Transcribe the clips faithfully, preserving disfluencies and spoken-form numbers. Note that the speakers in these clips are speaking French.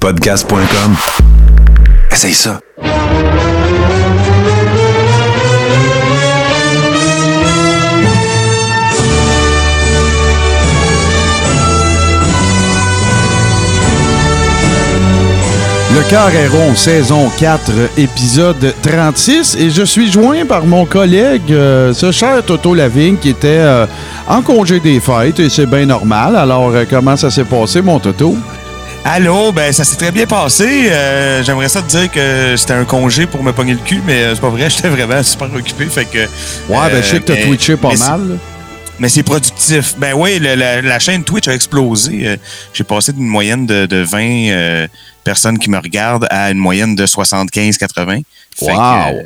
podcast point com. Essaye ça. Le Carréron, saison quatre, épisode trente-six, et je suis joint par mon collègue, euh, ce cher Toto Lavigne, qui était euh, en congé des fêtes, et c'est bien normal. Alors, euh, comment ça s'est passé, mon Toto? Allô, ben ça s'est très bien passé. Euh, j'aimerais ça te dire que c'était un congé pour me pogner le cul, mais c'est pas vrai, j'étais vraiment super occupé, fait que... Ouais, euh, ben je sais que t'as mais, twitché pas mal, là. Mais c'est productif. Ben oui, le, la, la chaîne Twitch a explosé. Euh, j'ai passé d'une moyenne de, de vingt euh, personnes qui me regardent à une moyenne de soixante-quinze à quatre-vingts. Wow! Que, euh,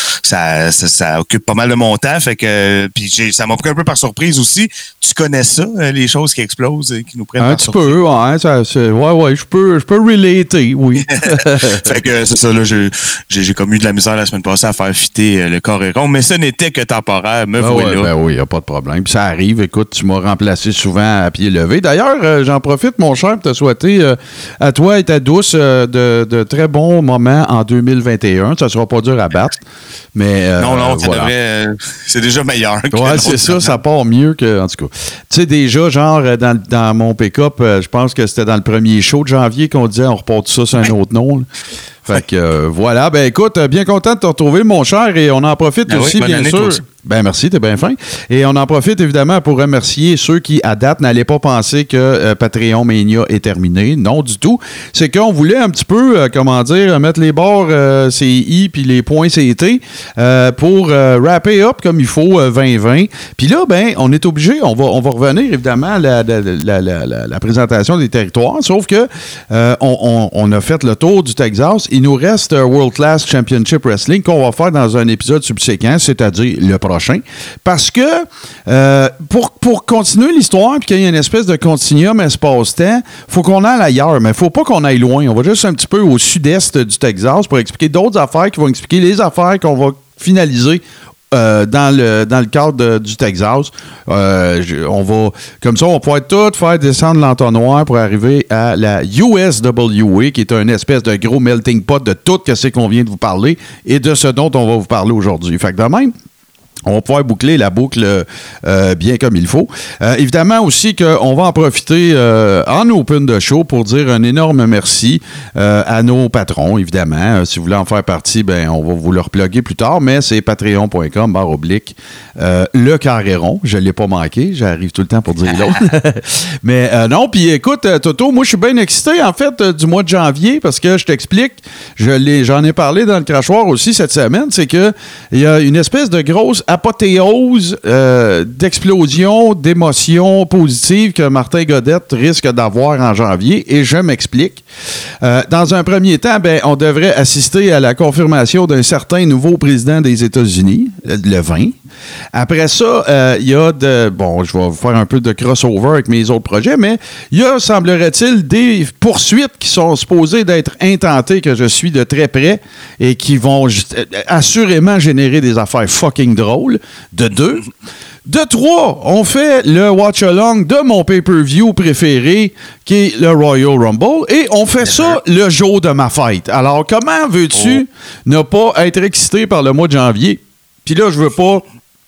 ça, ça, ça occupe pas mal de mon temps. Fait que, puis j'ai, ça m'a pris un peu par surprise aussi. Tu connais ça, les choses qui explosent et qui nous prennent un par petit surprise? peu, ouais. Ça, c'est, ouais, ouais, je peux, je peux relater, oui. Fait que c'est ça, là, j'ai, j'ai, j'ai comme eu de la misère la semaine passée à faire fitter le Carréron, mais ce n'était que temporaire. Me ben voilà. Ouais, ben oui, il n'y a pas de problème. Puis ça arrive, écoute, tu m'as remplacé souvent à pied levé. D'ailleurs, euh, j'en profite, mon cher, pour te souhaiter euh, à toi et ta douce euh, de, de très bons moments en deux mille vingt et un. Ça ne sera pas dur à battre. Mais, euh, non, non, ça voilà. devrait, euh, c'est déjà meilleur. Que ouais, c'est ça, ça part mieux que. En tout cas. Tu sais, déjà, genre, dans, dans mon pick-up, euh, je pense que c'était dans le premier show de janvier qu'on disait on reporte ça sur un autre nom. Là. Fait que euh, voilà. Ben écoute, bien content de te retrouver, mon cher, et on en profite ben aussi, oui, bien sûr. Ben merci, t'es bien fin. Et on en profite évidemment pour remercier ceux qui, à date, n'allaient pas penser que euh, Patreon Mania est terminé. Non, du tout. C'est qu'on voulait un petit peu, euh, comment dire, mettre les bords euh, C I puis les points C T euh, pour euh, wrapper up comme il faut euh, vingt vingt. Puis là, ben, on est obligé, on va, on va revenir évidemment à la, la, la, la, la, la présentation des territoires, sauf que euh, on, on, on a fait le tour du Texas. Il nous reste World Class Championship Wrestling qu'on va faire dans un épisode subséquent, c'est-à-dire le prochain. Parce que euh, pour, pour continuer l'histoire puis qu'il y ait une espèce de continuum espace-temps, il faut qu'on aille ailleurs, mais il ne faut pas qu'on aille loin. On va juste un petit peu au sud-est du Texas pour expliquer d'autres affaires qui vont expliquer les affaires qu'on va finaliser Euh, dans, le, dans le cadre de, du Texas. Euh, je, on va, comme ça, on va pouvoir tout faire descendre l'entonnoir pour arriver à la U S W A, qui est une espèce de gros melting pot de tout ce qu'on vient de vous parler et de ce dont on va vous parler aujourd'hui. Fait que de même, on va pouvoir boucler la boucle euh, bien comme il faut. Euh, évidemment aussi qu'on va en profiter euh, en open de show pour dire un énorme merci euh, à nos patrons, évidemment. Euh, si vous voulez en faire partie, ben on va vous le repluguer plus tard, mais c'est patreon point com barre oblique euh, le Carréron. Je ne l'ai pas manqué, j'arrive tout le temps pour dire l'autre. mais euh, non, puis écoute, Toto, moi je suis bien excité en fait euh, du mois de janvier parce que je t'explique, je l'ai, j'en ai parlé dans le crachoir aussi cette semaine, c'est que il y a une espèce de grosse apothéose euh, d'explosion, d'émotions positives que Martin Godette risque d'avoir en janvier, et je m'explique. Euh, dans un premier temps, ben, on devrait assister à la confirmation d'un certain nouveau président des États-Unis, le vingt. Après ça, il euh, y a de... Bon, je vais vous faire un peu de crossover avec mes autres projets, mais il y a, semblerait-il, des poursuites qui sont supposées d'être intentées, que je suis de très près, et qui vont juste, assurément générer des affaires fucking drôles. De deux. De trois, on fait le watch-along de mon pay-per-view préféré, qui est le Royal Rumble, et on fait ça le jour de ma fête. Alors, comment veux-tu oh. ne pas être excité par le mois de janvier? Puis là, je veux pas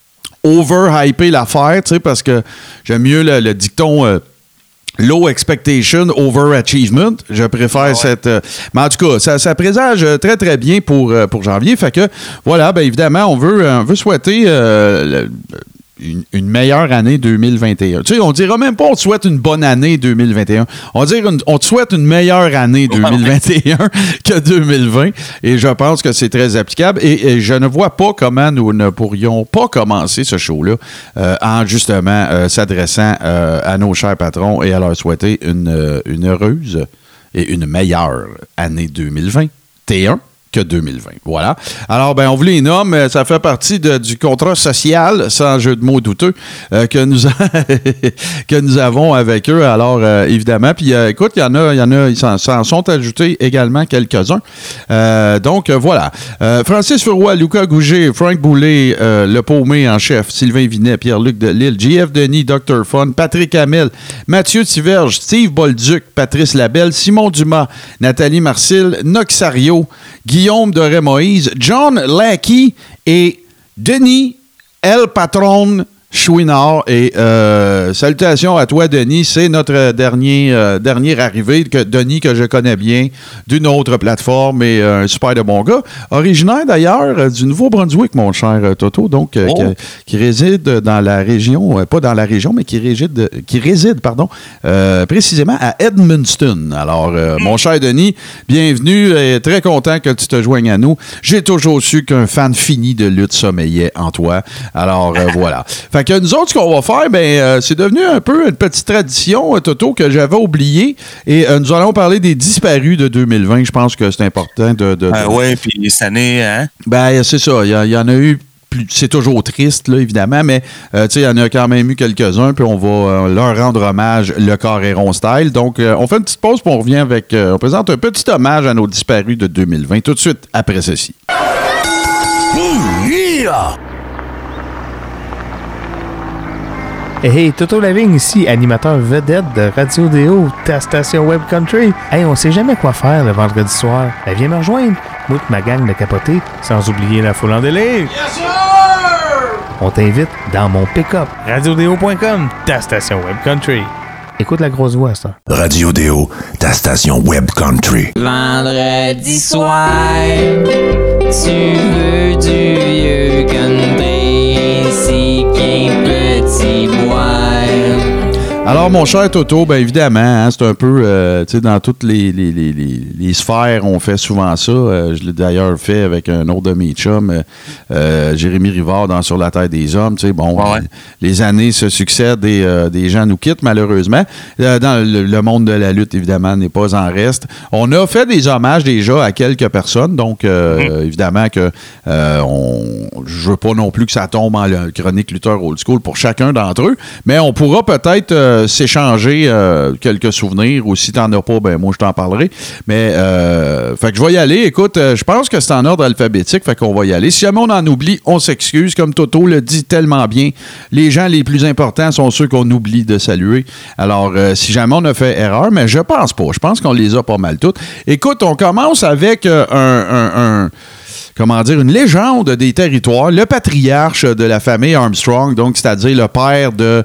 over-hyper l'affaire, tu sais, parce que j'aime mieux le, le dicton... Euh, Low expectation, overachievement. Je préfère ah ouais. cette... Euh, mais en tout cas, ça, ça présage très, très bien pour, euh, pour janvier. Fait que, voilà, bien évidemment, on veut, on veut souhaiter euh, le, une, une meilleure année deux mille vingt et un. Tu sais, on dira même pas on te souhaite une bonne année deux mille vingt et un. On va dire une, on te souhaite une meilleure année deux mille vingt et un que deux mille vingt. Et je pense que c'est très applicable. Et, et je ne vois pas comment nous ne pourrions pas commencer ce show-là euh, en justement euh, s'adressant euh, à nos chers patrons et à leur souhaiter une, une heureuse et une meilleure année deux mille vingt et un. que deux mille vingt. Voilà. Alors, ben, on vous les nomme. Ça fait partie de, du contrat social, sans jeu de mots douteux, euh, que, nous a que nous avons avec eux. Alors, euh, évidemment. Puis, euh, écoute, il y en a, il y en a, ils s'en, s'en sont ajoutés également quelques-uns. Euh, donc, euh, voilà. Euh, Francis Furoy, Lucas Gouget, Frank Boulet, euh, Le Paumé en chef, Sylvain Vinet, Pierre-Luc Delisle, J F Denis, docteur Fun, Patrick Hamel, Mathieu Tiverge, Steve Bolduc, Patrice Labelle, Simon Dumas, Nathalie Marcil, Noxario, Guillaume Doré-Moïse, John Lackey et Denis El Patron Chouinard. Et euh, salutations à toi, Denis. C'est notre dernier, euh, dernier arrivé, que, Denis, que je connais bien, d'une autre plateforme, et euh, un super de bon gars. Originaire, d'ailleurs, euh, du Nouveau-Brunswick, mon cher euh, Toto, donc, euh, oh. qui, qui réside dans la région, euh, pas dans la région, mais qui réside, qui réside pardon, euh, précisément à Edmundston. Alors, euh, mm. mon cher Denis, bienvenue, et très content que tu te joignes à nous. J'ai toujours su qu'un fan fini de lutte sommeillait en toi. Alors, euh, voilà. Fait que nous autres, ce qu'on va faire, ben, euh, c'est devenu un peu une petite tradition, euh, Toto, que j'avais oublié. Et euh, nous allons parler des disparus de deux mille vingt. Je pense que c'est important de... de, de... Ah oui, puis cette année, hein? Ben, c'est ça. Il y, y en a eu... Plus, c'est toujours triste, là, évidemment, mais euh, il y en a quand même eu quelques-uns, puis on va euh, leur rendre hommage, le Carré-Rond style. Donc, euh, on fait une petite pause, puis on revient avec... Euh, on présente un petit hommage à nos disparus de deux mille vingt, tout de suite après ceci. Mmh, yeah! Hey, hey, Toto Lavigne ici, animateur vedette de Radio Déo, ta station Web Country. Hey, on sait jamais quoi faire le vendredi soir. Ben, viens me rejoindre. Moi ma gang de capoter, sans oublier la foule en délire. Yes, sir! On t'invite dans mon pick-up. radio déo point com, ta station Web Country. Écoute la grosse voix, ça. Radio Déo, ta station Web Country. Vendredi soir, tu veux du vieux country, c'est qu'un petit boire. Alors, mon cher Toto, bien évidemment, hein, c'est un peu, euh, tu sais, dans toutes les, les, les, les, les sphères, on fait souvent ça. Euh, je l'ai d'ailleurs fait avec un autre de mes chums, euh, Jérémy Rivard, dans Sur la Terre des Hommes. Tu sais, bon, ouais. les, les années se succèdent et euh, des gens nous quittent, malheureusement. Euh, dans le, le monde de la lutte, évidemment, n'est pas en reste. On a fait des hommages déjà à quelques personnes, donc, euh, mmh. évidemment, que euh, on, je veux pas non plus que ça tombe en chronique lutteur old school pour chacun d'entre eux, mais on pourra peut-être... Euh, s'échanger euh, quelques souvenirs, ou si t'en as pas, ben moi je t'en parlerai. Mais euh, fait que je vais y aller. Écoute, euh, je pense que c'est en ordre alphabétique, fait qu'on va y aller. Si jamais on en oublie, on s'excuse. Comme Toto le dit tellement bien, les gens les plus importants sont ceux qu'on oublie de saluer. Alors, euh, si jamais on a fait erreur, mais je pense pas. Je pense qu'on les a pas mal toutes. Écoute, on commence avec euh, un... un, un comment dire, une légende des territoires, le patriarche de la famille Armstrong, donc c'est-à-dire le père de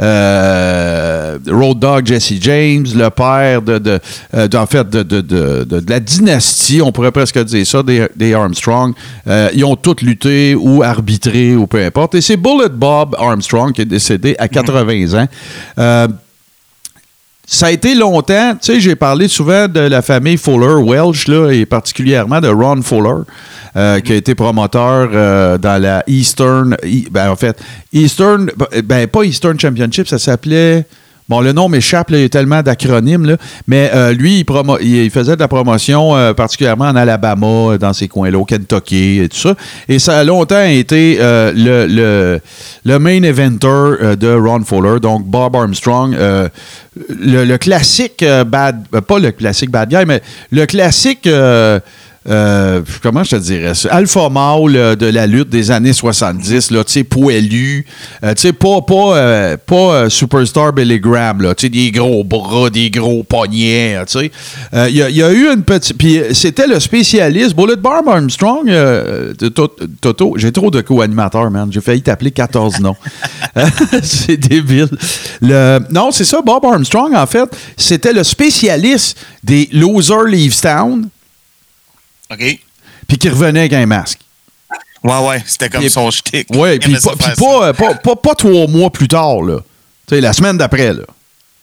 euh, Road Dogg Jesse James, le père de, de, euh, de en fait, de, de, de, de, de la dynastie, on pourrait presque dire ça, des, des Armstrong. Euh, ils ont tous lutté ou arbitré ou peu importe. Et c'est Bullet Bob Armstrong qui est décédé à quatre-vingts ans. Euh, Ça a été longtemps, tu sais, j'ai parlé souvent de la famille Fuller-Welch, là, et particulièrement de Ron Fuller, euh, qui a été promoteur euh, dans la Eastern, ben en fait, Eastern, ben pas Eastern Championship, ça s'appelait... Bon, le nom m'échappe, là, il y a tellement d'acronymes, là, mais euh, lui, il, promo- il faisait de la promotion euh, particulièrement en Alabama, dans ces coins-là, au Kentucky et tout ça. Et ça a longtemps été euh, le, le, le main eventer euh, de Ron Fuller, donc Bob Armstrong. Euh, le, le classique euh, bad... Euh, pas le classique bad guy, mais le classique... Euh, Euh, comment je te dirais ça? Alpha mâle euh, de la lutte des années soixante-dix, là, tu sais, poilu, euh, tu sais, pas, pas, euh, pas euh, Superstar Billy Graham, là, tu sais, des gros bras, des gros poignets, tu sais. Il euh, y, y a eu une petite... Puis c'était le spécialiste, Bullet Bob Armstrong, euh, Toto, j'ai trop de co-animateurs, man, j'ai failli t'appeler quatorze noms. C'est débile. Le, non, c'est ça, Bob Armstrong, en fait, c'était le spécialiste des Loser Leaves Town. OK. Puis qui revenait avec un masque. Ouais, ouais, c'était comme pis, son shtick. Ouais, puis pas, pas, pas, pas, pas trois mois plus tard, là. Tu sais, la semaine d'après, là.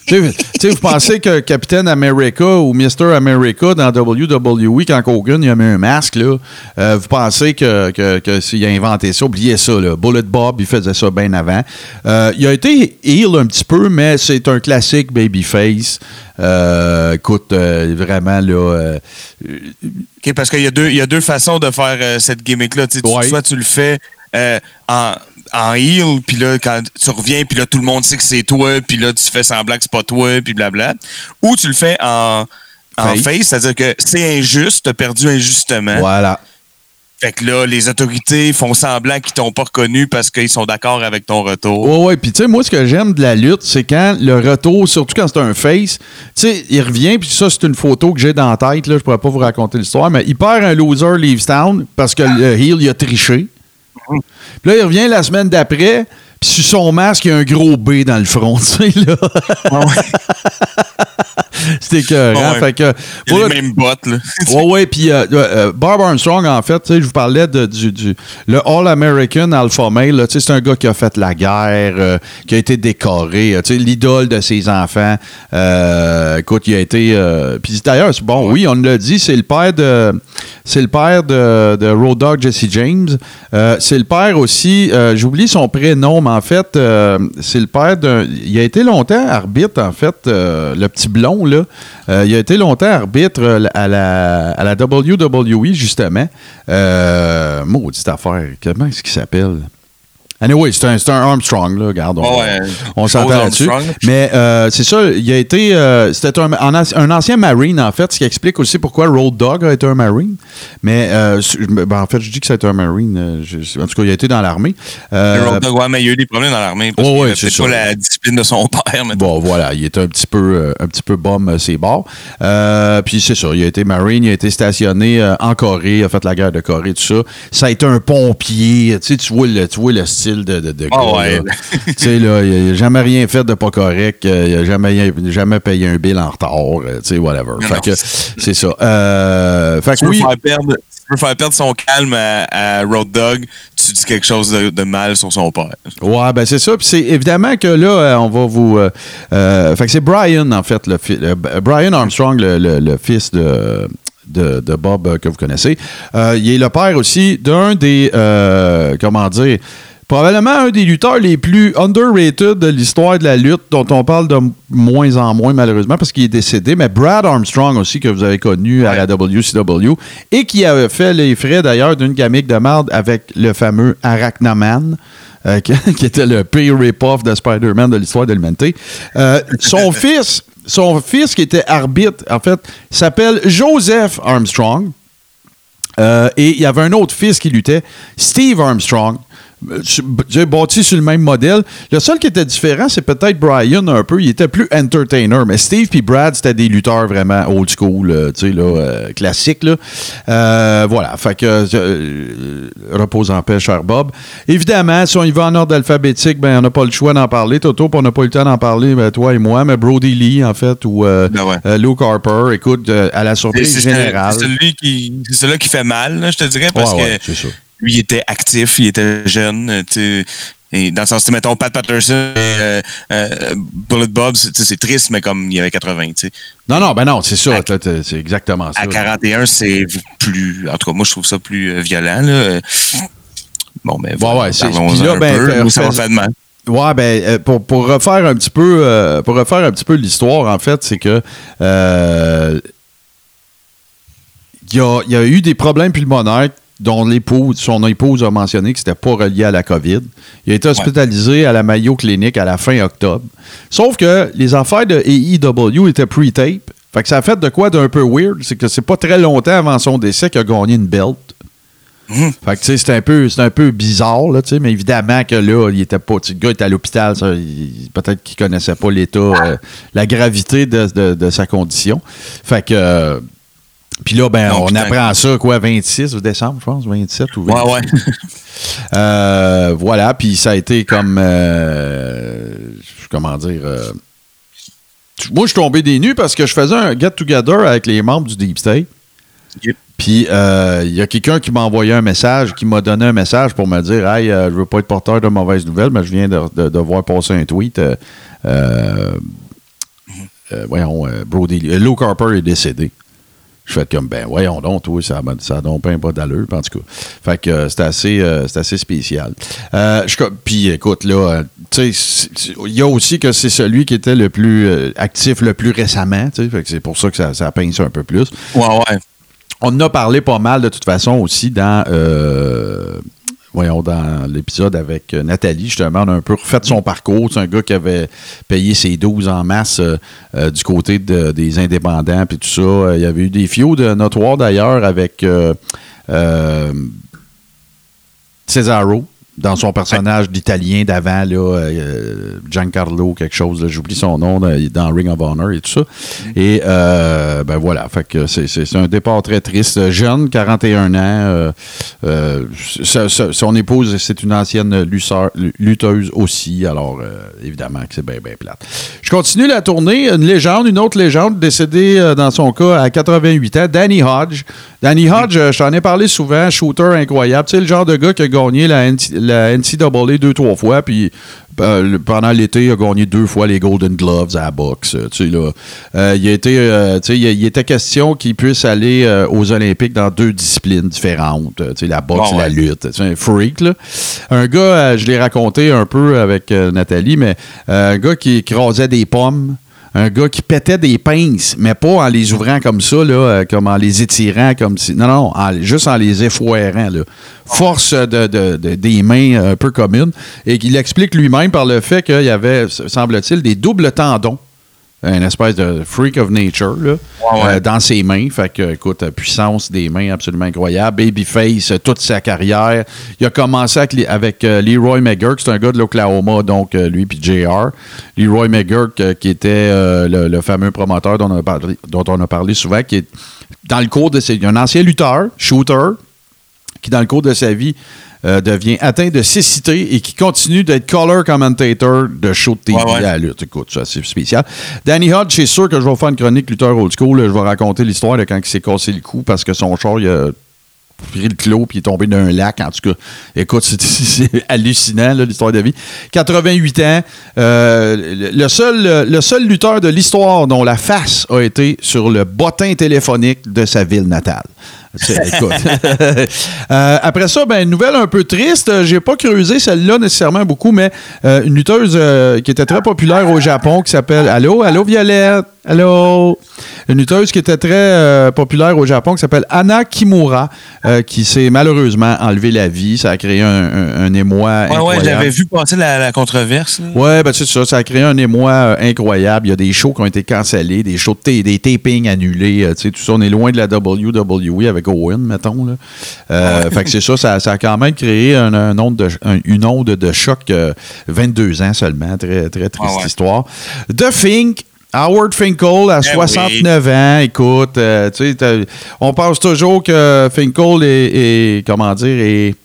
Tu sais, vous pensez que Captain America ou mister America dans W W E, quand Hogan il a mis un masque, là, euh, vous pensez que, que, que s'il a inventé ça, oubliez ça, là. Bullet Bob, il faisait ça bien avant. Euh, il a été heel un petit peu, mais c'est un classique babyface. Euh, écoute, euh, vraiment, là... Euh, OK, parce qu'il y a deux, il y a deux façons de faire euh, cette gimmick-là. Tu sais, ouais. Soit tu le fais euh, en... en heel, puis là, quand tu reviens, puis là, tout le monde sait que c'est toi, puis là, tu fais semblant que c'est pas toi, puis blabla. Ou tu le fais en, en face. face, c'est-à-dire que c'est injuste, t'as perdu injustement. Voilà. Fait que là, les autorités font semblant qu'ils t'ont pas reconnu parce qu'ils sont d'accord avec ton retour. Ouais, ouais. Puis, tu sais, moi, ce que j'aime de la lutte, c'est quand le retour, surtout quand c'est un face, tu sais, il revient, puis ça, c'est une photo que j'ai dans la tête, là, je pourrais pas vous raconter l'histoire, mais il perd un loser leaves town parce que le heel, il a triché. Puis là, il revient la semaine d'après, puis sur son masque, il y a un gros B dans le front, tu sais, là. Ah ouais. C'était écœurant. Ah ouais. Fait que, il y a voilà. les mêmes bottes, là. Ouais, ouais, puis euh, euh, Bob Armstrong, en fait, tu sais, je vous parlais de, du, du le All-American Alpha Male, là, tu sais, c'est un gars qui a fait la guerre, euh, qui a été décoré, euh, tu sais, l'idole de ses enfants. Euh, écoute, il a été... Euh, puis d'ailleurs, c'est bon, oui, on l'a dit, c'est le père de... C'est le père de, de Road Dogg Jesse James. Euh, c'est le père aussi, euh, j'oublie son prénom, mais en fait, euh, c'est le père d'un... Il a été longtemps arbitre, en fait, euh, le petit blond, là. Euh, il a été longtemps arbitre à la, à la W W E, justement. Euh, maudite affaire. Comment est-ce qu'il s'appelle? Anyway, c'est un, c'est un Armstrong, là, regarde, on, Oh ouais, on s'entend là-dessus. Mais euh, c'est ça, il a été... Euh, c'était un, un ancien Marine, en fait, ce qui explique aussi pourquoi Road Dogg a été un Marine. Mais, euh, ben, en fait, je dis que c'est un Marine. Euh, je, en tout cas, il a été dans l'armée. Euh, Road Dogg, ouais, mais il y a eu des problèmes dans l'armée parce oh, qu'il ouais, avait peut-être pas la discipline de son père. Bon, voilà, il était un petit peu, euh, un petit peu bum euh, ses bords. Euh, puis c'est ça, il a été Marine, il a été stationné euh, en Corée, il a fait la guerre de Corée, tout ça. Ça a été un pompier, tu sais, tu vois le, tu vois le style de, de, de oh, gars, ouais. tu sais, là, il n'a jamais rien fait de pas correct, euh, il n'a jamais, jamais payé un bill en retard, euh, tu sais, whatever. Non, fait non. que c'est ça. Euh, fait que Tu veux oui. faire perdre... Tu veux faire perdre son calme à, à Road Dogg, tu dis quelque chose de, de mal sur son père. Ouais, ben c'est ça. Puis c'est évidemment que là, euh, on va vous. Euh, euh, fait que c'est Brian, en fait, le, fi- le Brian Armstrong, le, le, le fils de. De, de Bob euh, que vous connaissez. Euh, il est le père aussi d'un des. Euh, comment dire. Probablement un des lutteurs les plus underrated de l'histoire de la lutte, dont on parle de moins en moins, malheureusement, parce qu'il est décédé. Mais Brad Armstrong aussi, que vous avez connu à la W C W, et qui a fait les frais, d'ailleurs, d'une gimmick de merde avec le fameux Arachnaman, euh, qui, qui était le pire rip-off de Spider-Man de l'histoire de l'humanité. Euh, son fils, son fils qui était arbitre, en fait, s'appelle Joseph Armstrong. Euh, et il y avait un autre fils qui luttait, Steve Armstrong. J'ai bâti sur le même modèle. Le seul qui était différent, c'est peut-être Brian un peu. Il était plus entertainer. Mais Steve et Brad, c'était des lutteurs vraiment old school, euh, tu sais, là, euh, classiques. Là. Euh, voilà. Fait que, euh, repose en paix, cher Bob. Évidemment, si on y va en ordre alphabétique, ben, on n'a pas le choix d'en parler. Toto, on n'a pas eu le temps d'en parler, ben, toi et moi, mais Brody Lee, en fait, ou euh, Ben ouais. euh, Luke Harper. Écoute, euh, à la surprise C'est, c'est, générale. c'est celui qui, c'est celui qui fait mal, là, je te dirais, parce Ouais, ouais, que c'est ça. lui, il était actif, il était jeune, euh, tu sais. Et dans le sens, mettons, Pat Patterson, euh, euh, Bullet Bob, c'est, c'est triste, mais comme il y avait quatre-vingts, tu sais. Non, non, ben non, c'est ça. À- T'as- t'as- C'est exactement ça. À quarante et un, c'est plus... En tout cas, moi, je trouve ça plus euh, violent, là. Bon, ben, Ouais, ouais, c'est- parlons-en puis là, un ben, peu. fait- Moi, ça m'a fait- fait de mal. Ouais, ben euh, pour, pour refaire un petit peu euh, pour refaire un petit peu l'histoire, en fait, c'est que euh, il y a, il y a eu des problèmes pulmonaires dont l'épouse, son épouse a mentionné que c'était pas relié à la COVID. Il a été hospitalisé à la Mayo Clinic à la fin octobre. Sauf que les affaires de A E W étaient pre-tape. Fait que ça a fait de quoi d'un peu weird, c'est que c'est pas très longtemps avant son décès qu'il a gagné une belt. Mmh. Fait que, tu sais, c'est un peu, c'est un peu bizarre, là, tu sais, mais évidemment que là, il était pas, tu sais, le gars était à l'hôpital, ça, il- peut-être qu'il connaissait pas l'état, euh, la gravité de, de- de sa condition. Fait que, euh, puis là, ben, Non, on putain. apprend ça, quoi, vingt-six décembre, je pense, vingt-sept ou vingt-six. Ouais, ouais. Euh, voilà, puis ça a été comme, euh, comment dire, euh, moi, je suis tombé des nues parce que je faisais un get-together avec les membres du Deep State. Yep. Puis, euh, il y a quelqu'un qui m'a envoyé un message, qui m'a donné un message pour me dire « Hey, euh, je veux pas être porteur de mauvaises nouvelles, mais je viens de, de, de voir passer un tweet. Euh, euh, euh, voyons, euh, Brody, euh, Luke Harper est décédé. Je fais comme, ben voyons donc, toi, ça n'a donc pas d'allure, en tout cas. Fait que euh, c'est assez, euh, c'est assez spécial. Euh, Puis écoute, là, euh, tu sais, il y a aussi que c'est celui qui était le plus euh, actif le plus récemment, tu sais, fait que c'est pour ça que ça, ça pince un peu plus. Ouais, ouais. On en a parlé pas mal, de toute façon, aussi dans... Euh, Voyons, dans l'épisode avec Nathalie, justement, on a un peu refait son parcours. C'est un gars qui avait payé ses douze en masse euh, euh, du côté de, des indépendants puis tout ça. Il y avait eu des feuds de notoires, d'ailleurs, avec euh, euh, Cesaro, dans son personnage d'Italien d'avant, là, euh, Giancarlo, quelque chose, là, j'oublie son nom, dans Ring of Honor et tout ça. Et euh, ben voilà, fait que c'est, c'est, c'est un départ très triste. Jeune, quarante et un ans, euh, euh, sa, sa, son épouse, c'est une ancienne lusseur, lutteuse aussi, alors euh, évidemment que c'est bien, bien plate. Je continue la tournée, une légende, une autre légende, décédée euh, dans son cas à quatre-vingt-huit ans, Danny Hodge. Danny Hodge, euh, je t'en ai parlé souvent, shooter incroyable, tu sais, le genre de gars qui a gagné la N C A A la N C A A deux, trois fois, puis euh, pendant l'été, il a gagné deux fois les Golden Gloves à la boxe. Tu sais, là. Euh, il, a été, euh, tu sais, il, il était question qu'il puisse aller euh, aux Olympiques dans deux disciplines différentes. Tu sais, la boxe oh, et ouais. la lutte. C'est un freak, là. Un gars, euh, je l'ai raconté un peu avec euh, Nathalie, mais euh, un gars qui écrasait des pommes. Un gars qui pétait des pinces, mais pas en les ouvrant comme ça, là, euh, comme en les étirant, comme si. Non, non, en, juste en les effoirant, là. Force de, de, de, des mains un peu communes. Et qu'il explique lui-même par le fait qu'il y avait, semble-t-il, des doubles tendons. Une espèce de freak of nature, là, ouais, ouais. Euh, dans ses mains. Fait que, écoute, la puissance des mains absolument incroyable. Babyface, toute sa carrière. Il a commencé avec, avec euh, Leroy McGurk, c'est un gars de l'Oklahoma, donc euh, lui puis J R. Leroy McGurk, euh, qui était euh, le, le fameux promoteur dont on, a parlé, dont on a parlé souvent, qui est dans le cours de ses... Un ancien lutteur, shooter, qui dans le cours de sa vie Euh, devient atteint de cécité et qui continue d'être color commentator de show de T V ouais, ouais. à la lutte. Écoute, ça, c'est spécial. Danny Hodge, c'est sûr que je vais faire une chronique lutteur old school. Je vais raconter l'histoire de quand il s'est cassé le cou parce que son char, il a pris le clos puis il est tombé d'un lac. En tout cas, écoute, c'est, c'est hallucinant, là, l'histoire de vie. quatre-vingt-huit ans. Euh, le, seul, le seul lutteur de l'histoire dont la face a été sur le bottin téléphonique de sa ville natale. Écoute. euh, après ça, ben, une nouvelle un peu triste. J'ai pas creusé celle-là nécessairement beaucoup, mais euh, une lutteuse euh, qui était très populaire au Japon qui s'appelle Allô, Allô Violette. Allô. Une lutteuse qui était très euh, populaire au Japon qui s'appelle Anna Kimura, euh, qui s'est malheureusement enlevé la vie. Ça a créé un, un, un émoi ouais, incroyable. Ouais, j'avais vu passer la, la controverse. Là. Ouais, ben c'est ça. Ça a créé un émoi euh, incroyable. Il y a des shows qui ont été cancellés, des shows de t- des tapings annulés. Euh, tu sais, tout ça, on est loin de la W W E avec Owen, mettons. Là. Euh, fait que c'est ça, ça, ça a quand même créé un, un onde de, un, une onde de choc. Euh, vingt-deux ans seulement. Très, très triste ouais, ouais. histoire. The Fink. Howard Finkel, à soixante-neuf oui. ans, écoute, euh, tu sais, on pense toujours que Finkel est, est comment dire, est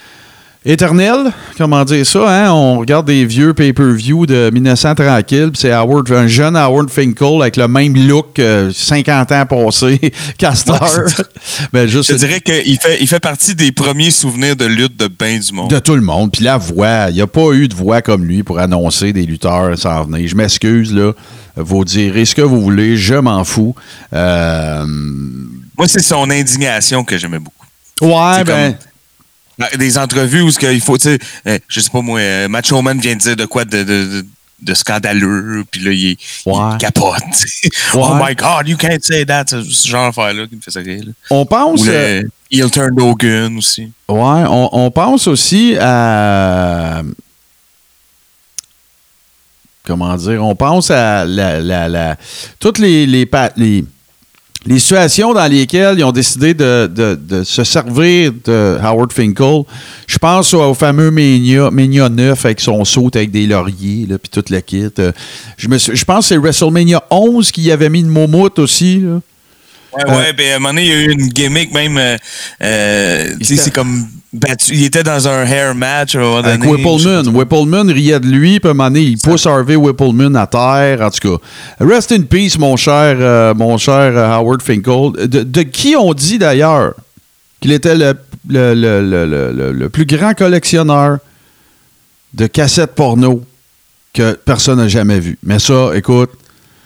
éternel, comment dire ça, hein? On regarde des vieux pay-per-view de mille neuf cents tranquille, puis c'est Howard, un jeune Howard Finkel avec le même look, euh, cinquante ans passés, Castor. Ben, juste, je dirais qu'il fait, il fait partie des premiers souvenirs de lutte de ben du monde. De tout le monde. Puis la voix, il n'y a pas eu de voix comme lui pour annoncer des lutteurs s'en venir. Je m'excuse, là. Vous direz ce que vous voulez, je m'en fous. Euh... Moi, c'est son indignation que j'aimais beaucoup. Ouais, c'est ben... Comme des entrevues où il faut, tu sais, euh, je sais pas moi, euh, Macho Man vient de dire de quoi de, de, de, de scandaleux, puis là, il, ouais. il capote. Ouais. Oh my God, you can't say that. C'est ce genre d'affaire-là qui me fait ça rire. Là. On pense... Ou le Heel Turn Hogan aussi. Ouais, on, on pense aussi à... Comment dire? On pense à la, la, la, toutes les, les, les, les situations dans lesquelles ils ont décidé de, de, de se servir de Howard Finkel. Je pense au, au fameux Mania, Mania neuf avec son saut avec des lauriers, puis toute la kit. Je, me suis, je pense que c'est WrestleMania onze qui y avait mis une moumoute aussi, là. Ouais, ouais, ben à un moment donné, il y a eu une gimmick même. Euh, euh, tu sais, c'est comme battu. Il était dans un hair match. Avec Whippleman. Whippleman riait de lui, puis à un moment donné, il pousse Harvey Whippleman à terre. En tout cas, rest in peace, mon cher, euh, mon cher Howard Finkel. De, de qui on dit d'ailleurs qu'il était le, le, le, le, le, le plus grand collectionneur de cassettes porno que personne n'a jamais vu. Mais ça, écoute.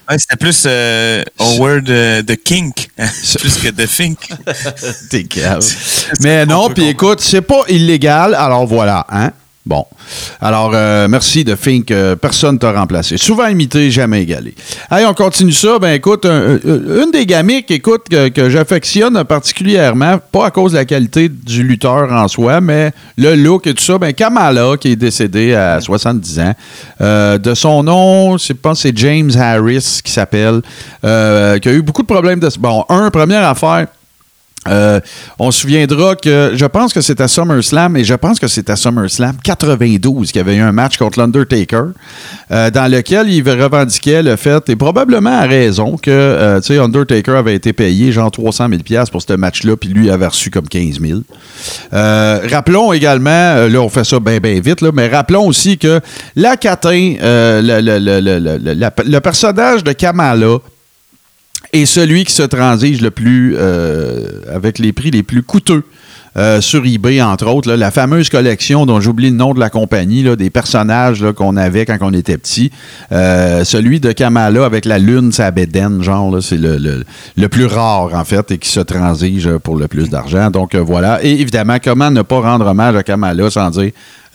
Ouais, c'était plus euh, Howard euh, de Kink, plus que de Fink. T'es calme. Mais non, puis écoute, c'est pas illégal, alors voilà, hein? Bon. Alors, euh, merci de Fink. Euh, personne t'a remplacé. Souvent imité, jamais égalé. Allez, on continue ça. Ben écoute, un, un, une des gamiques, écoute, que, que j'affectionne particulièrement, pas à cause de la qualité du lutteur en soi, mais le look et tout ça, ben Kamala, qui est décédée à soixante-dix ans, euh, de son nom, je pense que c'est James Harris qui s'appelle, euh, qui a eu beaucoup de problèmes de... Bon, un, première affaire... Euh, on se souviendra que je pense que c'est à SummerSlam et je pense que c'est à SummerSlam quatre-vingt-douze qu'il y avait eu un match contre l'Undertaker euh, dans lequel il revendiquait le fait, et probablement à raison, que euh, tu sais, Undertaker avait été payé genre trois cent mille dollars pour ce match-là, puis lui avait reçu comme quinze mille. Euh, rappelons également, euh, là on fait ça bien bien vite, là, mais rappelons aussi que la catin, euh, le, le, le, le, le, le, le personnage de Kamala est celui qui se transige le plus, euh, avec les prix les plus coûteux euh, sur eBay, entre autres. Là, la fameuse collection dont j'oublie le nom de la compagnie, là, des personnages là, qu'on avait quand on était petit. Euh, celui de Kamala avec la lune, sa bédaine, genre, là, c'est le, le, le plus rare, en fait, et qui se transige pour le plus d'argent. Donc, euh, voilà. Et évidemment, comment ne pas rendre hommage à Kamala sans dire...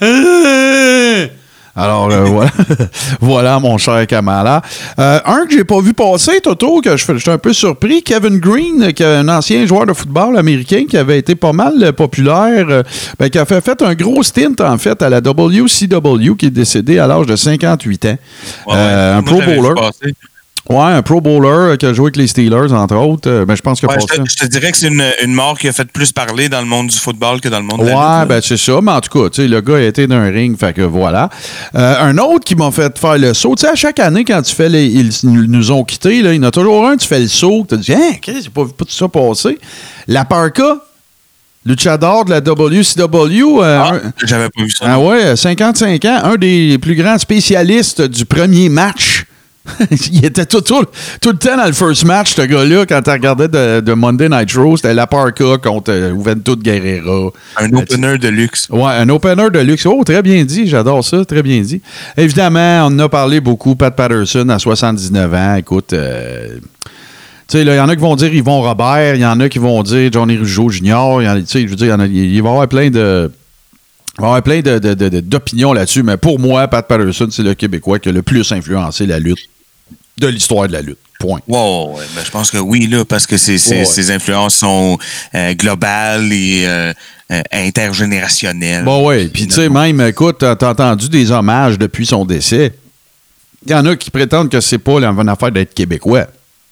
Alors, euh, voilà. Voilà, mon cher Kamala. Euh, un que j'ai pas vu passer, Toto, que je suis un peu surpris, Kevin Green, qui est un ancien joueur de football américain qui avait été pas mal populaire, euh, ben, qui a fait, fait un gros stint, en fait, à la W C W, qui est décédé à l'âge de cinquante-huit ans. Ouais, euh, ouais. Un Moi, Pro Bowler. Ouais, un Pro Bowler qui a joué avec les Steelers, entre autres. Euh, ben, je pense que ouais, pour je, te, je te dirais que c'est une, une mort qui a fait plus parler dans le monde du football que dans le monde de ouais, la lutte. Ouais, ben c'est ça. Mais en tout cas, tu sais, le gars a été d'un ring, fait que voilà. Euh, un autre qui m'a fait faire le saut. Tu sais, à chaque année, quand tu fais les... Ils nous ont quittés, là, il y en a toujours un, tu fais le saut, tu te dis, hein, qu'est-ce, j'ai pas vu tout ça passer. La Parka, luchador de la W C W. Euh, Ah, un, j'avais pas vu ça. Ah ouais, cinquante-cinq ans, un des plus grands spécialistes du premier match. Il était tout, tout, tout le temps dans le first match, ce gars-là, quand tu regardais de, de Monday Night Raw, c'était la Parka contre euh, Juventud Guerrera. Un opener de luxe. Ouais, un opener de luxe. Oh, très bien dit, j'adore ça, très bien dit. Évidemment, on en a parlé beaucoup, Pat Patterson à soixante-dix-neuf ans, écoute... Euh, tu sais, il y en a qui vont dire Yvon Robert, il y en a qui vont dire Johnny Rougeau junior, tu sais, je veux dire, y en a, il va y avoir plein de... Il va y avoir plein de, de, de, d'opinions là-dessus, mais pour moi, Pat Patterson, c'est le Québécois qui a le plus influencé la lutte de l'histoire de la lutte. Point. Wow, ouais, ben, je pense que oui, là, parce que ses, ses, ouais. ses influences sont euh, globales et euh, euh, intergénérationnelles. Bon, oui. Puis, tu sais, même, écoute, t'as, t'as entendu des hommages depuis son décès. Il y en a qui prétendent que c'est pas une affaire d'être Québécois.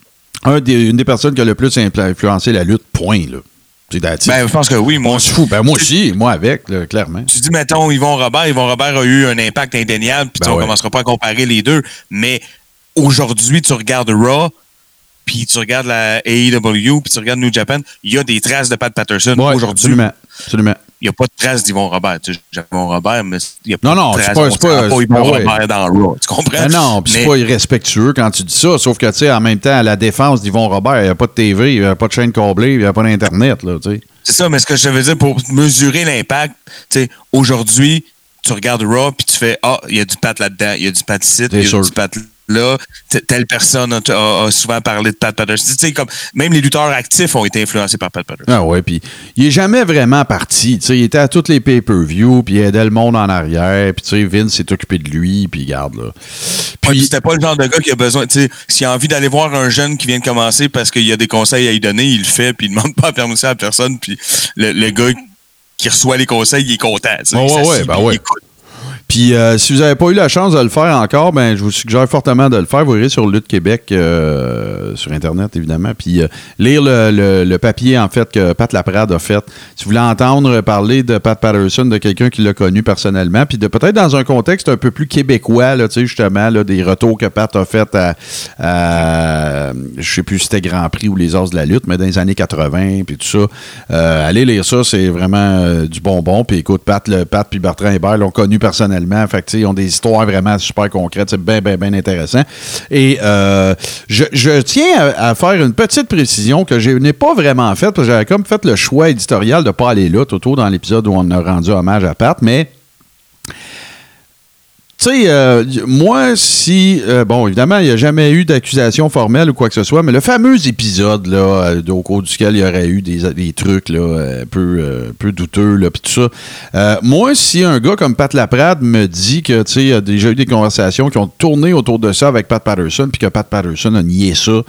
Un des, une des personnes qui a le plus influencé la lutte, point, là. Ben, je pense que oui, moi. On se fout. Ben, moi aussi, moi avec, là, clairement. Tu dis, mettons, Yvon Robert. Yvon Robert a eu un impact indéniable, puis ben on ne ouais. commencera pas à comparer les deux. Mais aujourd'hui, tu regardes Raw, puis tu regardes la A E W, puis tu regardes New Japan, il y a des traces de Pat Patterson ouais, aujourd'hui. Absolument. Absolument. Il n'y a pas de traces d'Yvon Robert. Tu sais, Yvon Robert, mais il n'y a pas non, non, de traces. C'est pas, c'est pas, pas c'est Yvon pas, Robert ouais. dans Raw. Tu comprends? Ben non, puis mais... c'est pas irrespectueux quand tu dis ça. Sauf que, tu sais, en même temps, à la défense d'Yvon Robert, il n'y a pas de T V, il n'y a pas de chaîne câblée, il n'y a pas d'Internet, là, tu sais. C'est ça, mais ce que je veux dire, pour mesurer l'impact, tu sais, aujourd'hui, tu regardes Raw, puis tu fais, ah, il y a du Pat là-dedans, il y a du Pat ici, il y a du Pat là, telle personne a, a, a souvent parlé de Pat Patterson. Tu sais, comme, même les lutteurs actifs ont été influencés par Pat Patterson. Ah ouais, puis il est jamais vraiment parti. Tu sais, il était à tous les pay-per-view, puis il aidait le monde en arrière, puis tu sais, Vince s'est occupé de lui, puis garde là. Puis ouais, c'était pas le genre de gars qui a besoin, tu sais, s'il a envie d'aller voir un jeune qui vient de commencer parce qu'il y a des conseils à lui donner, il le fait, puis il demande pas la permission à personne, puis le, le gars qui reçoit les conseils, il est content. Tu sais, oh, ouais, ouais, ben ouais. Puis, euh, si vous n'avez pas eu la chance de le faire encore, ben je vous suggère fortement de le faire. Vous irez sur Lutte Québec, euh, sur Internet, évidemment, puis euh, lire le, le, le papier, en fait, que Pat Laprade a fait. Si vous voulez entendre parler de Pat Patterson, de quelqu'un qui l'a connu personnellement, puis de peut-être dans un contexte un peu plus québécois, là, tu sais, justement, là, des retours que Pat a fait à, à je sais plus si c'était Grand Prix ou les As de la lutte, mais dans les années quatre-vingts, puis tout ça. Euh, allez lire ça, c'est vraiment euh, du bonbon. Puis écoute, Pat, le, Pat puis Bertrand Hébert l'ont connu personnellement. Fait que, ils ont des histoires vraiment super concrètes. C'est bien, bien, bien intéressant. Et euh, je, je tiens à, à faire une petite précision que je n'ai pas vraiment faite, parce que j'avais comme fait le choix éditorial de ne pas aller là, Toto, dans l'épisode où on a rendu hommage à Pat, mais tu sais, euh, moi, si... Euh, bon, évidemment, il n'y a jamais eu d'accusation formelle ou quoi que ce soit, mais le fameux épisode, là, euh, au cours duquel il y aurait eu des, des trucs, là, un peu, euh, peu douteux, là, puis tout ça. Euh, moi, si un gars comme Pat Laprade me dit que, tu sais, il y a déjà eu des conversations qui ont tourné autour de ça avec Pat Patterson, puis que Pat Patterson a nié ça,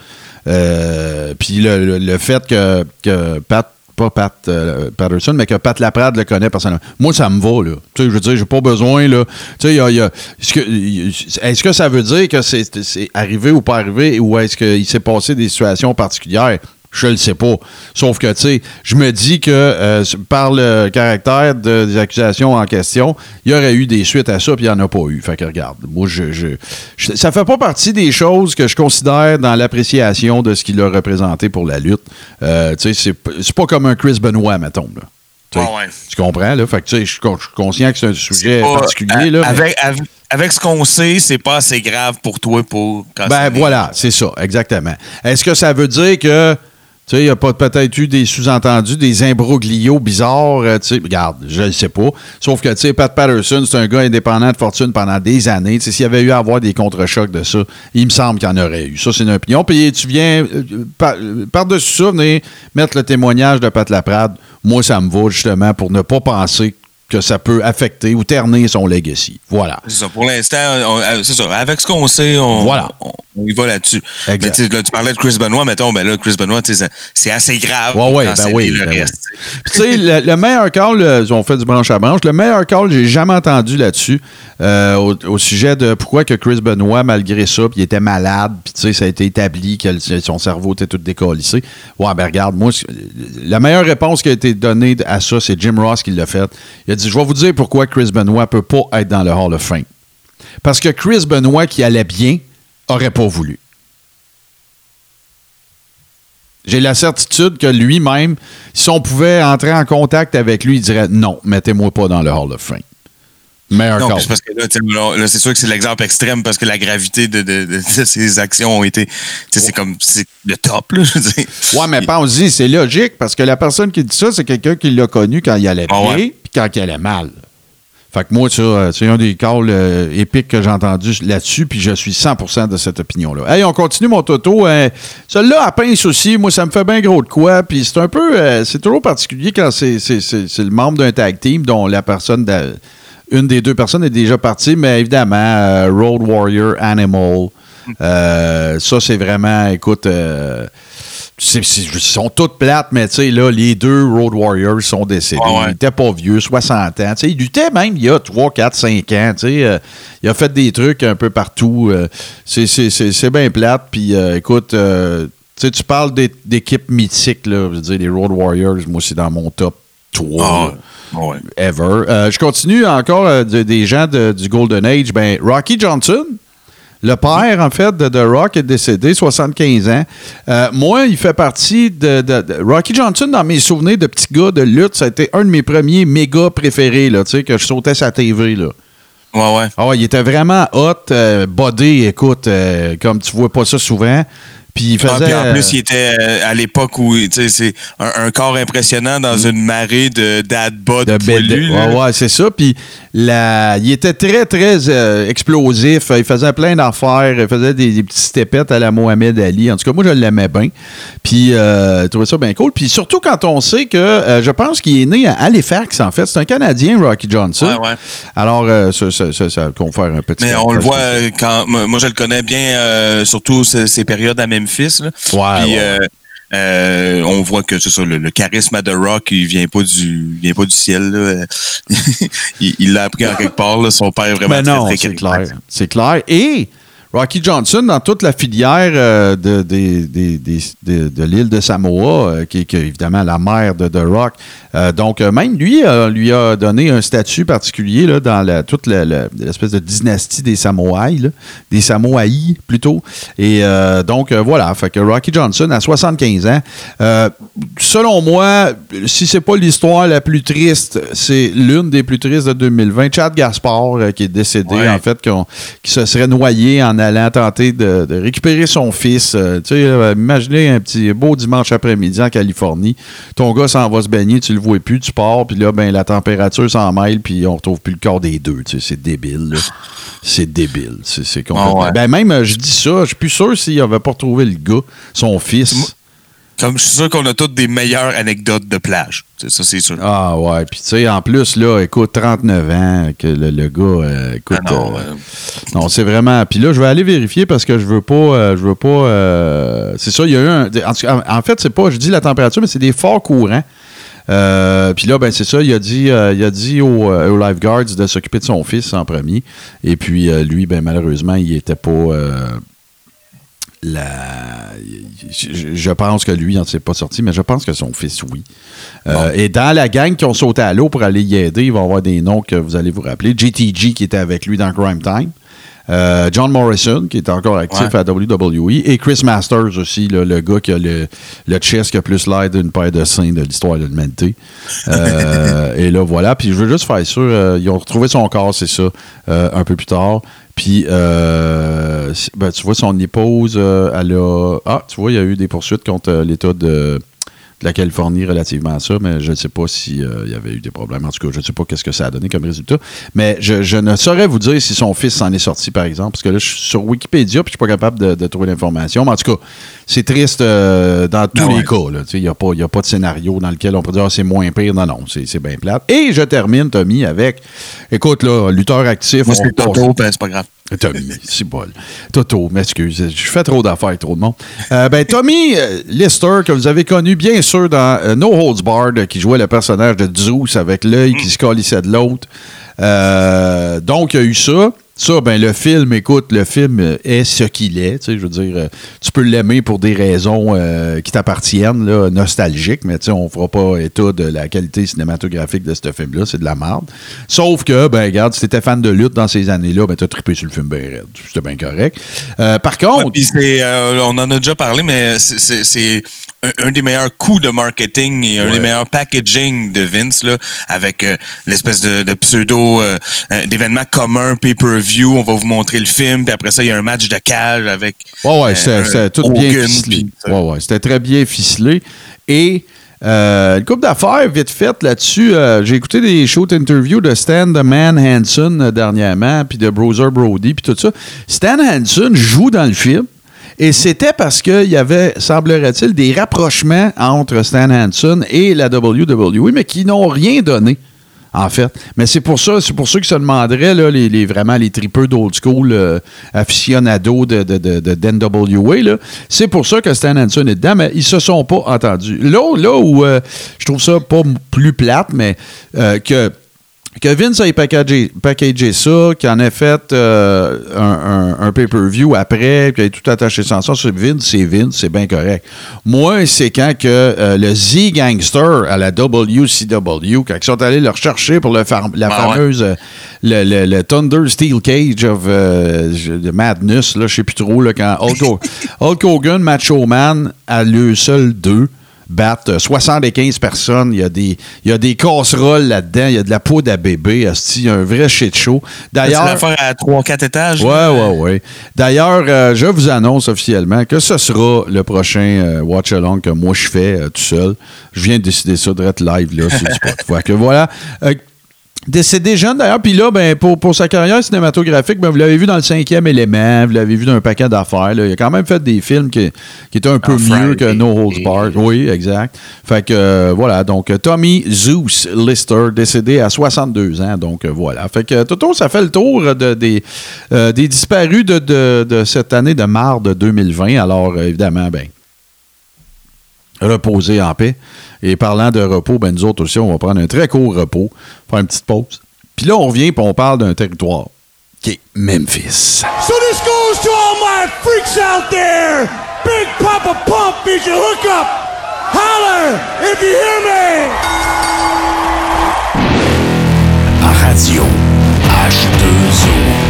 euh, puis le, le, le fait que, que Pat pas Pat euh, Patterson, mais que Pat Laprade le connaît personnellement. Moi, ça me va, là. Tu sais, je veux dire, j'ai pas besoin, là. Tu sais, il y a... Y a est-ce, que, est-ce que ça veut dire que c'est, c'est arrivé ou pas arrivé, ou est-ce qu'il s'est passé des situations particulières? Je le sais pas. Sauf que, tu sais, je me dis que euh, par le caractère de, des accusations en question, il y aurait eu des suites à ça, puis il n'y en a pas eu. Fait que, regarde, moi, je, je, je ça fait pas partie des choses que je considère dans l'appréciation de ce qu'il a représenté pour la lutte. Euh, tu sais, c'est, c'est pas comme un Chris Benoit, mettons, là. Oh ouais. Tu comprends, là? Fait que, tu sais, je suis conscient que c'est un sujet pas, particulier, là. Avec, mais... avec, avec ce qu'on sait, c'est pas assez grave pour toi pour... Ben, voilà, c'est ça, exactement. Est-ce que ça veut dire que... Tu sais, il n'y a pas peut-être eu des sous-entendus, des imbroglios bizarres. Euh, tu sais, regarde, je ne sais pas. Sauf que, tu sais, Pat Patterson, c'est un gars indépendant de fortune pendant des années. Tu sais, s'il y avait eu à avoir des contre-chocs de ça, il me semble qu'il y en aurait eu. Ça, c'est une opinion. Puis tu viens, euh, par, par-dessus ça, venir mettre le témoignage de Pat Laprade. Moi, ça me va, justement, pour ne pas penser que ça peut affecter ou ternir son legacy. Voilà. C'est ça. Pour l'instant, on, c'est ça. Avec ce qu'on sait, on, voilà. on, on y va là-dessus. Exact. Mais là, tu parlais de Chris Benoit, mettons, ben là, Chris Benoit, c'est assez grave. Ouais, ouais, ben oui, le ben reste. Oui. Tu sais, le, le meilleur call, on fait du branche à branche, le meilleur call, j'ai jamais entendu là-dessus, euh, au, au sujet de pourquoi que Chris Benoit, malgré ça, puis il était malade, puis tu sais, ça a été établi que son cerveau était tout décalissé. Ouais, ben regarde, moi, la meilleure réponse qui a été donnée à ça, c'est Jim Ross qui l'a fait. Il a dit, je vais vous dire pourquoi Chris Benoit ne peut pas être dans le Hall of Fame. Parce que Chris Benoit, qui allait bien, n'aurait pas voulu. J'ai la certitude que lui-même, si on pouvait entrer en contact avec lui, il dirait non, mettez-moi pas dans le Hall of Fame. Meilleur non, cas. C'est parce que là, là, c'est sûr que c'est l'exemple extrême parce que la gravité de, de, de, de ces actions ont été. C'est comme c'est le top, là, je veux dire. Ouais, mais pense-y, c'est logique parce que la personne qui dit ça, c'est quelqu'un qui l'a connu quand il allait bien oh, ouais. puis quand il allait mal. Fait que moi, ça, c'est un des calls euh, épiques que j'ai entendu là-dessus, puis je suis cent pour cent de cette opinion-là. Hey, on continue, mon Toto. Hein. Celui-là, à pince aussi, moi, ça me fait bien gros de quoi, puis c'est un peu... Euh, c'est toujours particulier quand c'est, c'est, c'est, c'est le membre d'un tag team dont la personne... De, une des deux personnes est déjà partie, mais évidemment, euh, Road Warrior, Animal, euh, ça, c'est vraiment... Écoute... Euh, C'est, c'est, ils sont toutes plates, mais tu sais, là, les deux Road Warriors sont décédés. Oh ouais. Ils n'étaient pas vieux, soixante ans. Tu sais, il luttait même il y a trois, quatre, cinq ans. Tu sais, euh, il a fait des trucs un peu partout. Euh, c'est, c'est, c'est, c'est bien plate. Puis, euh, écoute, euh, tu sais, tu parles d'équipes mythiques, là. Je veux dire, les Road Warriors, moi, c'est dans mon top trois. Oh, ouais. Ever. Euh, je continue encore euh, de, des gens de, du Golden Age. Ben, Rocky Johnson. Le père, en fait, de The Rock est décédé, soixante-quinze ans. Euh, moi, il fait partie de, de, de... Rocky Johnson, dans mes souvenirs de petit gars de lutte, ça a été un de mes premiers méga préférés, là, tu sais, que je sautais sa T V, là. Ouais, ouais. Ah, il était vraiment hot, euh, body, écoute, euh, comme tu vois pas ça souvent. Puis il faisait... Ah, puis en plus, il était euh, à l'époque où, tu sais, c'est un, un corps impressionnant dans mmh. une marée de dad bod de poilus. Ouais, ouais, c'est ça. Puis la, il était très, très euh, explosif. Il faisait plein d'affaires. Il faisait des, des petits stepettes à la Mohamed Ali. En tout cas, moi, je l'aimais bien. Puis euh, je trouvais ça bien cool. Puis surtout quand on sait que, euh, je pense qu'il est né à Halifax, en fait. C'est un Canadien, Rocky Johnson. Ouais, ouais. Alors, euh, ça, ça, ça, ça confère un petit... Mais on le voit quand... Moi, je le connais bien, euh, surtout ces, ces périodes à Memphis, là. Ouais, puis, ouais. Euh, euh, on voit que c'est ça, le, le charisme à The Rock, il vient pas du, il vient pas du ciel. Là. il, il l'a appris en quelque part. Là. Son père est vraiment Mais très, non, très c'est clair. C'est clair. Et Rocky Johnson, dans toute la filière euh, de, de, de, de, de, de l'île de Samoa, euh, qui, qui est évidemment la mère de The Rock. Euh, donc, euh, même lui, euh, lui a donné un statut particulier là, dans la, toute la, la, l'espèce de dynastie des Samoaïs, là, des Samoaïs plutôt. Et euh, donc, euh, voilà. Fait que Rocky Johnson, à soixante-quinze ans, euh, selon moi, si c'est pas l'histoire la plus triste, c'est l'une des plus tristes de deux mille vingt. Chad Gaspard, euh, qui est décédé, ouais. en fait, qu'on, qui se serait noyé en allant tenter de, de récupérer son fils. Euh, tu sais, euh, imaginez un petit beau dimanche après-midi en Californie. Ton gars s'en va se baigner, tu le vois plus, tu pars, puis là, ben la température s'en mêle, puis on retrouve plus le corps des deux. Tu sais, c'est débile, là. C'est débile. C'est, c'est complètement... Oh, ouais. Ben même, je dis ça, je suis plus sûr s'il avait pas retrouvé le gars, son fils. Comme je suis sûr qu'on a toutes des meilleures anecdotes de plage. Ça, c'est sûr. Ah ouais. Puis tu sais, en plus, là, écoute, trente-neuf ans, que le, le gars, euh, écoute... Ah non, euh, euh... non, c'est vraiment... Puis là, je vais aller vérifier parce que je veux pas... Euh, je veux pas... Euh... C'est ça, il y a eu un... En, en fait, c'est pas... Je dis la température, mais c'est des forts courants. Euh, puis là, ben c'est ça, il a dit, euh, il a dit aux, euh, aux lifeguards de s'occuper de son fils en premier. Et puis, euh, lui, ben malheureusement, il était pas... Euh, La... Je, je pense que lui, il n'en s'est pas sorti, mais je pense que son fils, oui. Euh, bon. Et dans la gang qui ont sauté à l'eau pour aller y aider, il va y avoir des noms que vous allez vous rappeler. J T G, qui était avec lui dans Crime Time. Euh, John Morrison, qui est encore actif ouais. à W W E. Et Chris Masters aussi, là, le gars qui a le, le chest qui a plus l'air d'une paire de seins de l'histoire de l'humanité. Euh, et là, voilà. Puis je veux juste faire sûr, euh, ils ont retrouvé son corps, c'est ça, euh, un peu plus tard. Puis, euh, ben, tu vois, son épouse, euh, elle a... Ah, tu vois, il y a eu des poursuites contre euh, l'État de, de la Californie relativement à ça, mais je ne sais pas s'il euh, y avait eu des problèmes. En tout cas, je ne sais pas qu'est-ce que ça a donné comme résultat. Mais je, je ne saurais vous dire si son fils s'en est sorti, par exemple, parce que là, je suis sur Wikipédia puis je ne suis pas capable de, de trouver l'information. Mais en tout cas, c'est triste euh, dans tous ah ouais. les cas. Il n'y a, a pas de scénario dans lequel on peut dire ah, c'est moins pire. Non, non, c'est, c'est bien plate. Et je termine, Tommy, avec... Écoute, là, lutteur actif... Moi, c'est Toto, ben, c'est pas grave. Tommy, c'est bol. Toto, m'excuse, je fais trop d'affaires avec trop de monde. Euh, ben, Tommy euh, Lister, que vous avez connu bien sûr dans euh, No Holds Barred, qui jouait le personnage de Zeus avec l'œil mm. qui se colissait de l'autre. Euh, donc, il y a eu ça. Ça, ben le film, écoute, le film est ce qu'il est. Tu sais, je veux dire, euh, tu peux l'aimer pour des raisons euh, qui t'appartiennent, là, nostalgiques, mais tu sais, on fera pas état de la qualité cinématographique de ce film-là, c'est de la merde. Sauf que, ben regarde, si t'étais fan de lutte dans ces années-là, ben t'as trippé sur le film bien raide. C'était bien correct. Euh, par contre... Ouais, c'est, euh, on en a déjà parlé, mais c'est... c'est, c'est... Un, un des meilleurs coups de marketing et un ouais. des meilleurs packaging de Vince, là, avec euh, l'espèce de, de pseudo euh, d'événement commun, pay-per-view, on va vous montrer le film, puis après ça, il y a un match de cage avec... Ouais, ouais, euh, c'était, c'était tout Hogan, bien ficelé. Ouais, ouais, c'était très bien ficelé. Et euh, une couple d'affaires vite faites là-dessus. Euh, j'ai écouté des shows d'interview de Stan the Man Hansen euh, dernièrement, puis de Bruiser Brody, puis tout ça. Stan Hansen joue dans le film. Et c'était parce qu'il y avait, semblerait-il, des rapprochements entre Stan Hansen et la W W E, mais qui n'ont rien donné, en fait. Mais c'est pour ça, c'est pour ça qu'ils se demanderaient, là, les, les, vraiment les tripeux d'old school euh, aficionados de, de, de, de N W A, là. C'est pour ça que Stan Hansen est dedans, mais ils se sont pas entendus. Là, là où euh, je trouve ça pas plus plate, mais euh, que... Que Vince ait packagé, packagé ça, qu'il en ait fait euh, un, un, un pay-per-view après, qu'il ait tout attaché sans ça, c'est Vince, c'est Vince, c'est bien correct. Moi, c'est quand que euh, le Z-Gangster à la W C W, quand ils sont allés le rechercher pour le far- la ah fameuse, ouais. le, le, le Thunder Steel Cage of euh, de Madness, là, je sais plus trop, là, quand Hulk, Hulk Hogan, Macho Man, a le seul deux. Battre soixante-quinze personnes, il y a des il y a des casseroles là-dedans, il y a de la poudre à bébé, il y a un vrai shit show. D'ailleurs, c'est l'affaire à trois quatre étages. Ouais, ouais, ouais. D'ailleurs, euh, je vous annonce officiellement que ce sera le prochain euh, Watch Along que moi je fais euh, tout seul. Je viens de décider ça de être live là sur Spotify. Que voilà. Euh, Décédé jeune d'ailleurs, puis là, ben, pour, pour sa carrière cinématographique, ben, vous l'avez vu dans Le Cinquième Élément, vous l'avez vu dans un paquet d'affaires. Là. Il a quand même fait des films qui, qui étaient un peu oh, mieux que No Holds Barred. Oui, exact. Fait que euh, voilà, donc Tommy Zeus Lister, décédé à soixante-deux ans. Donc euh, voilà. Fait que Toto, ça fait le tour de, des, euh, des disparus de, de, de cette année de marde deux mille vingt. Alors euh, évidemment, ben, reposer en paix. Et parlant de repos, ben nous autres aussi, on va prendre un très court repos, faire une petite pause. Puis là, on revient et on parle d'un territoire qui est Memphis. So this goes to all my freaks out there. Big Papa Pump is your hookup. Holler if you hear me. À radio H deux O.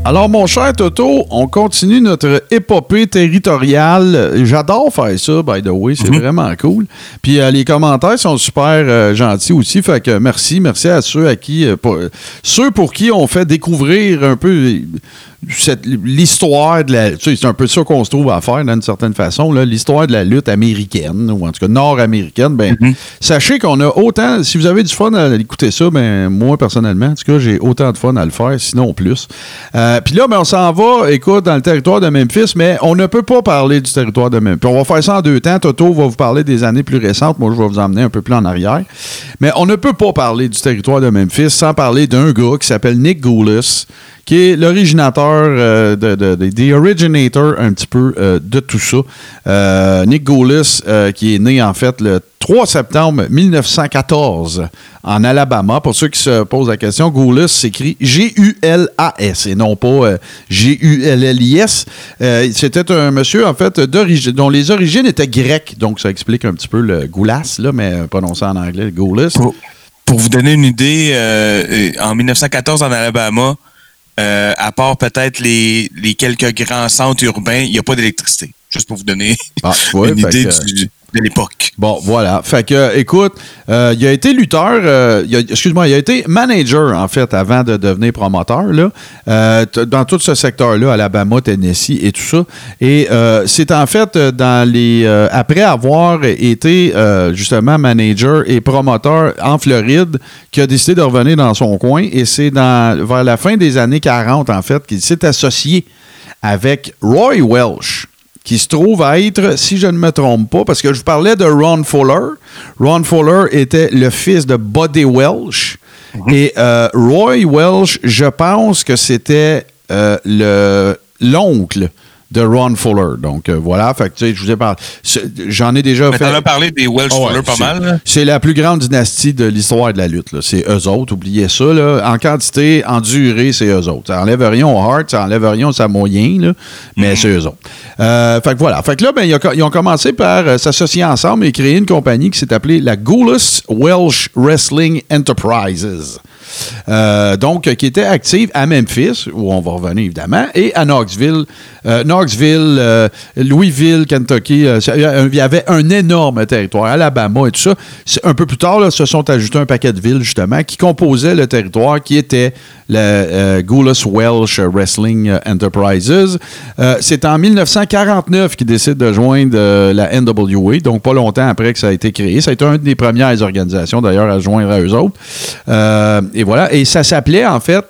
Alors, mon cher Toto, on continue notre épopée territoriale. J'adore faire ça, by the way. C'est mm-hmm. vraiment cool. Puis, euh, les commentaires sont super euh, gentils aussi. Fait que merci. Merci à ceux à qui... Euh, pour, ceux pour qui on fait découvrir un peu... Cette, l'histoire de la... Tu sais, c'est un peu ça qu'on se trouve à faire, d'une certaine façon, là, l'histoire de la lutte américaine, ou en tout cas nord-américaine. Ben, mm-hmm. Sachez qu'on a autant... Si vous avez du fun à écouter ça, ben moi, personnellement, en tout cas, j'ai autant de fun à le faire, sinon plus. Euh, Puis là, ben, on s'en va, écoute, dans le territoire de Memphis, mais on ne peut pas parler du territoire de Memphis. On va faire ça en deux temps. Toto va vous parler des années plus récentes. Moi, je vais vous emmener un peu plus en arrière. Mais on ne peut pas parler du territoire de Memphis sans parler d'un gars qui s'appelle Nick Gulas, qui est l'originateur, euh, de, de, de, the originator un petit peu euh, de tout ça. Euh, Nick Gulas, euh, qui est né en fait le trois septembre mille neuf cent quatorze en Alabama. Pour ceux qui se posent la question, Gulas s'écrit G U L A S et non pas euh, G U L L I S. Euh, c'était un monsieur en fait d'origine, dont les origines étaient grecques, donc ça explique un petit peu le Goulas, là, mais prononcé en anglais, Gulas. Pour, pour vous donner une idée, euh, en mille neuf cent quatorze en Alabama, Euh, à part peut-être les, les quelques grands centres urbains, il n'y a pas d'électricité. Juste pour vous donner ah, ouais, une idée que... du, de l'époque. Bon, voilà. Fait que, écoute, euh, il a été lutteur, euh, il a, excuse-moi, il a été manager, en fait, avant de devenir promoteur, là, euh, t- dans tout ce secteur-là, Alabama, Tennessee et tout ça. Et euh, c'est en fait dans les... Euh, après avoir été, euh, justement, manager et promoteur en Floride, qu'il a décidé de revenir dans son coin. Et c'est dans vers la fin des années quarante, en fait, qu'il s'est associé avec Roy Welch, qui se trouve à être, si je ne me trompe pas, parce que je vous parlais de Ron Fuller. Ron Fuller était le fils de Buddy Welch. Mm-hmm. Et euh, Roy Welch, je pense que c'était euh, le, l'oncle de Ron Fuller. Donc, euh, voilà. Fait que, tu sais, je vous ai parlé. J'en ai déjà Mais fait. t'en as parlé des Welch oh, Fuller ouais, pas c'est, mal. Là. C'est la plus grande dynastie de l'histoire de la lutte. Là. C'est eux autres. Oubliez ça. Là. En quantité, en durée, c'est eux autres. Ça enlève rien au Hart, ça enlève rien au Samoyen, là, mais mm-hmm. c'est eux autres. Euh, fait que voilà. Fait que là, ben, ils ont commencé par euh, s'associer ensemble et créer une compagnie qui s'est appelée la Gulas Welch Wrestling Enterprises. Euh, donc, qui était active à Memphis, où on va revenir évidemment, et à Knoxville, euh, Knoxville, euh, Louisville, Kentucky. Euh, il y avait un énorme territoire, Alabama et tout ça. C'est, un peu plus tard, là, se sont ajoutés un paquet de villes, justement, qui composaient le territoire, qui était le euh, Gulas Welch Wrestling Enterprises. Euh, c'est en dix-neuf cent quarante-neuf qu'ils décident de joindre euh, la N W A, donc pas longtemps après que ça a été créé. Ça a été une des premières organisations, d'ailleurs, à joindre à eux autres. Euh, Et voilà. Et ça s'appelait, en fait,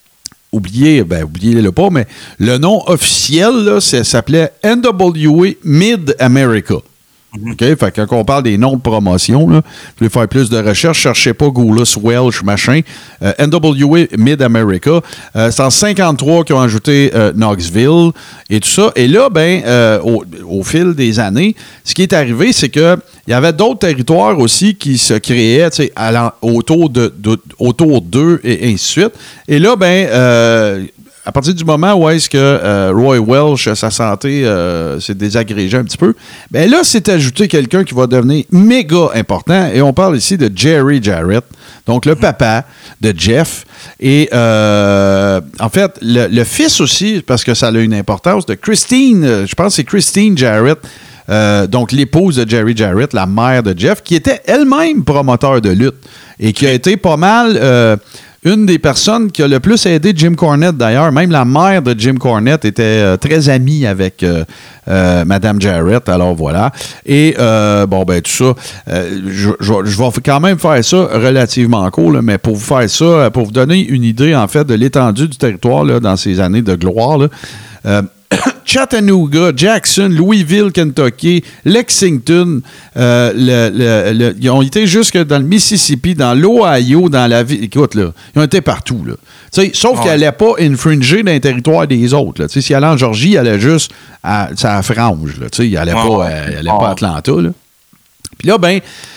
oubliez, ben, oubliez-le pas, mais le nom officiel, là, ça s'appelait N W A Mid-America. OK? Fait que quand on parle des noms de promotion, là, vous voulez faire plus de recherches, cherchez pas Gulas Welch, machin. Euh, N W A Mid-America. Euh, c'est en cinquante-trois qu'ils ont ajouté euh, Knoxville et tout ça. Et là, ben, euh, au, au fil des années, ce qui est arrivé, c'est que il y avait d'autres territoires aussi qui se créaient, tu sais, autour de, de, autour d'eux et ainsi de suite. Et là, ben, euh, à partir du moment où est-ce que euh, Roy Welch, sa santé euh, s'est désagrégée un petit peu, bien là, c'est ajouté quelqu'un qui va devenir méga important. Et on parle ici de Jerry Jarrett, donc le papa de Jeff. Et euh, en fait, le, le fils aussi, parce que ça a une importance, de Christine, je pense que c'est Christine Jarrett, euh, donc l'épouse de Jerry Jarrett, la mère de Jeff, qui était elle-même promoteur de lutte et qui a été pas mal... Euh, une des personnes qui a le plus aidé Jim Cornette, d'ailleurs. Même la mère de Jim Cornette était euh, très amie avec euh, euh, Madame Jarrett. Alors, voilà. Et, euh, bon, ben, tout ça, euh, je, je, je vais quand même faire ça relativement court, là, mais pour vous faire ça, pour vous donner une idée, en fait, de l'étendue du territoire là, dans ces années de gloire, là, euh, Chattanooga, Jackson, Louisville, Kentucky, Lexington, euh, le, le, le, ils ont été jusque dans le Mississippi, dans l'Ohio, dans la ville. Écoute, là, ils ont été partout. Là. Sauf ouais. qu'ils n'allaient pas infringer dans les territoires des autres. Là. S'ils allaient en Georgie, ils allaient juste à sa frange. Là. Ils n'allaient ouais. pas, euh, ils allaient ouais. pas à Atlanta. Là. Puis là, ben,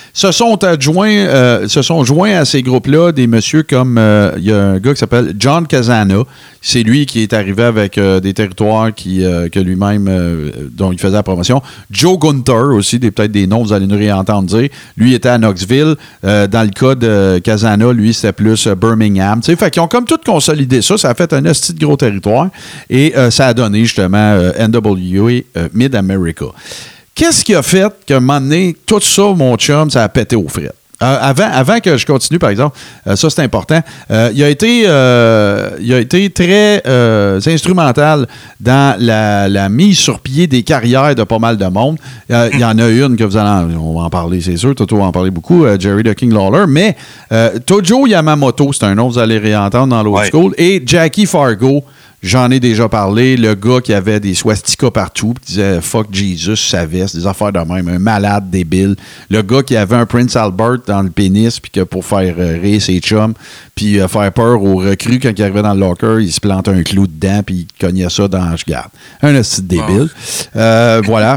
se sont adjoints, euh, se sont joints à ces groupes-là des messieurs comme, euh, il y a un gars qui s'appelle John Casana. C'est lui qui est arrivé avec euh, des territoires qui, euh, que lui-même, euh, dont il faisait la promotion. Joe Gunther aussi, des, peut-être des noms, vous allez nous réentendre dire. Lui était à Knoxville. Euh, dans le cas de Casana, lui, c'était plus euh, Birmingham. T'sais, fait qu'ils ont comme tout consolidé ça. Ça a fait un hostie de gros territoire. Et euh, ça a donné justement euh, N W A euh, Mid-America. Qu'est-ce qui a fait qu'à un moment donné, tout ça, mon chum, ça a pété aux frettes? Euh, avant, avant que je continue, par exemple, euh, ça c'est important, euh, il, a été, euh, il a été très euh, instrumental dans la, la mise sur pied des carrières de pas mal de monde. Euh, il y en a une que vous allez en, on va en parler, c'est sûr, Toto va en parler beaucoup, euh, Jerry the King Lawler, mais euh, Tojo Yamamoto, c'est un nom que vous allez réentendre dans l'old ouais. school, et Jackie Fargo. J'en ai déjà parlé. Le gars qui avait des swastikas partout, qui disait « Fuck Jesus », sa veste, des affaires de même, un malade débile. Le gars qui avait un Prince Albert dans le pénis, puis que pour faire euh, rire ses chums, puis euh, faire peur aux recrues quand il arrivait dans le locker, il se plantait un clou dedans, puis il cognait ça dans je garde. Un petit débile. Oh. Euh, voilà.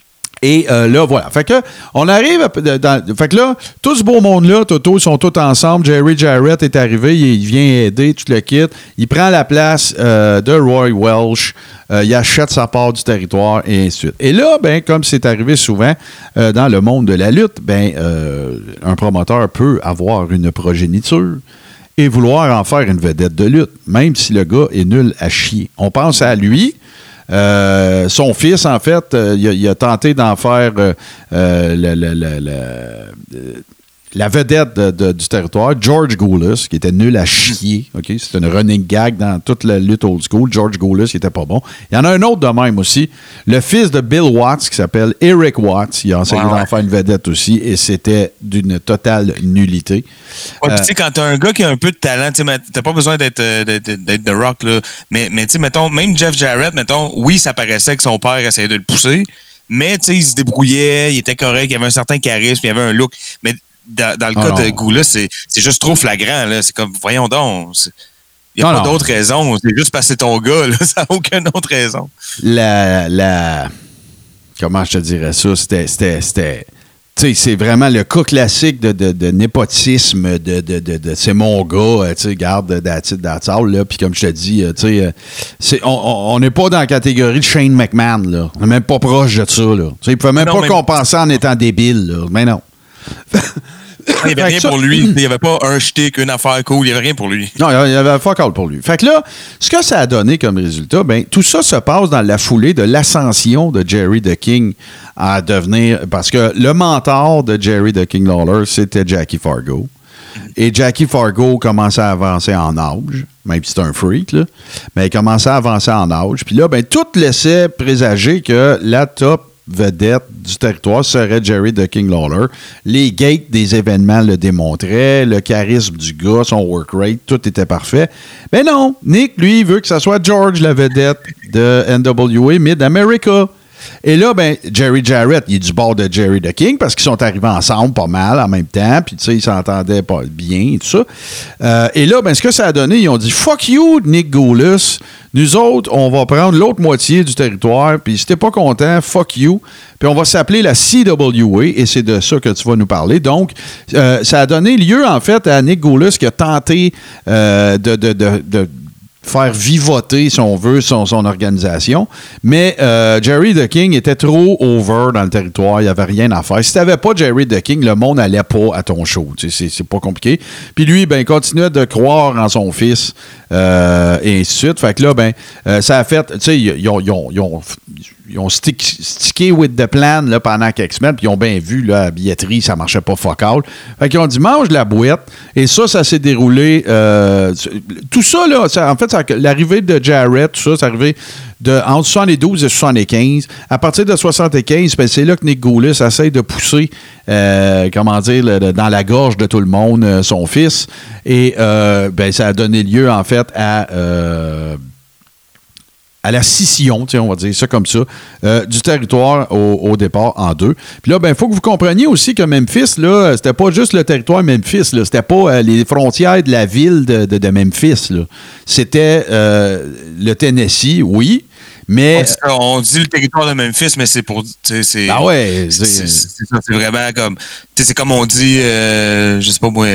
Et euh, là, voilà. Fait que, on arrive. À, dans, fait que là, tout ce beau monde-là, Toto, ils sont tous ensemble. Jerry Jarrett est arrivé, il, il vient aider, tout le kit. Il prend la place euh, de Roy Welsh. Euh, il achète sa part du territoire et ainsi de suite. Et là, ben, comme c'est arrivé souvent euh, dans le monde de la lutte, ben, euh, un promoteur peut avoir une progéniture et vouloir en faire une vedette de lutte, même si le gars est nul à chier. On pense à lui. Euh, son fils, en fait, euh, il, a, il a tenté d'en faire euh, euh, le, le, le, le, euh, la vedette de, de, du territoire, George Goulas, qui était nul à chier. Okay? C'est une running gag dans toute la lutte old school. George Goulas, qui était pas bon. Il y en a un autre de même aussi. Le fils de Bill Watts, qui s'appelle Eric Watts, il a essayé ouais, d'en ouais. faire une vedette aussi, et c'était d'une totale nullité. Ouais, euh, tu sais, quand t'as un gars qui a un peu de talent, t'as pas besoin d'être, d'être, d'être The Rock, là. Mais, mais tu sais, mettons, même Jeff Jarrett, mettons, oui, ça paraissait que son père essayait de le pousser, mais tu sais, il se débrouillait, il était correct, il avait un certain charisme, il avait un look. Mais Dans, dans le cas oh de Goulas, c'est, c'est juste trop flagrant. Là. C'est comme, voyons donc, il n'y a non, pas non. d'autre raison. C'est juste parce que c'est ton gars. Là. Ça n'a aucune autre raison. La, la... Comment je te dirais ça? C'était... c'était, c'était... Tu sais, c'est vraiment le cas classique de, de, de népotisme, de, de, de, de c'est mon gars, tu sais, garde d'attitude d'attitude, là. Puis comme je te dis, tu sais, on n'est pas dans la catégorie de Shane McMahon, là. On n'est même pas proche de ça, là. Tu sais, il ne pouvait même non, pas même... compenser en étant débile, là. Mais non. Il n'y avait rien ça, pour lui. Il n'y avait pas un shtick, une affaire cool. Il n'y avait rien pour lui. Non, il y avait fuck all pour lui. Fait que là, ce que ça a donné comme résultat, ben tout ça se passe dans la foulée de l'ascension de Jerry the King à devenir... Parce que le mentor de Jerry the King Lawler, c'était Jackie Fargo. Et Jackie Fargo commençait à avancer en âge, même si c'est un freak, là. Mais il commençait à avancer en âge. Puis là, ben tout laissait présager que la top vedette du territoire serait Jerry the King Lawler. Les gates des événements le démontraient, le charisme du gars, son work rate, tout était parfait. Mais non, Nick, lui, veut que ça soit George, la vedette de N W A Mid-America. Et là, ben, Jerry Jarrett, il est du bord de Jerry the King parce qu'ils sont arrivés ensemble pas mal en même temps, puis tu sais, ils s'entendaient pas bien et tout ça. Euh, et là, ben, ce que ça a donné, ils ont dit « Fuck you, Nick Goulas. Nous autres, on va prendre l'autre moitié du territoire, puis si t'es pas content, fuck you. Puis on va s'appeler la C W A, et c'est de ça que tu vas nous parler. Donc, euh, ça a donné lieu, en fait, à Nick Goulas qui a tenté euh, de... de, de, de faire vivoter, si on veut, son, son organisation. Mais euh, Jerry the King était trop over dans le territoire. Il n'y avait rien à faire. Si tu n'avais pas Jerry the King, le monde n'allait pas à ton show. Tu sais, c'est, c'est pas compliqué. Puis lui, ben, continuait de croire en son fils euh, et ainsi de suite. Fait que là, ben, euh, ça a fait... Tu sais, ils ont, ils ont, ils ont, ils ont stick, stické with the plan là, pendant quelques semaines, puis ils ont bien vu, là, la billetterie, ça marchait pas fuck all. Fait qu'ils ont dit, mange la boîte. Et ça, ça s'est déroulé... Euh, tout ça, là, ça, en fait, ça, l'arrivée de Jarrett, tout ça, c'est arrivé de, entre soixante-douze et soixante-quinze. À partir de soixante-quinze, ben, c'est là que Nick Goulas essaie de pousser, euh, comment dire, le, dans la gorge de tout le monde, euh, son fils. Et euh, ben, ça a donné lieu, en fait, à... Euh, à la scission, on va dire ça comme ça, euh, du territoire au, au départ en deux. Puis là, ben, il faut que vous compreniez aussi que Memphis, là, c'était pas juste le territoire Memphis, là, c'était pas euh, les frontières de la ville de, de, de Memphis, là. C'était euh, le Tennessee, oui, Mais on, on dit le territoire de Memphis, mais c'est pour, c'est, c'est, ah ouais, c'est, c'est, c'est, c'est vraiment comme, c'est comme on dit, euh, je sais pas moi.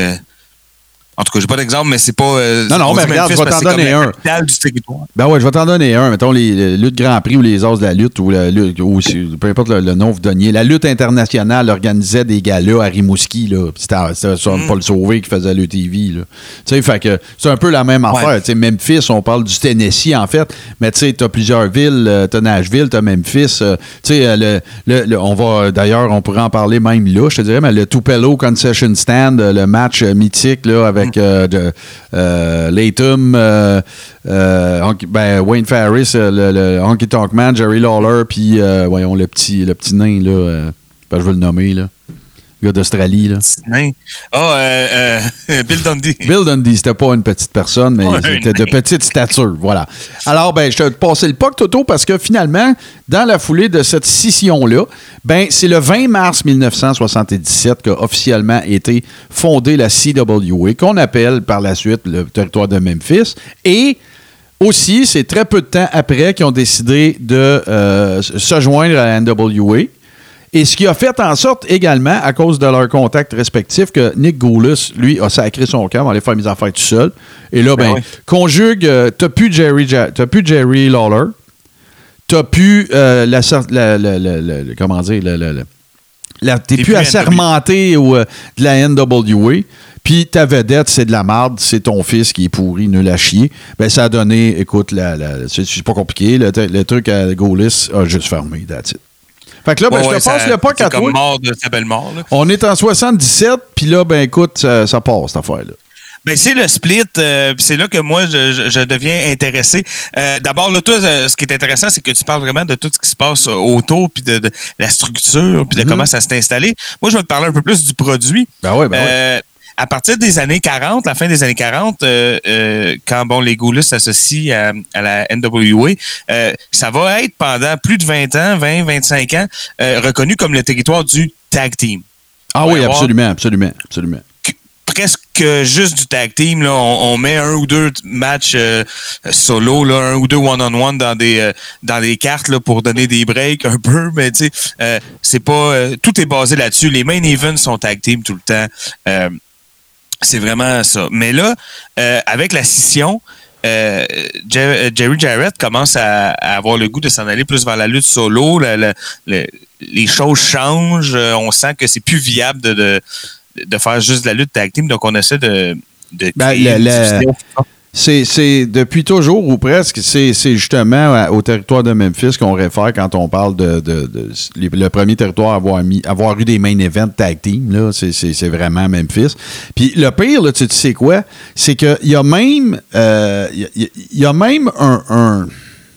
En tout cas, j'ai pas d'exemple, mais c'est pas. Euh, non, non, mais regarde, je vais t'en donner un. Du territoire. Ben ouais, je vais t'en donner un. Mettons les, les luttes Grand Prix ou les As de la lutte, ou, la, ou peu importe le, le nom vous donniez. La lutte internationale organisait des galas à Rimouski, là. C'était, c'était mm. Paul Sauvé qui faisait le T V, là. Tu sais, fait que c'est un peu la même affaire. Ouais. Tu sais, Memphis, on parle du Tennessee, en fait, mais tu sais, t'as plusieurs villes. T'as Nashville, t'as Memphis. Euh, tu sais, le, le, le, on va, d'ailleurs, on pourrait en parler même là, je te dirais, mais le Tupelo Concession Stand, le match mythique, là, avec Euh, de euh, Latham, euh, euh, ben, Wayne Farris, euh, le, le Honky Tonk Man, Jerry Lawler, puis euh, voyons le petit, le petit nain là, euh, ben, je veux le nommer là. Le gars d'Australie, là. Ah, oh, euh, euh, Bill Dundee. Bill Dundee, c'était pas une petite personne, mais ouais, il était de petite stature, voilà. Alors, ben, je te passais le puck, Toto, parce que finalement, dans la foulée de cette scission-là, ben, c'est le vingt mars mille neuf cent soixante-dix-sept qu'a officiellement été fondée la C W A, qu'on appelle par la suite le territoire de Memphis, et aussi, c'est très peu de temps après qu'ils ont décidé de euh, se joindre à la N W A. Et ce qui a fait en sorte également, à cause de leurs contacts respectifs, que Nick Goulis, lui, a sacré son camp, va aller faire mes affaires tout seul. Et là, ben, ben oui. conjugue, euh, t'as plus Jerry, t'as plus Jerry Lawler, t'as plus euh, la, la, la, la, la, comment dire, la, la, la, t'es plus, plus assermenté ou, euh, de la N W A. Puis ta vedette, c'est de la marde, c'est ton fils qui est pourri, nul à chier. Ben, ça a donné, écoute, la, la, c'est, c'est pas compliqué, le, le truc à Goulis a juste fermé, that's it. Fait que là, ben, ouais, je te ouais, passe ça, le puck à toi. C'est comme mort de sa belle mort. Là. On est en soixante-dix-sept, puis là, ben écoute, ça, ça passe, cette affaire-là. Ben, c'est le split, euh, puis c'est là que moi, je, je, je deviens intéressé. Euh, d'abord, là, toi, euh, ce qui est intéressant, c'est que tu parles vraiment de tout ce qui se passe autour, puis de, de la structure, puis de mm-hmm. comment ça s'est installé. Moi, je vais te parler un peu plus du produit. Ben oui, ben euh, oui. À partir des années quarante, la fin des années quarante, euh, euh, quand bon les Goulis s'associent à, à la N W A, euh, ça va être pendant plus de vingt ans, vingt, vingt-cinq ans, euh, reconnu comme le territoire du tag team. Ah oui, absolument, absolument, absolument. Presque juste du tag team. Là, on, on met un ou deux matchs euh, solo, là, un ou deux one-on-one dans des euh, dans des cartes là, pour donner des breaks un peu, mais tu sais, euh, c'est pas euh, tout est basé là-dessus. Les main events sont tag team tout le temps. Euh, C'est vraiment ça. Mais là, euh, avec la scission, euh, Jerry Jarrett commence à, à avoir le goût de s'en aller plus vers la lutte solo. La, la, la, les choses changent. On sent que c'est plus viable de, de, de faire juste de la lutte tag team. Donc, on essaie de, de créer ben, une la, C'est, c'est depuis toujours ou presque, c'est, c'est justement au territoire de Memphis qu'on réfère quand on parle de, de, de, de le premier territoire à avoir, mis, avoir eu des main events tag team. Là, c'est, c'est, c'est vraiment Memphis. Puis le pire, là, tu, tu sais quoi? C'est qu'il y a même euh, il y, y, y a même un, un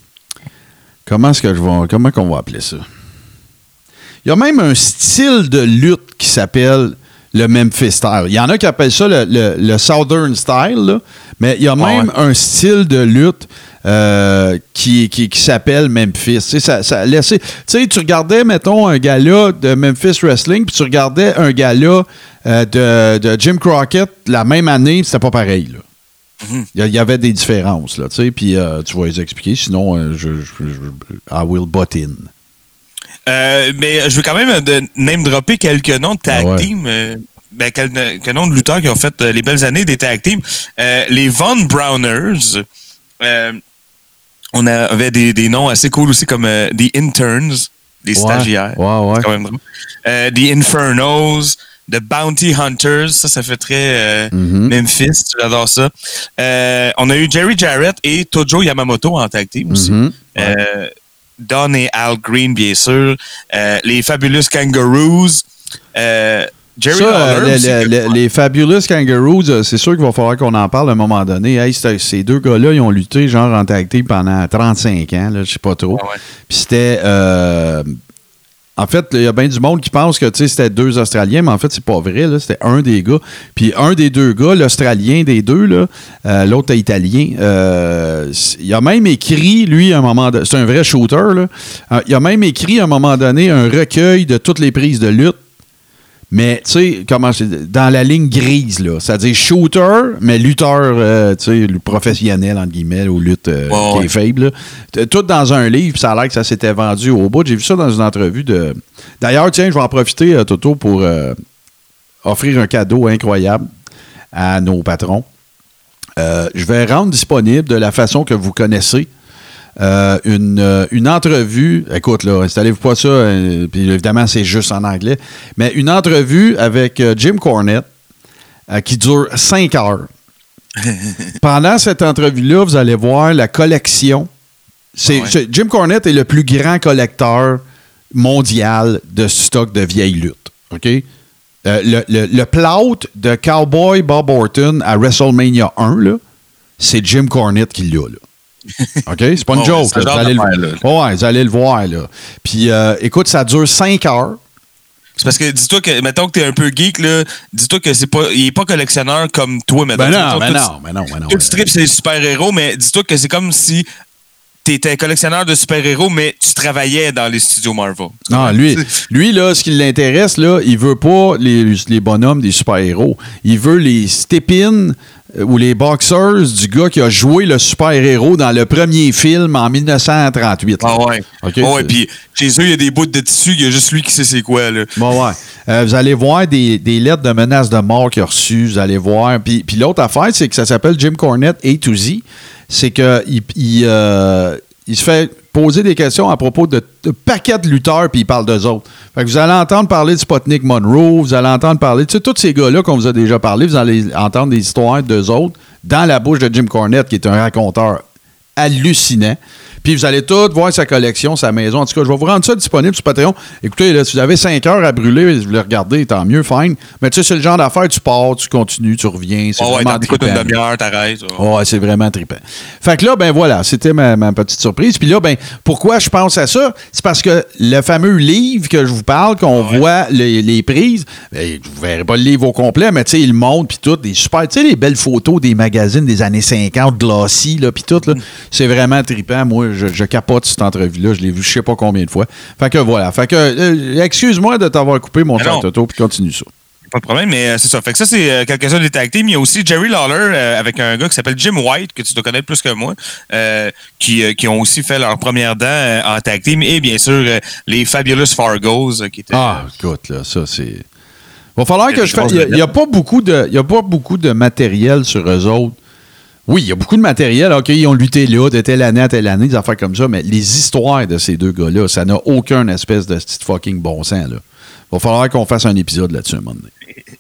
comment est-ce que je vais comment qu'on va appeler ça? Il y a même un style de lutte qui s'appelle le Memphis style. Il y en a qui appellent ça le, le, le Southern style, là, mais il y a même ouais. un style de lutte euh, qui, qui, qui s'appelle Memphis. Tu sais, ça, ça laissait, tu sais, tu regardais, mettons, un gala de Memphis Wrestling, puis tu regardais un gala euh, de, de Jim Crockett la même année, c'était pas pareil, là. Mm-hmm. Il y avait des différences, là, tu sais, puis euh, tu vas les expliquer, sinon, euh, je, je, je, I will butt in. Euh, mais je veux quand même de name-dropper quelques noms de tag ah ouais. team. Euh, ben, quelques, quelques noms de lutteurs qui ont fait euh, les belles années des tag teams. Euh, les Von Browners. Euh, on avait des, des noms assez cool aussi comme euh, The Interns, des ouais. stagiaires. Ouais, ouais. C'est quand même drôle. Euh, The Infernos. The Bounty Hunters, ça, ça fait très euh, mm-hmm. Memphis, j'adore ça. Euh, on a eu Jerry Jarrett et Tojo Yamamoto en tag team aussi. Mm-hmm. Euh, ouais. Don et Al Green, bien sûr. Euh, les Fabulous Kangaroos. Euh, Jerry ça, Lawler, le, le, le, les Fabulous Kangaroos, c'est sûr qu'il va falloir qu'on en parle à un moment donné. Hey, ces deux gars-là, ils ont lutté genre en tag team pendant trente-cinq ans, là, je sais pas trop. Ah ouais. Puis c'était... Euh, en fait, il y a bien du monde qui pense que c'était deux Australiens, mais en fait, c'est pas vrai. Là, c'était un des gars. Puis un des deux gars, l'Australien des deux, là, euh, l'autre est italien. Euh, il a même écrit, lui, à un moment donné, c'est un vrai shooter, là. Euh, il a même écrit à un moment donné un recueil de toutes les prises de lutte. mais tu sais, comment c'est, dans la ligne grise, là. C'est-à-dire shooter, mais lutteur, euh, tu sais, professionnel, entre guillemets, ou lutte euh, oh, qui ouais. est faible. Là. Tout dans un livre, ça a l'air que ça s'était vendu au bout. J'ai vu ça dans une entrevue de. D'ailleurs, tiens, je vais en profiter, euh, Toto, pour euh, offrir un cadeau incroyable à nos patrons. Euh, je vais rendre disponible de la façon que vous connaissez euh, une, euh, une entrevue. Écoute, là, installez-vous pas ça, euh, puis évidemment, c'est juste en anglais, mais une entrevue avec euh, Jim Cornette euh, qui dure cinq heures. Pendant cette entrevue-là, vous allez voir la collection. C'est, ouais. c'est, Jim Cornette est le plus grand collecteur mondial de stock de vieilles luttes. OK? Euh, le, le, le plâtre de Cowboy Bob Orton à WrestleMania un, là, c'est Jim Cornette qui l'a. Là. OK? C'est pas une oh, joke. Là, vous, allez le, oh, ouais, vous allez le voir. Là. Puis, euh, écoute, ça dure cinq heures. C'est parce que dis-toi que, mettons que t'es un peu geek, là, dis-toi que c'est pas, il est pas collectionneur comme toi, mettons. Ben non, mettons, ben toi, non, ben non, ben non. Toi, tu tripes, c'est les super-héros, mais dis-toi que c'est comme si t'étais collectionneur de super-héros, mais tu travaillais dans les studios Marvel. Non, lui, lui là, ce qui l'intéresse, là, il veut pas les, les bonhommes des super-héros. Il veut les step-in euh, ou les boxers du gars qui a joué le super-héros dans le premier film en dix-neuf cent trente-huit. Là. Ah ouais. Okay, oh ouais, puis chez eux, il y a des bouts de tissu, il y a juste lui qui sait c'est quoi, là. Bon, ouais. Euh, vous allez voir des, des lettres de menaces de mort qu'il a reçues. Vous allez voir. Puis, puis l'autre affaire, c'est que ça s'appelle Jim Cornette A to Z. C'est qu'il il, euh, il se fait poser des questions à propos de, de paquets de lutteurs, puis il parle d'eux autres. Fait que vous allez entendre parler de Sputnik Monroe, vous allez entendre parler, tu sais, tous ces gars-là qu'on vous a déjà parlé, vous allez entendre des histoires d'eux autres dans la bouche de Jim Cornette, qui est un raconteur hallucinant. Puis vous allez tous voir sa collection, sa maison. En tout cas, je vais vous rendre ça disponible sur Patreon. Écoutez, là, si vous avez cinq heures à brûler, vous le regardez, tant mieux, fine. Mais tu sais, c'est le genre d'affaire, tu pars, tu continues, tu reviens. C'est oh ouais, vraiment t'écoutes une trippant. demi-heure, t'arrêtes. Oh, ouais, c'est vraiment trippant. Fait que là, ben voilà, c'était ma, ma petite surprise. Puis là, ben, pourquoi je pense à ça? C'est parce que le fameux livre que je vous parle, qu'on ouais. voit les, les prises, ben, vous ne verrez pas le livre au complet, mais tu sais, il montre, puis tout, des super, tu sais, les belles photos des magazines des années cinquante, glossy, là, puis tout, là, c'est vraiment trippant. Moi, je, je capote cette entrevue-là, je l'ai vu je sais pas combien de fois. Fait que voilà, fait que, euh, excuse-moi de t'avoir coupé mon temps, Toto, puis continue ça. Pas de problème, mais euh, c'est ça. Fait que ça, c'est euh, quelques-uns des tag teams. Il y a aussi Jerry Lawler euh, avec un gars qui s'appelle Jim White, que tu dois connaître plus que moi, euh, qui, euh, qui ont aussi fait leur première dent euh, en tag team. Et bien sûr, euh, les Fabulous Fargos, euh, qui étaient... Ah, écoute, là, ça, c'est... Va falloir que je fasse... Il n'y a, a pas beaucoup de, il y a pas beaucoup de matériel sur eux autres. Oui, il y a beaucoup de matériel. OK, ils ont lutté là, de telle année à telle année, des affaires comme ça, mais les histoires de ces deux gars-là, ça n'a aucun espèce de petit fucking bon sens, là. Va falloir qu'on fasse un épisode là-dessus un moment donné.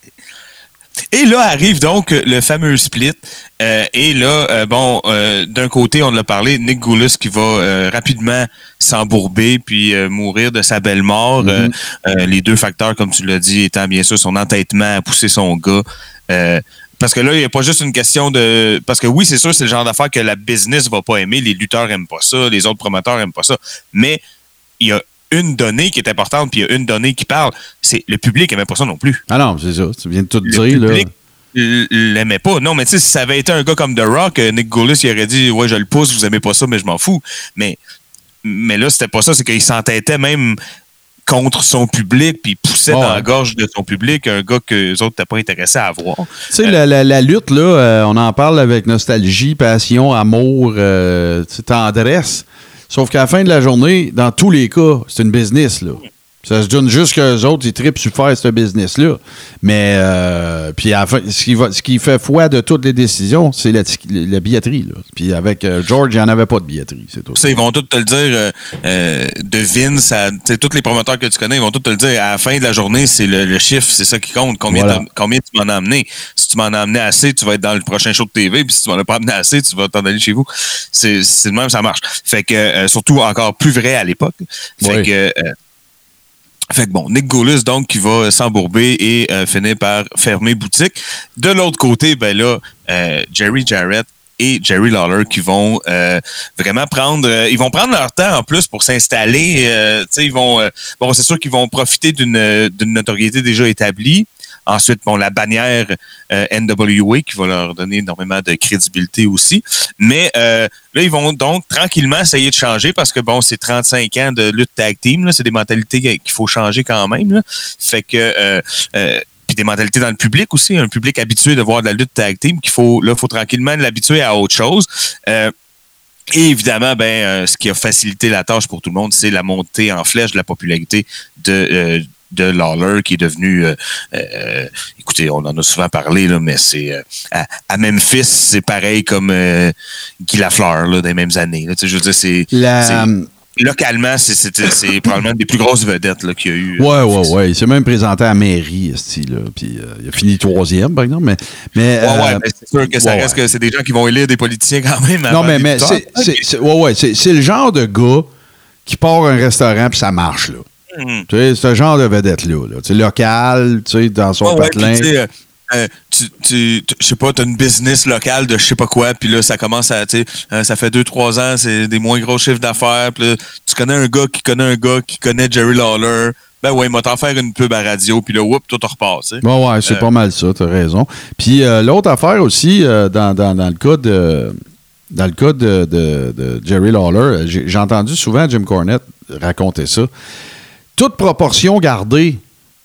Et là arrive donc le fameux split. Euh, et là, euh, bon, euh, d'un côté, on l'a parlé, Nick Goulas qui va euh, rapidement s'embourber puis euh, mourir de sa belle mort. Mm-hmm. euh, euh, les deux facteurs, comme tu l'as dit, étant bien sûr son entêtement à pousser son gars. Euh, Parce que là, il n'y a pas juste une question de... Parce que oui, c'est sûr, c'est le genre d'affaire que la business va pas aimer. Les lutteurs n'aiment pas ça. Les autres promoteurs n'aiment pas ça. Mais il y a une donnée qui est importante, puis il y a une donnée qui parle. C'est le public n'aimait pas ça non plus. Ah non, c'est ça. Tu viens de tout le dire, là. Le public l'aimait pas. Non, mais tu sais, si ça avait été un gars comme The Rock, Nick Goulas, il aurait dit « Ouais, je le pousse, vous aimez pas ça, mais je m'en fous. » Mais mais là, c'était pas ça. C'est qu'il s'entêtait même contre son public, puis il poussait oh, dans la gorge de son public un gars que les autres n'étaient pas intéressés à voir. Tu sais, euh, la, la, la lutte, là, euh, on en parle avec nostalgie, passion, amour, euh, tendresse. Sauf qu'à la fin de la journée, dans tous les cas, c'est une business, là. Ça se donne juste qu'eux autres, ils trippent sur faire ce business-là. Mais, euh, puis à la fin, ce qui, va, ce qui fait foi de toutes les décisions, c'est la, la billetterie, là. Puis avec euh, George, il n'y en avait pas de billetterie, c'est tout. Ça, ils vont tous te le dire, euh, euh, de Vince, à, tous les promoteurs que tu connais, ils vont tous te le dire, à la fin de la journée, c'est le, le chiffre, c'est ça qui compte. Combien, voilà. combien tu m'en as amené? Si tu m'en as amené assez, tu vas être dans le prochain show de T V, puis si tu m'en as pas amené assez, tu vas t'en aller chez vous. C'est, c'est de même, ça marche. Fait que, euh, surtout encore plus vrai à l'époque. Fait oui. que... Euh, Fait que bon, Nick Goulas, donc, qui va s'embourber et euh, finir par fermer boutique. De l'autre côté, ben là, euh, Jerry Jarrett et Jerry Lawler qui vont euh, vraiment prendre... Euh, ils vont prendre leur temps, en plus, pour s'installer. Euh, tu sais, ils vont... Euh, bon, c'est sûr qu'ils vont profiter d'une, d'une notoriété déjà établie. ensuite, bon, la bannière euh, N W A qui va leur donner énormément de crédibilité aussi. Mais euh, là, ils vont donc tranquillement essayer de changer parce que, bon, c'est trente-cinq ans de lutte tag team. Là, c'est des mentalités qu'il faut changer quand même. Là. Fait que... Euh, euh, puis des mentalités dans le public aussi, un public habitué de voir de la lutte tag team qu'il faut, là, faut tranquillement l'habituer à autre chose. Euh, Et évidemment, ben, euh, ce qui a facilité la tâche pour tout le monde, c'est la montée en flèche de la popularité de, euh, de Lawler, qui est devenu, euh, euh, écoutez, on en a souvent parlé, là, mais c'est euh, à, à Memphis, c'est pareil comme euh, Guy Lafleur, là, des mêmes années. Là, je veux dire, c'est, La... c'est localement, c'est, c'est, c'est probablement une des plus grosses vedettes là, qu'il y a eu. Ouais, ouais, ouais. Il s'est même présenté à la mairie, là, puis euh, il a fini troisième, par exemple. Mais, mais, ouais, euh, ouais, mais c'est sûr que ça ouais, reste que c'est des gens qui vont élire des politiciens quand même. Non, mais, mais c'est, c'est, c'est, ouais, ouais, c'est, c'est le genre de gars qui part à un restaurant puis ça marche, là. Mm-hmm. Tu sais, c'est ce genre de vedette-là, là. Tu sais, local, tu sais, dans son ouais, patelin. Ouais, Euh, tu, tu, tu, je sais pas, t'as une business locale de je sais pas quoi, puis là, ça commence à, tu sais, euh, ça fait deux, trois ans, c'est des moins gros chiffres d'affaires, puis là, tu connais un gars qui connaît un gars qui connaît Jerry Lawler, ben ouais, il m'a t'en faire une pub à radio, puis là, whoop, tout repart, tu sais. Ouais, ouais, c'est euh, pas mal ça, t'as raison. Puis euh, l'autre affaire aussi, euh, dans, dans, dans le cas de... Dans le cas de, de, de Jerry Lawler, j'ai, j'ai entendu souvent Jim Cornette raconter ça. Toute proportion gardée,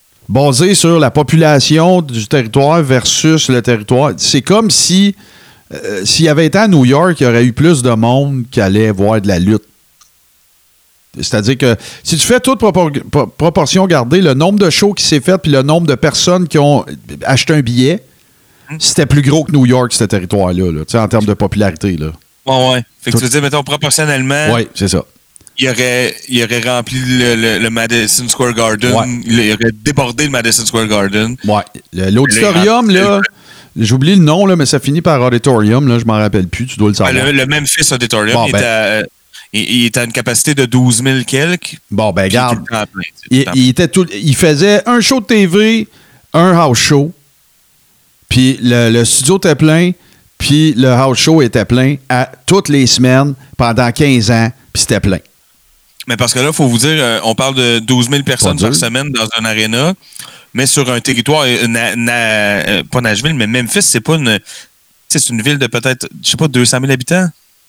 basé sur la population du territoire versus le territoire. C'est comme si, euh, s'il avait été à New York, il y aurait eu plus de monde qui allait voir de la lutte. C'est-à-dire que si tu fais toute propor- proportion gardée, le nombre de shows qui s'est fait puis le nombre de personnes qui ont acheté un billet, c'était plus gros que New York, ce territoire-là, là, en termes de popularité. Là. Ouais, ouais. Fait que Tout... tu veux dire, mettons, proportionnellement... Oui, c'est ça. Il aurait, il aurait rempli le, le, le Madison Square Garden. Ouais. Il aurait débordé le Madison Square Garden. Oui. L'auditorium, là, j'oublie le nom, là, mais ça finit par auditorium. Là, je m'en rappelle plus. Tu dois le savoir. Le, le Memphis Auditorium, bon, il, ben, est à, il, il est à une capacité de douze mille quelques. Bon, ben, regarde. Plein, il, il, était tout, il faisait un show de T V, un house show. Puis le, le studio était plein. Puis le house show était plein à toutes les semaines pendant quinze ans. Puis c'était plein. Mais parce que là, il faut vous dire, euh, on parle de douze mille personnes par semaine dans un aréna, mais sur un territoire, na, na, euh, pas Nashville, mais Memphis, c'est pas une. C'est une ville de peut-être, je sais pas, deux cent mille habitants.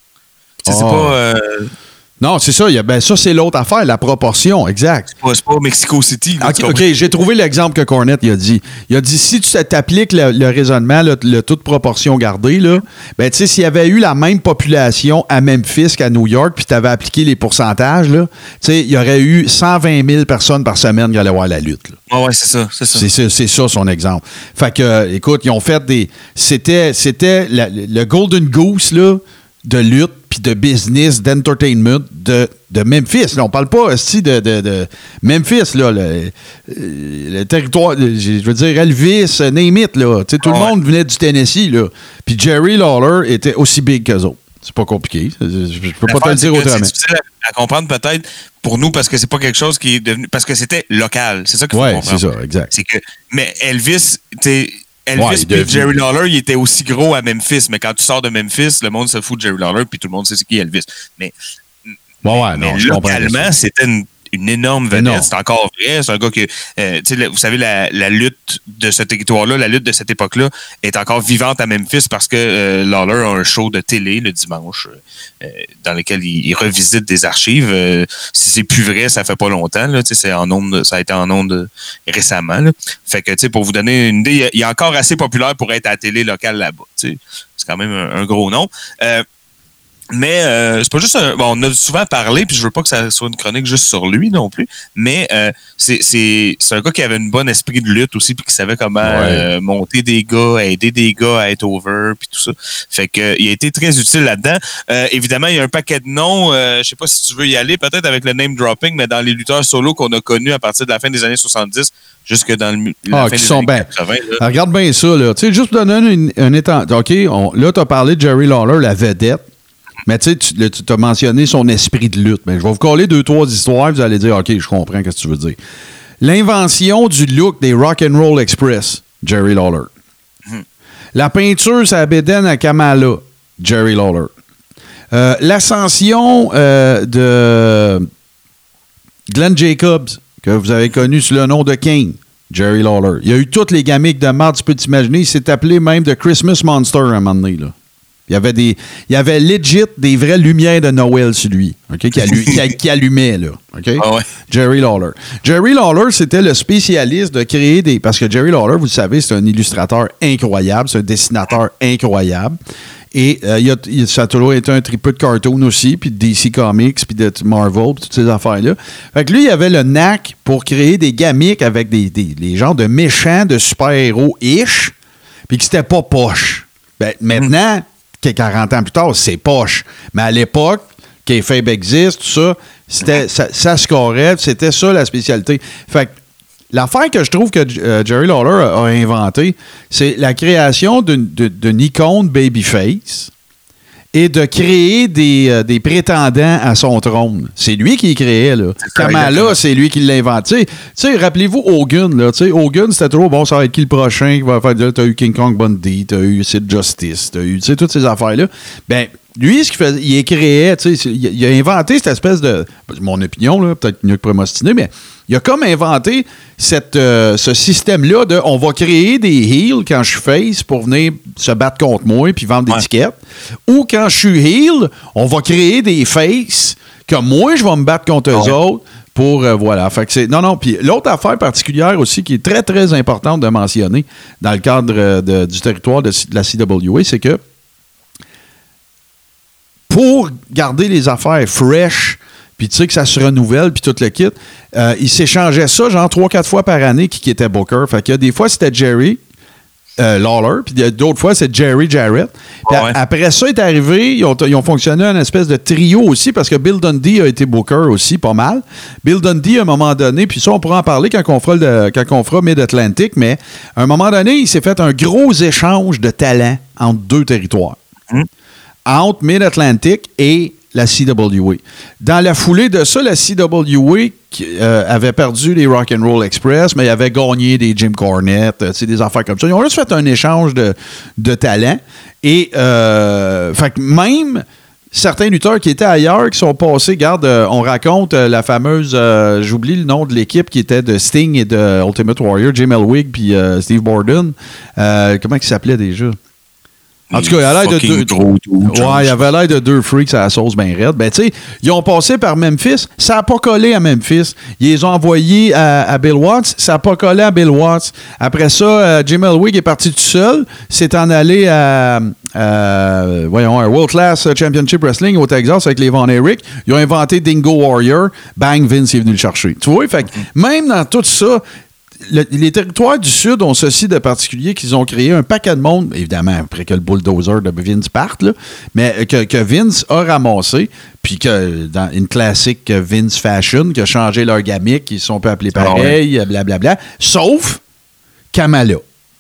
Oh. C'est pas. Euh, non, c'est ça. Y a, ben ça, c'est l'autre affaire, la proportion, exact. C'est pas, c'est pas Mexico City. Là, OK, okay j'ai trouvé l'exemple que Cornette il a dit. Il a dit, si tu t'appliques le, le raisonnement, le, le toute proportion gardée, là, ben, tu sais, s'il y avait eu la même population à Memphis qu'à New York, puis tu avais appliqué les pourcentages, là, tu sais, il y aurait eu cent vingt mille personnes par semaine qui allaient voir la lutte. Ah ouais, c'est ça, c'est ça. C'est, c'est, c'est ça son exemple. Fait que, euh, écoute, ils ont fait des... C'était, c'était la, le Golden Goose, là, de lutte, puis de business, d'entertainment de, de Memphis. Là, on parle pas aussi de, de, de Memphis, là, le, le territoire, je veux dire, Elvis, name it, là. Tout oh, le monde ouais. venait du Tennessee, là. Puis Jerry Lawler était aussi big qu'eux autres. C'est pas compliqué. Je, je peux pas te le dire autrement. C'est difficile à, à comprendre peut-être pour nous parce que c'est pas quelque chose qui est devenu... Parce que c'était local. C'est ça qu'il faut ouais, comprendre. c'est ça, exact. C'est que, mais Elvis, tu Elvis et ouais, Jerry Lawler, il était aussi gros à Memphis, mais quand tu sors de Memphis, le monde se fout de Jerry Lawler, puis tout le monde sait c'est qui Elvis. Mais, ouais, ouais, non, mais localement, c'était une, une énorme vedette. C'est encore vrai. C'est un gars que, euh, tu sais, vous savez, la, la lutte de ce territoire-là, la lutte de cette époque-là, est encore vivante à Memphis parce que euh, Lawler a un show de télé le dimanche euh, dans lequel il, il revisite des archives. Euh, si c'est plus vrai, ça fait pas longtemps. Là, c'est en onde, ça a été en onde récemment. Là. Fait que, tu sais, pour vous donner une idée, il est encore assez populaire pour être à la télé locale là-bas. C'est quand même un, un gros nom. Euh, Mais euh, c'est pas juste un, bon, on a souvent parlé, puis je veux pas que ça soit une chronique juste sur lui non plus, mais euh, c'est, c'est, c'est un gars qui avait une bonne esprit de lutte aussi, puis qui savait comment ouais. euh, monter des gars, aider des gars à être over, puis tout ça. Fait que euh, il a été très utile là-dedans. Euh, évidemment, il y a un paquet de noms, euh, je sais pas si tu veux y aller, peut-être avec le name dropping, mais dans les lutteurs solo qu'on a connus à partir de la fin des années soixante-dix, jusque dans le, la ah, fin qui des sont années ben, quatre-vingts. Là. Regarde bien ça, là. Tu sais, juste pour donner une, un étant. OK, on, là, tu as parlé de Jerry Lawler, la vedette. Mais tu sais, tu as mentionné son esprit de lutte. Mais je vais vous coller deux, trois histoires, vous allez dire, OK, je comprends ce que tu veux dire. L'invention du look des Rock'n'Roll Express, Jerry Lawler. Mm-hmm. La peinture sur la bédaine à Kamala, Jerry Lawler. Euh, l'ascension euh, de Glenn Jacobs, que vous avez connu sous le nom de Kane, Jerry Lawler. Il y a eu toutes les gimmicks de marde, tu peux t'imaginer. Il s'est appelé même The Christmas Monster à un moment donné, là. Il y avait des, il y avait legit des vraies lumières de Noël sur lui, OK, qui, allu, qui, qui allumaient, là, OK? Ah ouais. Jerry Lawler. Jerry Lawler, c'était le spécialiste de créer des... Parce que Jerry Lawler, vous le savez, c'est un illustrateur incroyable, c'est un dessinateur incroyable. Et euh, il a, il, ça a toujours été un tripeux de cartoon aussi, puis de D C Comics, puis de Marvel, puis toutes ces affaires-là. Fait que lui, il avait le knack pour créer des gimmicks avec des, des, des genres de méchants, de super-héros-ish, puis que c'était pas poche. Ben, maintenant... Mm. quarante ans plus tard, c'est poche. Mais à l'époque, kayfabe existe, tout ça, c'était, ça, ça scorait, c'était ça la spécialité. Fait que l'affaire que je trouve que euh, Jerry Lawler a, a inventé, c'est la création d'une, d'une icône babyface et de créer des, euh, des prétendants à son trône. C'est lui qui les créait, là. Kamala, c'est lui qui l'a inventé. Tu sais, rappelez-vous Hogan, là. Tu sais, Hogan, c'était trop bon, ça va être qui le prochain qui va faire. T'as eu King Kong Bundy, t'as eu Sid Justice, t'as eu, tu sais, toutes ces affaires-là. Ben, lui, ce qu'il faisait, il créait, tu sais, il a inventé cette espèce de. Mon opinion, là, peut-être mieux que pour m'ostiner, mais il a comme inventé cette, euh, ce système-là de on va créer des heels quand je suis face pour venir se battre contre moi puis vendre des ouais. tickets. Ou quand je suis heel, on va créer des faces que moi, je vais me battre contre ouais. eux autres pour, euh, voilà. Fait que c'est, non, non. Puis l'autre affaire particulière aussi qui est très, très importante de mentionner dans le cadre euh, de, du territoire de, de la C W A, c'est que pour garder les affaires fresh, puis tu sais que ça se renouvelle, puis tout le kit, euh, il s'échangeait ça genre trois quatre fois par année qui, qui était Booker. Fait que des fois, c'était Jerry euh, Lawler, puis d'autres fois, c'est Jerry Jarrett. Puis ouais. Après ça est arrivé, ils ont, ils ont fonctionné en espèce de trio aussi, parce que Bill Dundee a été Booker aussi, pas mal. Bill Dundee, à un moment donné, puis ça, on pourra en parler quand on fera, le, quand on fera Mid-Atlantic, mais à un moment donné, il s'est fait un gros échange de talents entre deux territoires. Mmh. Entre Mid-Atlantic et la C W A. Dans la foulée de ça, la C W A euh, avait perdu les Rock'n'Roll Express, mais il avait gagné des Jim Cornette, euh, des affaires comme ça. Ils ont juste fait un échange de, de talents. Et euh, fait que même certains lutteurs qui étaient ailleurs, qui sont passés, regarde, euh, on raconte euh, la fameuse, euh, j'oublie le nom de l'équipe qui était de Sting et de Ultimate Warrior, Jim Elwig puis euh, Steve Borden. Euh, comment il s'appelait déjà? En tout cas, il a l'air de deux. Gros, ouais, il avait l'air de deux freaks à la sauce bien raide. Ben, tu sais, ils ont passé par Memphis. Ça n'a pas collé à Memphis. Ils les ont envoyés à, à Bill Watts. Ça n'a pas collé à Bill Watts. Après ça, euh, Jim Elwig est parti tout seul. C'est en allé à, à voyons, à World Class Championship Wrestling au Texas avec les Von Erich. Ils ont inventé Dingo Warrior. Bang, Vince est venu le chercher. Tu vois? Fait que même dans tout ça, Le, les territoires du Sud ont ceci de particulier qu'ils ont créé un paquet de monde, évidemment, après que le bulldozer de Vince parte, là, mais que, que Vince a ramassé, puis que dans une classique Vince Fashion, qui a changé leur gimmick, qui sont peu appelés pareil, blablabla, bla, bla, sauf Kamala.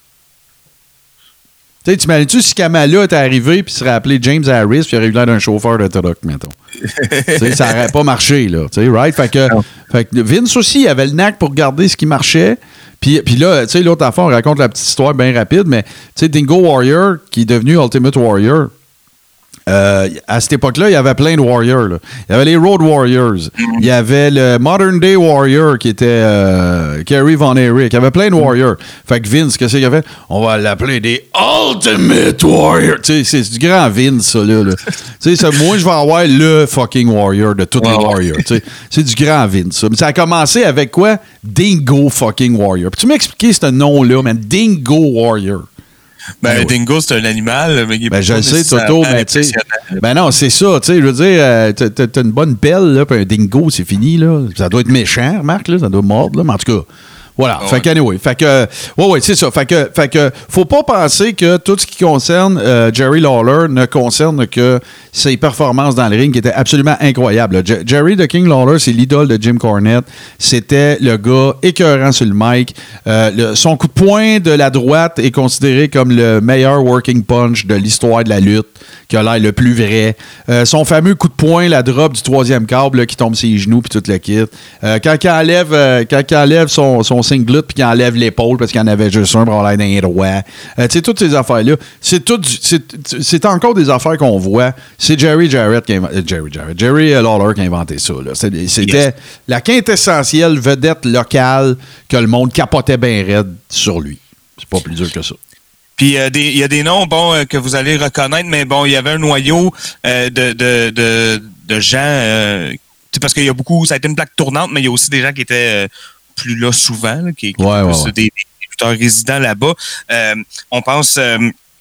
Tu sais, t'imagines-tu si Kamala était arrivé puis serait appelé James Harris puis il aurait eu l'air d'un chauffeur de truck, mettons. Ça n'aurait pas marché, là. Tu sais, right? Fait que, fait que Vince aussi, il avait le knack pour garder ce qui marchait. Puis, puis là, tu sais, l'autre affaire, on raconte la petite histoire bien rapide, mais tu sais, Dingo Warrior, qui est devenu Ultimate Warrior, Euh, à cette époque-là, il y avait plein de Warriors. Là. Il y avait les Road Warriors. Il y avait le Modern Day Warrior qui était euh, Kerry Von Erich. Il y avait plein de Warriors. Fait que Vince, qu'est-ce qu'il a fait? On va l'appeler des Ultimate Warriors. Tu sais, c'est du grand Vince, ça, là. là. Tu sais, moi, je vais avoir le fucking Warrior de tous les Warriors. Tu sais, c'est du grand Vince, ça. Mais ça a commencé avec quoi? Dingo fucking Warrior. Puis tu m'as expliqué ce nom-là, man. Dingo Warrior. Ben, ben Dingo, c'est un animal, mais il est ben, pas je le sais, Toto, mais tu sais. Ben non, c'est ça, tu sais. Je veux dire, euh, t'as, t'as une bonne pelle, là, puis un dingo, c'est fini, là. Ça doit être méchant, Marc, là. Ça doit mordre, là. Mais en tout cas. Voilà. Oh, fait que, anyway. Fait que, ouais, ouais, c'est ça. Fait que, fait que, faut pas penser que tout ce qui concerne euh, Jerry Lawler ne concerne que ses performances dans le ring qui étaient absolument incroyables. J- Jerry the King Lawler, c'est l'idole de Jim Cornette. C'était le gars écœurant sur le mic. Euh, le, son coup de poing de la droite est considéré comme le meilleur working punch de l'histoire de la lutte, qui a l'air le plus vrai. Euh, son fameux coup de poing, la drop du troisième câble là, qui tombe sur les genoux puis tout le kit. Euh, quand il enlève, euh, quand il enlève son, son singlet puis qu'il enlève l'épaule parce qu'il en avait juste un pour avoir l'air d'un roi. Euh, tu sais, toutes ces affaires-là, c'est tout, du- c'est, c'est encore des affaires qu'on voit. C'est Jerry Jarrett qui a inventé, euh, Jerry Jarrett, Jerry Lawler qui a inventé ça. Là. C'est- C'était Yes. la quintessentielle vedette locale que le monde capotait bien raide sur lui. C'est pas plus dur que ça. Puis euh, des- il y a des noms bon euh, que vous allez reconnaître, mais bon, il y avait un noyau euh, de, de, de, de gens. Euh, tu sais, parce qu'il y a beaucoup, ça a été une plaque tournante, mais il y a aussi des gens qui étaient euh, plus là souvent, là, qui, qui Ouais, étaient ouais, plus ouais. des, des lutteurs résidents là-bas. Euh, on pense, euh,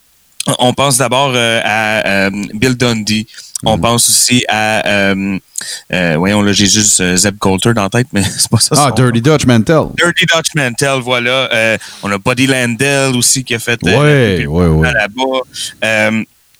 on pense d'abord euh, à euh, Bill Dundee. On Mm. pense aussi à, euh, euh, voyons là, j'ai juste euh, Zeb Coulter dans la tête, mais c'est pas ça. Ah, son Dirty Dutch Mantel. Dirty Dutch Mantel, voilà. Euh, on a Buddy Landell aussi qui a fait euh, Ouais, le- ouais, ouais. là-bas. Euh,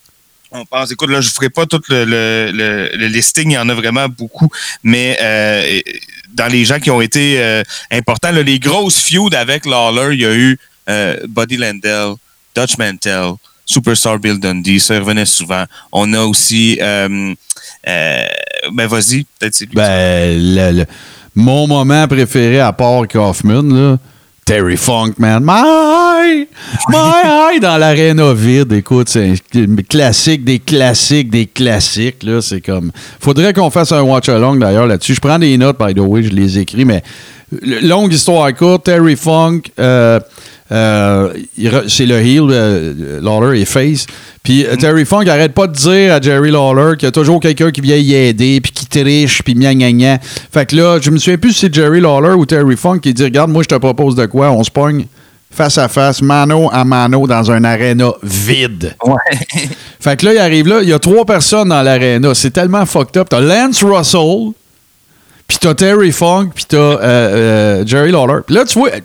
on pense, écoute, là, je ne ferai pas tout le, le, le, le listing, il y en a vraiment beaucoup, mais euh, dans les gens qui ont été euh, importants, là, les grosses feuds avec Lawler, il y a eu euh, Buddy Landell, Dutch Mantel, Superstar Bill Dundee, ça revenait souvent. On a aussi, euh, euh, ben vas-y, peut-être c'est lui. Ben, le- le- mon moment préféré à part Kaufman, là, Terry Funk, man. My eye! My eye! Dans l'aréna vide. Écoute, c'est un classique, des classiques, des classiques. Là, c'est comme. Faudrait qu'on fasse un watch-along d'ailleurs là-dessus. Je prends des notes, by the way, je les écris, mais l- longue histoire courte, Terry Funk, euh, euh, il re- c'est le heel, euh, Lawler est face. Puis euh, Terry Funk arrête pas de dire à Jerry Lawler qu'il y a toujours quelqu'un qui vient y aider, puis qui triche, puis gna gna gna. Fait que là, je me souviens plus si c'est Jerry Lawler ou Terry Funk qui dit regarde, moi je te propose de quoi, on se pogne face à face, mano à mano dans un aréna vide. Ouais. Fait que là, il arrive là, il y a trois personnes dans l'aréna. C'est tellement fucked up. T'as Lance Russell, puis t'as Terry Funk, puis t'as euh, euh, Jerry Lawler. Puis là, tu vois,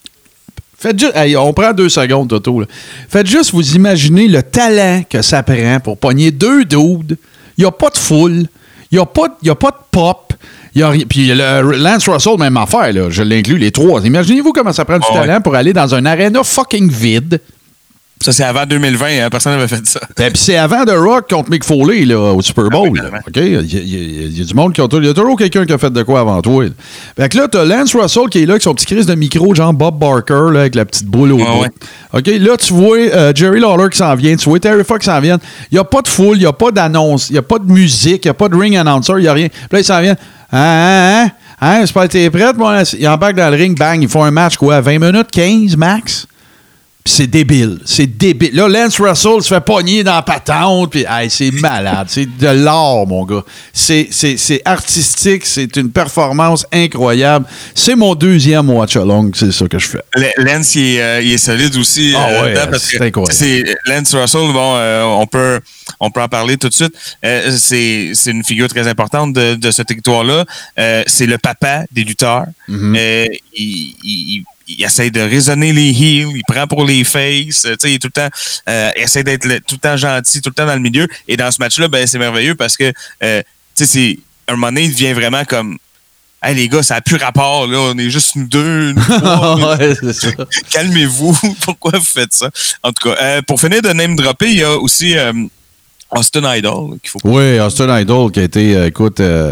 faites juste, hey, on prend deux secondes, Toto. Là. Faites juste vous imaginer le talent que ça prend pour pogner deux dudes. Il n'y a pas de foule, il n'y a, pas de- y a pas de pop. Y a ri- Puis le Lance Russell, même affaire, là, je l'inclus, les trois. Imaginez-vous comment ça prend du Oh, talent ouais. pour aller dans un aréna fucking vide. Ça, c'est avant deux mille vingt, hein, personne n'avait fait ça. Ben, puis c'est avant The Rock contre Mick Foley là, au Super Bowl. Ah oui, là. OK? Il y, a- il y a- il y a du monde qui a. Il y a toujours quelqu'un qui a fait de quoi avant toi. Là. Fait que là, t'as Lance Russell qui est là avec son petit crise de micro, genre Bob Barker, là, avec la petite boule au Ouais, bout. ouais. OK? Là, tu vois euh, Jerry Lawler qui s'en vient, tu vois Terry Funk qui s'en vient. Il n'y a pas de foule, il n'y a pas d'annonce, il n'y a pas de musique, il n'y a pas de ring announcer, il n'y a rien. Puis là, ils s'en viennent. Hein, hein, hein? Hein? C'est pas été prêt? Bon, ils embarquent dans le ring, bang, ils font un match, quoi, vingt minutes, quinze max? Puis c'est débile. C'est débile. Là, Lance Russell se fait pogner dans la patente. Puis, hey, c'est malade. C'est de l'art, mon gars. C'est, c'est, c'est artistique. C'est une performance incroyable. C'est mon deuxième watch-along. C'est ça que je fais. L- Lance, il est, euh, il est solide aussi. Ah euh, ouais, là-dedans, parce c'est que, incroyable. c'est Lance Russell, bon, euh, on, peut, on peut en parler tout de suite. Euh, c'est, c'est une figure très importante de, de ce territoire-là. Euh, c'est le papa des lutteurs. Mhm. Euh, il, il, il essaie de raisonner les heels, il prend pour les faces, euh, tu sais, il est tout le temps, euh, il essaie d'être le- tout le temps gentil, tout le temps dans le milieu. Et dans ce match-là, ben, c'est merveilleux parce que, euh, tu sais, c'est, un moment donné, il devient vraiment comme, hey, les gars, ça n'a plus rapport, là, on est juste nous deux, nous trois, ouais, c'est ça. calmez-vous, pourquoi vous faites ça? En tout cas, euh, pour finir de name dropper, il y a aussi euh, Austin Idol qu'il faut. Oui, Austin Idol qui a été, euh, écoute, euh,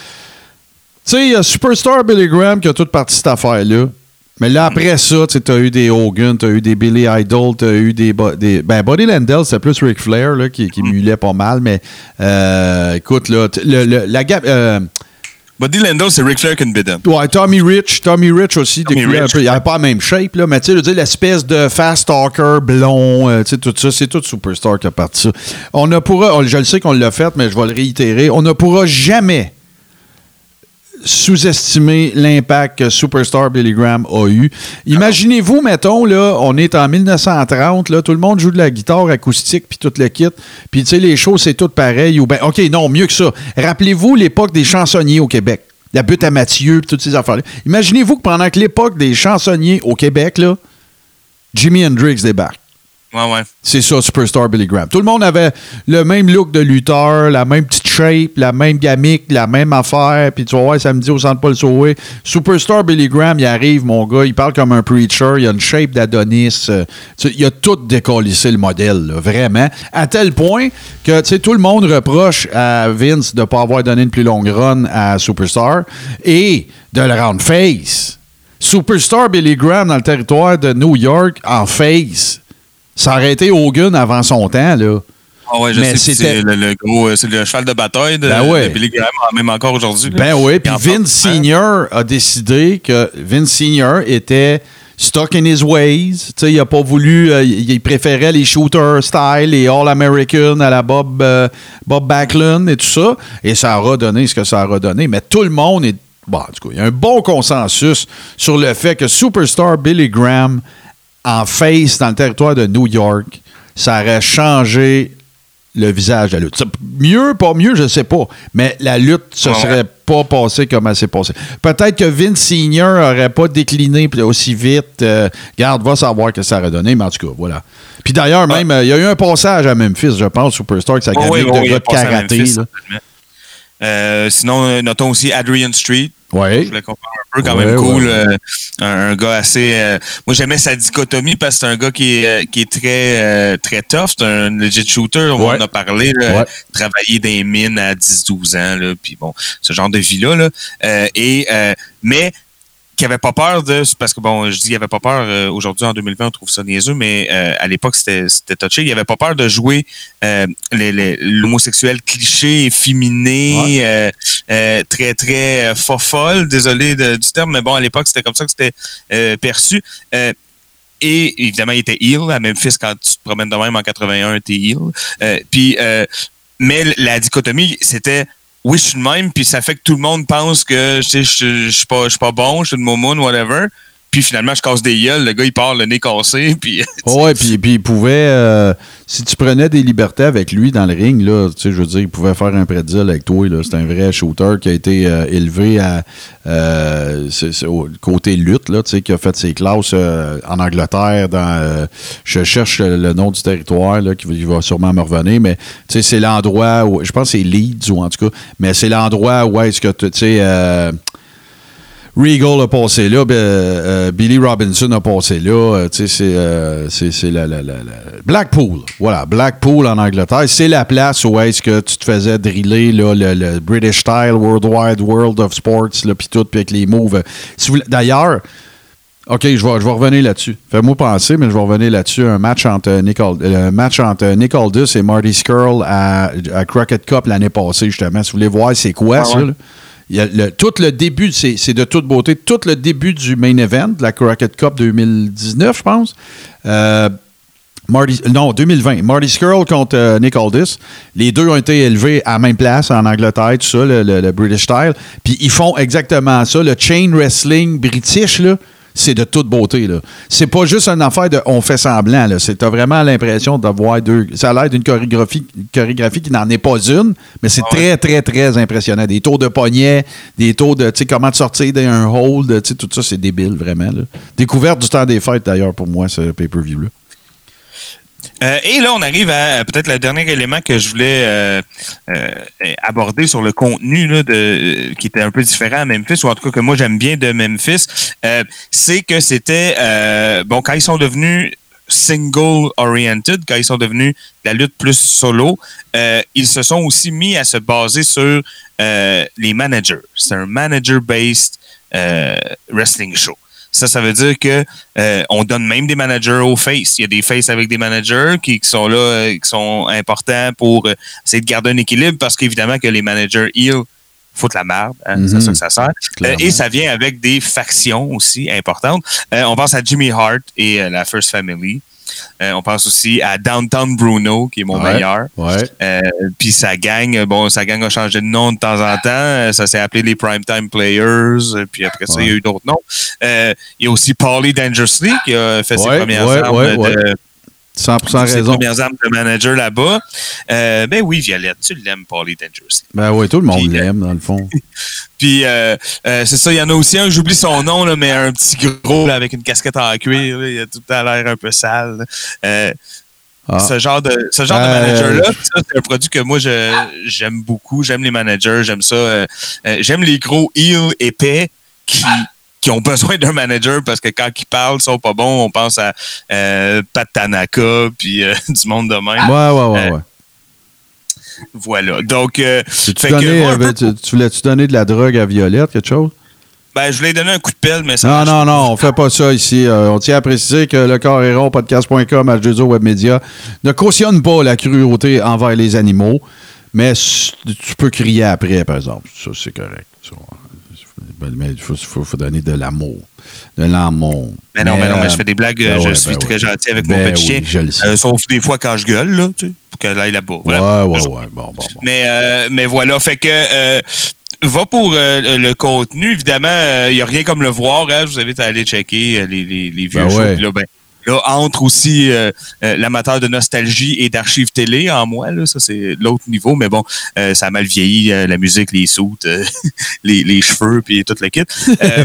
tu sais, il y a Superstar Billy Graham qui a toute partie cette affaire-là. Mais là, après ça, tu as eu des Hogan, tu as eu des Billy Idol, tu as eu des, bo- des. Ben, Buddy Landell, c'est plus Ric Flair là, qui, qui mulait pas mal, mais euh, écoute, là, t- le, le- la gamme. Euh, Buddy Landell, c'est Ric Flair qui a une bédaine. ouais, Tommy Rich, Tommy Rich aussi, Tommy découlait un Rich. peu. Il avait pas la même shape, là, mais tu sais, je veux dire, l'espèce de fast talker blond, euh, tu sais, tout ça, c'est tout Superstar qui a parti ça. On ne pourra, je le sais qu'on l'a fait, mais je vais le réitérer, on ne pourra jamais sous-estimer l'impact que Superstar Billy Graham a eu. Imaginez-vous, mettons, là, on est en mille neuf cent trente, là, tout le monde joue de la guitare acoustique puis tout le kit, puis tu sais, les shows, c'est tout pareil. Ou ben, OK, non, mieux que ça. Rappelez-vous l'époque des chansonniers au Québec. La butte à Mathieu puis toutes ces affaires-là. Imaginez-vous que pendant que l'époque des chansonniers au Québec, là, Jimi Hendrix débarque. Ouais, ouais. C'est ça, Superstar Billy Graham. Tout le monde avait le même look de lutteur, la même petite shape, la même gamique, la même affaire. Puis tu vas voir, samedi au Centre Paul Sauvé. Superstar Billy Graham, il arrive, mon gars, il parle comme un preacher, il a une shape d'Adonis. Euh, tu sais, il a tout décollissé le modèle, là, vraiment. À tel point que tu sais, tout le monde reproche à Vince de ne pas avoir donné une plus longue run à Superstar et de le rendre face. Superstar Billy Graham dans le territoire de New York en face, ça aurait été Hogan avant son temps, là. Ah ouais, je mais sais, c'était... c'est le, le gros, c'est le cheval de bataille de, ben ouais. de Billy Graham, même encore aujourd'hui. Ben oui, puis Vince Senior a décidé que Vince Senior était stuck in his ways. Tu sais, il a pas voulu, euh, il préférait les shooter style, les All-American à la Bob, euh, Bob Backlund et tout ça. Et ça aura donné ce que ça aura donné. Mais tout le monde est... Bon, du coup, il y a un bon consensus sur le fait que Superstar Billy Graham en face dans le territoire de New York, ça aurait changé le visage de la lutte. Mieux, pas mieux, je ne sais pas. Mais la lutte ne se serait pas passée comme elle s'est passée. Peut-être que Vince Senior n'aurait pas décliné aussi vite. Euh, regarde, va savoir que ça aurait donné, mais en tout cas, voilà. Puis d'ailleurs, même, il ah. y a eu un passage à Memphis, je pense, Superstar, que ça a gagné oh, oui, de oui, gars de karaté. Memphis, euh, sinon, notons aussi Adrian Street. Oui. Je voulais comparer un peu, quand ouais, même cool. Ouais. Euh, un, un gars assez... Euh, moi, j'aimais sa dichotomie parce que c'est un gars qui est, qui est très, euh, très tough. C'est un legit shooter. On ouais. en a parlé. Là, ouais. Travailler dans les mines à dix douze ans. Là, puis bon, ce genre de vie-là. Là. Euh, et, euh, mais... qui avait pas peur de... Parce que, bon, je dis qu'il avait pas peur. Euh, aujourd'hui, en deux mille vingt, on trouve ça niaiseux, mais euh, à l'époque, c'était, c'était touché. Il avait pas peur de jouer euh, les, les, l'homosexuel cliché, efféminé, ouais. euh, euh, très, très euh, fofolle. Désolé de, du terme, mais bon, à l'époque, c'était comme ça que c'était euh, perçu. Euh, et, évidemment, il était heel. À Memphis, quand tu te promènes de même en quatre-vingt-un, t'es heel. Euh, puis, euh, mais la dichotomie, c'était... Oui, je suis de même, puis ça fait que tout le monde pense que je je suis pas, pas bon, je suis de momoun, whatever. Puis finalement, je casse des gueules, le gars, il part le nez cassé. Puis, oh, ouais, puis, puis il pouvait, euh, si tu prenais des libertés avec lui dans le ring, là, tu sais, je veux dire, il pouvait faire un pretzel avec toi. Là. C'est un vrai shooter qui a été euh, élevé à euh, c'est, c'est au côté lutte, là, tu sais, qui a fait ses classes euh, en Angleterre. Dans, euh, je cherche le nom du territoire, là, qui, qui va sûrement me revenir, mais tu sais, c'est l'endroit où, je pense que c'est Leeds, ou en tout cas, mais c'est l'endroit où est-ce que, tu sais, euh, Regal a passé là, ben, euh, Billy Robinson a passé là, euh, tu sais, c'est, euh, c'est, c'est la, la, la, la Blackpool, voilà, Blackpool en Angleterre, c'est la place où est-ce que tu te faisais driller là, le, le British Style, Worldwide, World of Sports, là, puis tout, puis avec les moves. Si vous, d'ailleurs, OK, je vais, je vais revenir là-dessus. Fais-moi penser, mais je vais revenir là-dessus. Un match entre Nick, un match entre Nick Aldis et Marty Scurll à, à Crockett Cup l'année passée, justement. Si vous voulez voir c'est quoi, ah, ça, ouais. là. Il y a le, tout le début, c'est, c'est de toute beauté, tout le début du main event de la Crockett Cup deux mille dix-neuf, je pense. Euh, Marty, non, deux mille vingt. Marty Scurll contre euh, Nick Aldis. Les deux ont été élevés à la même place en Angleterre, tout ça, le, le, le British Style. Puis ils font exactement ça. Le chain wrestling british, là, c'est de toute beauté, là. C'est pas juste une affaire de on fait semblant, là. C'est, t'as vraiment l'impression d'avoir deux... Ça a l'air d'une chorégraphie, chorégraphie qui n'en est pas une, mais c'est ah ouais. très, très, très impressionnant. Des tours de poignet, des tours de, tu sais, comment te sortir d'un hold, tu sais, tout ça, c'est débile, vraiment, là. Découverte du temps des fêtes, d'ailleurs, pour moi, ce pay-per-view-là. Euh, et là, on arrive à peut-être le dernier élément que je voulais euh, euh, aborder sur le contenu là, de, euh, qui était un peu différent à Memphis, ou en tout cas que moi j'aime bien de Memphis, euh, c'est que c'était, euh, bon, quand ils sont devenus single-oriented, quand ils sont devenus la lutte plus solo, euh, ils se sont aussi mis à se baser sur euh, les managers. C'est un manager-based euh, wrestling show. Ça, ça veut dire que euh, on donne même des managers aux faces. Il y a des faces avec des managers qui, qui sont là, euh, qui sont importants pour euh, essayer de garder un équilibre parce qu'évidemment que les managers heel foutent la merde, hein, mm-hmm. c'est ça que ça sert. Euh, et ça vient avec des factions aussi importantes. Euh, on pense à Jimmy Hart et euh, la First Family. Euh, on pense aussi à Downtown Bruno, qui est mon ouais, meilleur. Ouais. Euh, Puis sa gang, bon, sa gang a changé de nom de temps en temps. Ça s'est appelé les Primetime Players. Puis après ça, ouais. il y a eu d'autres noms. Euh, il y a aussi Paulie Dangerously qui a fait ouais, ses premières ouais, armes ouais, de... Ouais. cent pour cent raison. Ses premières armes de manager là-bas. Euh, ben oui, Violette, tu l'aimes, Paulie Dangerously. Ben oui, tout le monde Puis, l'aime, dans le fond. Puis, euh, euh, c'est ça, il y en a aussi un, j'oublie son nom, là, mais un petit gros là, avec une casquette en cuir. Là, il a tout le temps l'air un peu sale. Euh, ah. Ce genre de, ce genre euh... de manager-là, ça, c'est un produit que moi, je, j'aime beaucoup. J'aime les managers, j'aime ça. Euh, euh, j'aime les gros heels épais qui... qui ont besoin d'un manager parce que quand ils parlent, ils sont pas bons. On pense à euh, Pat Tanaka puis euh, du monde de même. Ouais, ouais, ouais, euh, ouais. Voilà. Donc, euh, tu, donné, que, ouais, tu, tu voulais-tu donner de la drogue à Violette, quelque chose? Ben, je voulais donner un coup de pelle, mais ça Non, marche non, pas. non, on fait pas ça ici. Euh, on tient à préciser que le Corps est rond, podcast point com, H deux O Web Media, ne cautionne pas la cruauté envers les animaux, mais tu peux crier après, par exemple. Ça, c'est correct. Ça, mais il faut, faut, faut donner de l'amour. De l'amour. Mais non, mais, mais non, mais euh, je fais des blagues. ben je ouais, suis ben très ouais. gentil avec Ben mon petit oui, chien. je le sais. Euh, sauf des fois quand je gueule, là, tu sais, pour qu'elle aille là-bas. Ouais, Voilà. ouais, ouais. Bon, bon, bon. Mais, euh, mais voilà, fait que euh, va pour euh, le contenu. Évidemment, il euh, n'y a rien comme le voir. Hein, je vous invite à aller checker euh, les, les, les vieux Ben shows. ouais. Puis là, ben, là, entre aussi euh, euh, l'amateur de nostalgie et d'archives télé en moi. Là, ça, c'est l'autre niveau. Mais bon, euh, ça a mal vieilli, euh, la musique, les soutes, euh, les, les cheveux, puis tout le kit. Euh,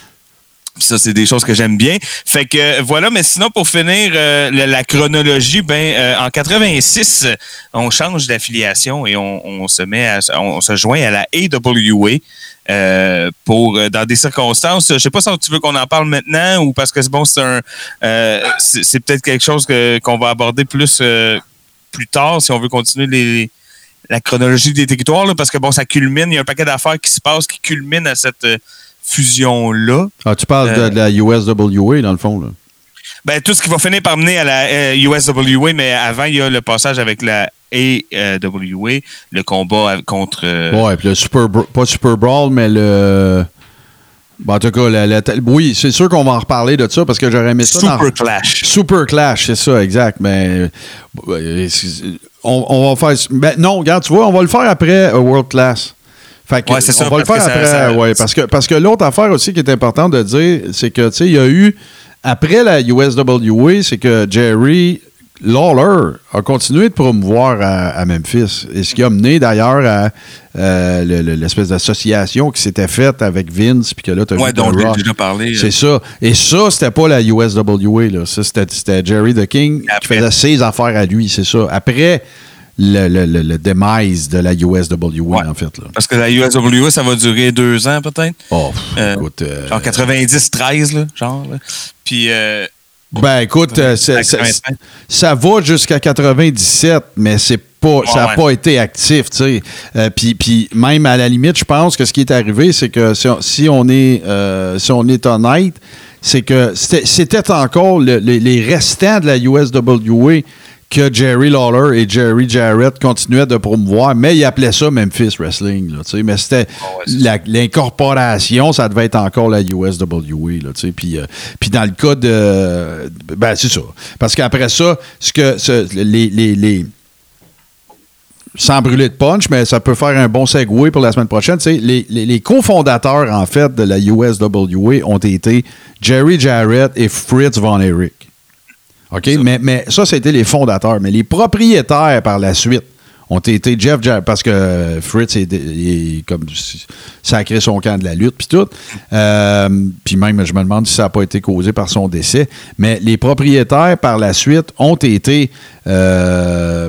Ça, c'est des choses que j'aime bien. Fait que euh, voilà, mais sinon, pour finir euh, la, la chronologie, ben euh, en quatre-vingt-six, on change d'affiliation et on, on se met à, on, on se joint à la A W A euh, pour euh, dans des circonstances. Je sais pas si tu veux qu'on en parle maintenant ou parce que c'est bon, c'est un euh, c'est, c'est peut-être quelque chose que, qu'on va aborder plus euh, plus tard si on veut continuer les la chronologie des territoires, là, parce que bon, ça culmine, il y a un paquet d'affaires qui se passent qui culminent à cette euh, fusion-là. Ah, tu parles Euh, de, de la U S W A, dans le fond, là. Ben, tout ce qui va finir par mener à la euh, U S W A, mais avant, il y a le passage avec la A W A, le combat contre... Euh, Ouais, puis le Super... Bra- pas Super Brawl, mais le... Bon, en tout cas, la, la- oui, c'est sûr qu'on va en reparler de ça, parce que j'aurais aimé ça Super dans- Clash. Super Clash, c'est ça, exact. Mais euh, c'est- on, on va faire... Ben, non, regarde, tu vois, on va le faire après euh, World Class. Fait que, Ouais, c'est ça, on va le parce faire que après, ça- ça- ouais, parce que, parce que l'autre affaire aussi qui est importante de dire, c'est que, tu sais, il y a eu, après la U S W A, c'est que Jerry Lawler a continué de promouvoir à, à Memphis. Et ce qui a mené d'ailleurs à euh, le- le- l'espèce d'association qui s'était faite avec Vince, puis que là, tu as Ouais, vu dont The j'ai Rock. déjà parlé. C'est ça. Et ça, c'était pas la U S W A, là. Ça, c'était, c'était Jerry the King qui Après. faisait ses affaires à lui, c'est ça. Après le, le, le, le demise de la U S W A, Ouais. en fait, là. Parce que la U S W A, ça va durer deux ans, peut-être. Oh, pff, Euh, écoute... euh, Genre quatre-vingt-dix treize, là, genre. Là. Puis... Euh, Ben, écoute, euh, c'est- c'est- quatre-vingt-cinq. ça va jusqu'à quatre-vingt-dix-sept, mais c'est pas, ça n'a ouais. pas été actif, tu sais. Euh, Puis puis même à la limite, je pense que ce qui est arrivé, c'est que si on, si on est, euh, si on est honnête, c'est que c'était, c'était encore le- les, les restants de la U S W A que Jerry Lawler et Jerry Jarrett continuaient de promouvoir, mais ils appelaient ça Memphis Wrestling, là, tu sais. Mais c'était Oh, ouais, c'est la- l'incorporation, ça devait être encore la U S W A, là, tu sais. Puis, euh, puis dans le cas de... Ben, c'est ça. Parce qu'après ça, ce que ce- les, les, les- sans brûler de punch, mais ça peut faire un bon segue pour la semaine prochaine. Tu sais, les, les, les cofondateurs, en fait, de la U S W A ont été Jerry Jarrett et Fritz Von Erich. OK? Mais, mais ça, c'était les fondateurs. Mais les propriétaires, par la suite, ont été Jeff Jarrett, parce que Fritz est, est comme sacré son camp de la lutte, puis tout. Euh, puis même, je me demande si ça n'a pas été causé par son décès. Mais les propriétaires, par la suite, ont été euh,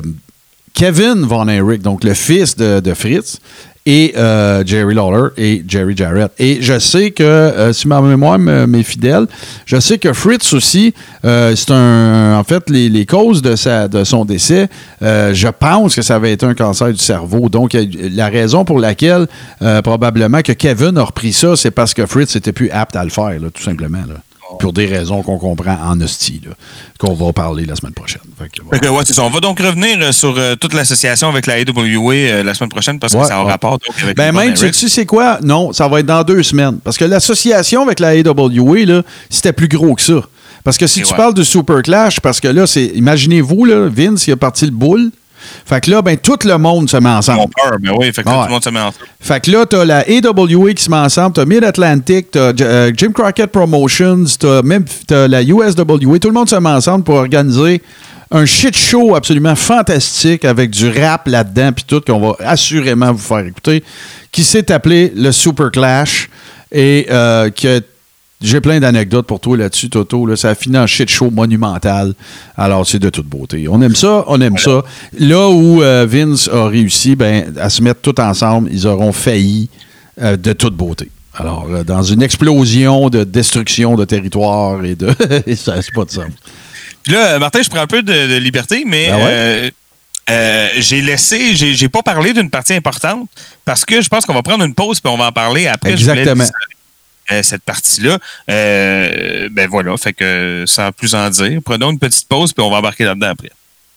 Kevin Von Erich, donc le fils de, de Fritz, et euh, Jerry Lawler et Jerry Jarrett. Et je sais que, euh, si ma mémoire me- m'est fidèle, je sais que Fritz aussi, euh, c'est un... En fait, les, les causes de, sa, de son décès, euh, je pense que ça avait été un cancer du cerveau. Donc, euh, la raison pour laquelle, euh, probablement, que Kevin a repris ça, c'est parce que Fritz n'était plus apte à le faire, là, tout simplement, là. Pour des raisons qu'on comprend en hostie, là, qu'on va parler la semaine prochaine. Fait que, voilà. Fait que, ouais, c'est ça. On va donc revenir euh, sur euh, toute l'association avec la A W A euh, la semaine prochaine parce que Ouais, ça a ouais. rapport donc, avec Ben les même, Von tu Erich. sais c'est quoi? Non, ça va être dans deux semaines. Parce que l'association avec la A W A, là, c'était plus gros que ça. Parce que si Et tu ouais. parles de Super Clash, parce que là, c'est. Imaginez-vous, là, Vince, il a parti le boule. Fait que là, ben, tout le monde se met ensemble. Mon peur, ben oui, fait que là, Ah ouais. tout le monde se met ensemble. Fait que là, t'as la A W A qui se met ensemble, t'as Mid-Atlantic, t'as euh, Jim Crockett Promotions, t'as même t'as la U S W A. Tout le monde se met ensemble pour organiser un shit show absolument fantastique avec du rap là-dedans, puis tout, qu'on va assurément vous faire écouter, qui s'est appelé le Super Clash et euh, qui a J'ai plein d'anecdotes pour toi là-dessus, Toto. Là. Ça a fini en shit show monumental. Alors, c'est de toute beauté. On aime ça, on aime ça. Là où euh, Vince a réussi ben, à se mettre tout ensemble, ils auront failli euh, de toute beauté. Alors, euh, dans une explosion de destruction de territoire et de... ça n'a pas de sens. Puis là, Martin, je prends un peu de, de liberté, mais Ben ouais. euh, euh, j'ai laissé, j'ai, j'ai pas parlé d'une partie importante parce que je pense qu'on va prendre une pause puis on va en parler après. Je voulais Exactement. dire, euh, cette partie-là. Euh, ben voilà, fait que sans plus en dire, prenons une petite pause puis on va embarquer là-dedans après.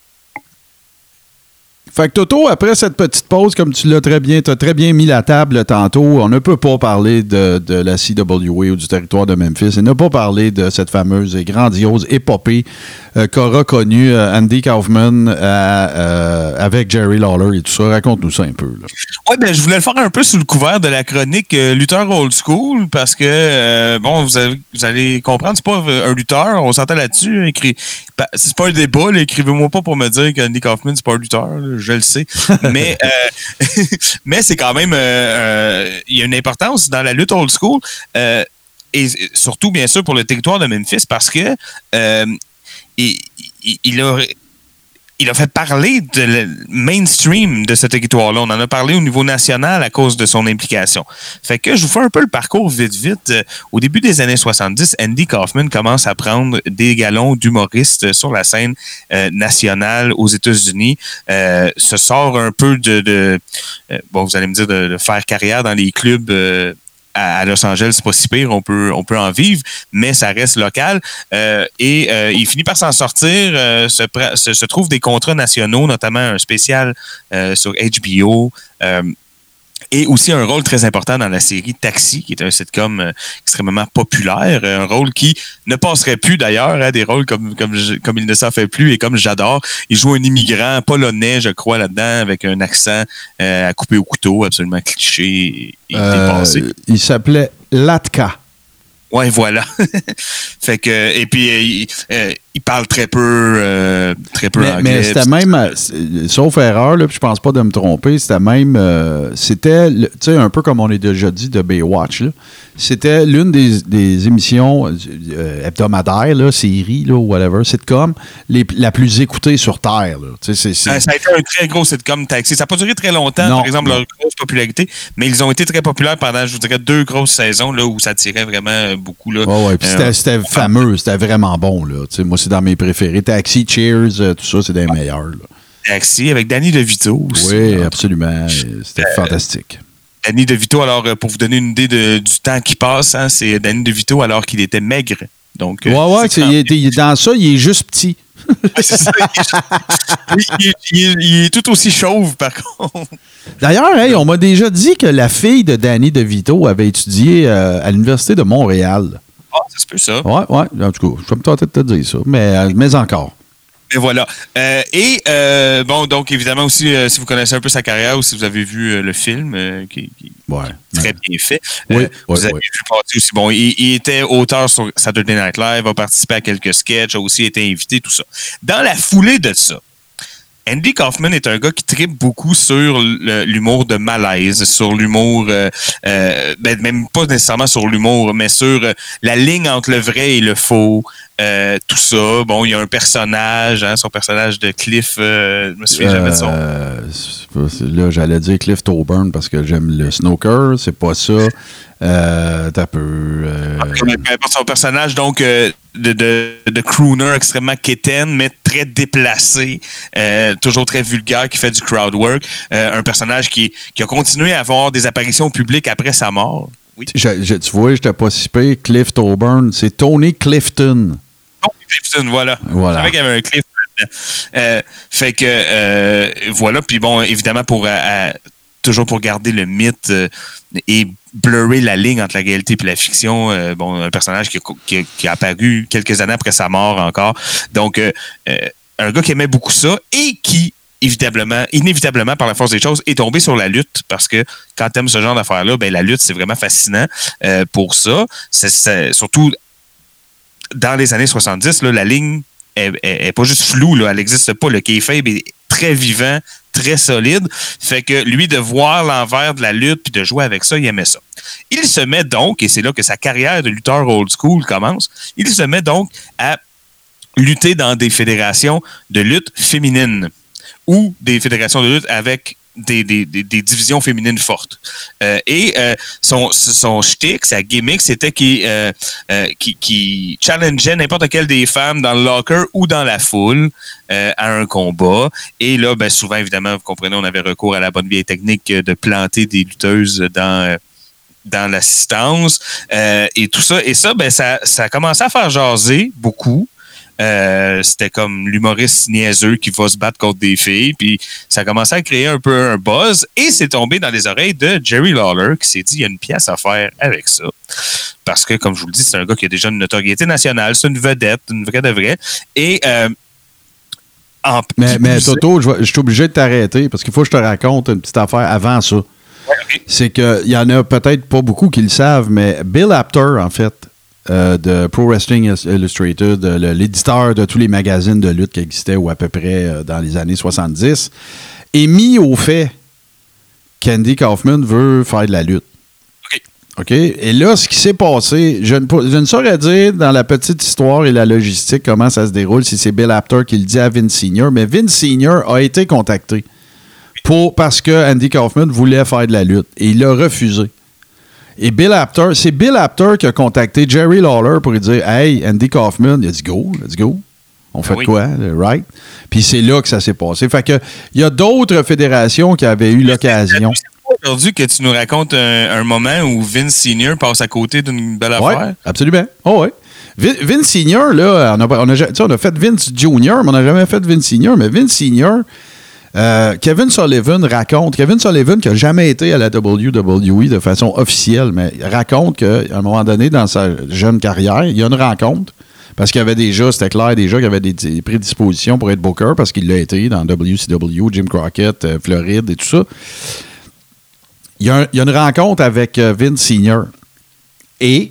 Fait que Toto, après cette petite pause, comme tu l'as très bien, tu as très bien mis la table tantôt, on ne peut pas parler de, de la C W A ou du territoire de Memphis et ne pas parler de cette fameuse et grandiose épopée euh, qu'aura connue euh, Andy Kaufman euh, euh, avec Jerry Lawler et tout ça. Raconte-nous ça un peu. Oui, ben je voulais le faire un peu sous le couvert de la chronique euh, lutteur old school parce que, euh, bon, vous, avez, vous allez comprendre, c'est pas un lutteur, on s'entend là-dessus. Écrit, c'est pas un débat, là, écrivez-moi pas pour me dire qu'Andy Kaufman, c'est pas un lutteur. Là, je le sais. mais euh, mais c'est quand même... Il euh, euh, y a une importance dans la lutte old school. Euh, et surtout, bien sûr, pour le territoire de Memphis, parce que euh, il, il, il a... Il a fait parler de le mainstream de ce territoire-là. On en a parlé au niveau national à cause de son implication. Fait que je vous fais un peu le parcours vite, vite. Au début des années soixante-dix, Andy Kaufman commence à prendre des galons d'humoriste sur la scène euh, nationale aux États-Unis. Euh, se sort un peu de... de euh, bon, vous allez me dire de, de faire carrière dans les clubs... Euh, à Los Angeles, c'est pas si pire, on peut, on peut en vivre, mais ça reste local. Euh, et euh, il finit par s'en sortir, euh, se, se, se trouve des contrats nationaux, notamment un spécial euh, sur H B O, euh, et aussi un rôle très important dans la série Taxi, qui est un sitcom euh, extrêmement populaire, un rôle qui ne passerait plus d'ailleurs, hein, des rôles comme, comme, je, comme il ne s'en fait plus et comme j'adore. Il joue un immigrant polonais, je crois, là-dedans, avec un accent euh, à couper au couteau, absolument cliché et, et euh, dépassé. Il s'appelait Latka. Ouais, voilà. Fait que et puis il, euh, il parle très peu, euh, très peu mais, anglais. Mais c'était même, sauf erreur, là, puis je pense pas de me tromper, c'était même, euh, c'était, tu sais, un peu comme on l'a déjà dit de Baywatch, là, c'était l'une des, des émissions euh, hebdomadaires, là, séries, là, ou whatever, sitcom, les, la plus écoutée sur Terre. Là. C'est, c'est... Ça a été un très gros sitcom Taxi. Ça n'a pas duré très longtemps, non, par exemple, non. leur grosse popularité, mais ils ont été très populaires pendant, je vous dirais, deux grosses saisons là, où ça tirait vraiment beaucoup. Là. Oh, ouais, puis c'était, c'était fameux, c'était vraiment bon. Là. Moi, c'est dans mes préférés. Taxi, Cheers, euh, tout ça, c'est des meilleurs. Là. Taxi avec Danny DeVito aussi. Oui, là. Absolument. C'était euh, fantastique. Danny DeVito, alors, pour vous donner une idée de, du temps qui passe, hein, c'est Danny DeVito alors qu'il était maigre. Donc, ouais, euh, ouais, c'est c'est, il est, dans ça, il est juste petit. Ouais, c'est ça. Il, il, il, il est tout aussi chauve, par contre. D'ailleurs, hey, on m'a déjà dit que la fille de Danny DeVito avait étudié euh, à l'Université de Montréal. Ah, ça se peut, ça. Oui, oui. En tout cas, je vais me tenter de te dire ça, mais, mais encore. Et voilà. Euh, et, euh, bon, donc, évidemment, aussi, euh, si vous connaissez un peu sa carrière ou si vous avez vu euh, le film, euh, qui, qui ouais, est très ouais. bien fait, oui, euh, oui, vous avez oui. vu passer aussi. Bon, il, il était auteur sur Saturday Night Live, a participé à quelques sketchs, a aussi été invité, tout ça. Dans la foulée de ça, Andy Kaufman est un gars qui tripe beaucoup sur le, l'humour de malaise, sur l'humour, euh, euh, ben, même pas nécessairement sur l'humour, mais sur euh, la ligne entre le vrai et le faux, euh, tout ça. Bon, il y a un personnage, hein, son personnage de Cliff, euh, je me souviens jamais de son... Euh, là, j'allais dire Cliff Toburn parce que j'aime le snooker, c'est pas ça. Euh, t'as peu... Euh... Son personnage, donc, euh, de, de, de crooner extrêmement quétaine, mais très déplacé, euh, toujours très vulgaire, qui fait du crowd work. Euh, un personnage qui, qui a continué à avoir des apparitions publiques après sa mort. Oui. Je, je, tu vois, je t'ai pas cipé. Cliff Toburn, c'est Tony Clifton. Tony Clifton, voilà. voilà. Je savais qu'il y avait un Cliff. Euh, fait que, euh, voilà. Puis bon, évidemment, pour... Euh, toujours pour garder le mythe euh, et blurrer la ligne entre la réalité et la fiction. Euh, bon, un personnage qui a, qui, a, qui a apparu quelques années après sa mort encore. Donc, euh, euh, un gars qui aimait beaucoup ça et qui, évitablement, inévitablement, par la force des choses, est tombé sur la lutte parce que quand tu aimes ce genre d'affaires-là, ben, la lutte, c'est vraiment fascinant euh, pour ça. C'est, c'est, surtout dans les années soixante-dix, là, la ligne est, est, est pas juste floue, là, elle n'existe pas. Le kayfabe est très vivant, très solide. Fait que lui, de voir l'envers de la lutte puis de jouer avec ça, il aimait ça. Il se met donc, et c'est là que sa carrière de lutteur old school commence, il se met donc à lutter dans des fédérations de lutte féminines ou des fédérations de lutte avec des, des, des, des divisions féminines fortes. Euh, et euh, son, son shtick, sa gimmick, c'était qu'il euh, euh, qui, qui challengeait n'importe quelle des femmes dans le locker ou dans la foule euh, à un combat. Et là, ben, souvent, évidemment, vous comprenez, on avait recours à la bonne vieille technique de planter des lutteuses dans... Euh, dans l'assistance euh, et tout ça. Et ça, ben ça, ça a commencé à faire jaser beaucoup. Euh, c'était comme l'humoriste niaiseux qui va se battre contre des filles, puis ça a commencé à créer un peu un buzz, et c'est tombé dans les oreilles de Jerry Lawler, qui s'est dit, il y a une pièce à faire avec ça. Parce que, comme je vous le dis, c'est un gars qui a déjà une notoriété nationale, c'est une vedette, une vraie de vraie, et... Euh, en, mais, mais Toto, je, je suis obligé de t'arrêter, parce qu'il faut que je te raconte une petite affaire avant ça. Ouais, okay. C'est qu'il y en a peut-être pas beaucoup qui le savent, mais Bill Apter, en fait, Euh, de Pro Wrestling Illustrated, le, l'éditeur de tous les magazines de lutte qui existaient ou à peu près euh, dans les années soixante-dix, est mis au fait qu'Andy Kaufman veut faire de la lutte. OK. OK? Et là, ce qui s'est passé, je ne, je ne saurais dire dans la petite histoire et la logistique comment ça se déroule, si c'est Bill Apter qui le dit à Vince Senior, mais Vince Senior a été contacté pour, parce que Andy Kaufman voulait faire de la lutte et il a refusé. Et Bill Apter, c'est Bill Apter qui a contacté Jerry Lawler pour lui dire « Hey, Andy Kaufman, il a dit go, let's go. On fait oui. quoi, right? » Puis c'est là que ça s'est passé. Fait que il y a d'autres fédérations qui avaient eu l'occasion. C'est pas aujourd'hui que tu nous racontes un, un moment où Vince Senior passe à côté d'une belle ouais, affaire. Absolument. Oh oui. Vince Senior, là, on a, on, a, on a fait Vince Junior, mais on n'a jamais fait Vince Senior. Mais Vince Senior... Euh, Kevin Sullivan raconte, Kevin Sullivan qui n'a jamais été à la W W E de façon officielle, mais il raconte qu'à un moment donné, dans sa jeune carrière, il y a une rencontre, parce qu'il y avait déjà, c'était clair déjà qu'il y avait des, des prédispositions pour être booker, parce qu'il l'a été dans W C W, Jim Crockett, euh, Floride et tout ça. Il y a, un, il y a une rencontre avec euh, Vince Senior. Et,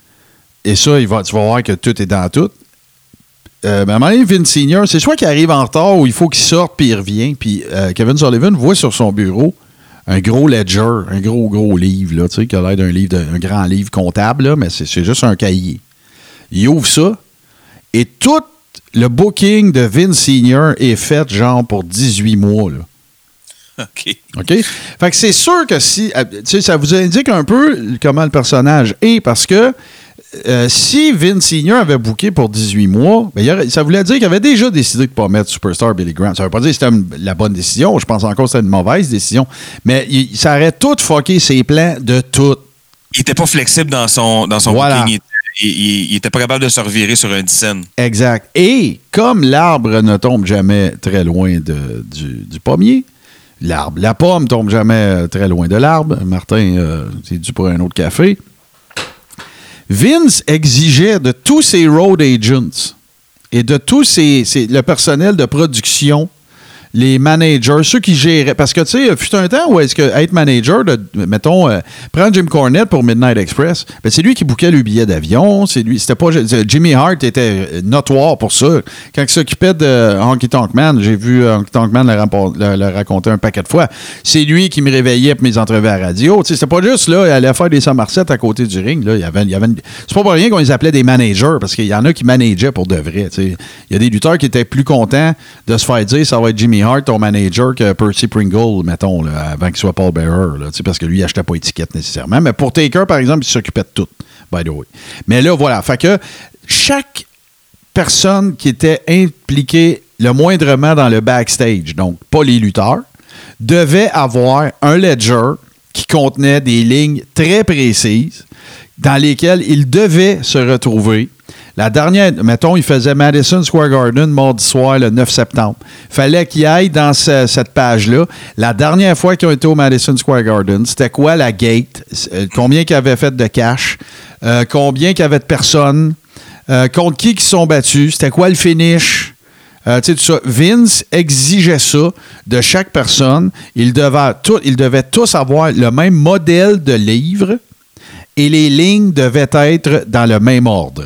et ça, il va, tu vas voir que tout est dans tout. Euh, ben, à un moment donné, Vince Senior, c'est soit qu'il arrive en retard ou il faut qu'il sorte puis il revient. Puis euh, Kevin Sullivan voit sur son bureau un gros ledger, un gros, gros livre, là, tu sais, qui a l'air d'un livre, d'un grand livre comptable, là, mais c'est, c'est juste un cahier. Il ouvre ça et tout le booking de Vince Senior est fait genre pour dix-huit mois, là. OK. OK? Fait que c'est sûr que si... Tu sais, ça vous indique un peu comment le personnage est, parce que Euh, si Vince Senior avait booké pour dix-huit mois, ben, aurait, ça voulait dire qu'il avait déjà décidé de ne pas mettre Superstar Billy Graham. Ça ne veut pas dire que c'était une, la bonne décision. Je pense encore que c'était une mauvaise décision. Mais il, ça aurait tout fucké ses plans de tout. Il n'était pas flexible dans son, dans son voilà. booking. Il n'était pas capable de se revirer sur un dix-scène. Exact. Et comme l'arbre ne tombe jamais très loin de, du, du pommier, l'arbre, la pomme ne tombe jamais très loin de l'arbre. Martin, euh, c'est dû pour un autre café. Vince exigeait de tous ses road agents et de tous ses, ses, le personnel de production, les managers, ceux qui géraient. Parce que, tu sais, fut un temps où est-ce que être manager, de, mettons, euh, prendre Jim Cornette pour Midnight Express, ben c'est lui qui bouquait le billet d'avion. C'est lui, c'était pas, Jimmy Hart était notoire pour ça. Quand il s'occupait de Honky Tonk Man, j'ai vu Honky Tonk Man le, le, le raconter un paquet de fois. C'est lui qui me réveillait pour mes entrevues à la radio. Tu sais, c'était pas juste, là, il allait faire des Somerset à côté du ring. Là. Il y avait, il y avait une, c'est pas pour rien qu'on les appelait des managers, parce qu'il y en a qui manageaient pour de vrai. Tu sais. Il y a des lutteurs qui étaient plus contents de se faire dire ça va être Jimmy Hart, ton manager, que Percy Pringle, mettons, là, avant qu'il soit Paul Bearer, là, parce que lui, il n'achetait pas d'étiquette nécessairement. Mais pour Taker, par exemple, il s'occupait de tout, by the way. Mais là, voilà. Fait que chaque personne qui était impliquée le moindrement dans le backstage, donc pas les lutteurs, devait avoir un ledger qui contenait des lignes très précises dans lesquelles il devait se retrouver. La dernière, mettons, il faisait Madison Square Garden mardi soir, le neuf septembre. Il fallait qu'il aille dans ce, cette page-là. La dernière fois qu'ils ont été au Madison Square Garden, c'était quoi la gate? Euh, combien qu'ils avaient fait de cash? Euh, combien qu'il y avait de personnes? Euh, contre qui ils se sont battus? C'était quoi le finish? Euh, tu sais, tout ça. Vince exigeait ça de chaque personne. Ils devaient, tout, ils devaient tous avoir le même modèle de livre et les lignes devaient être dans le même ordre.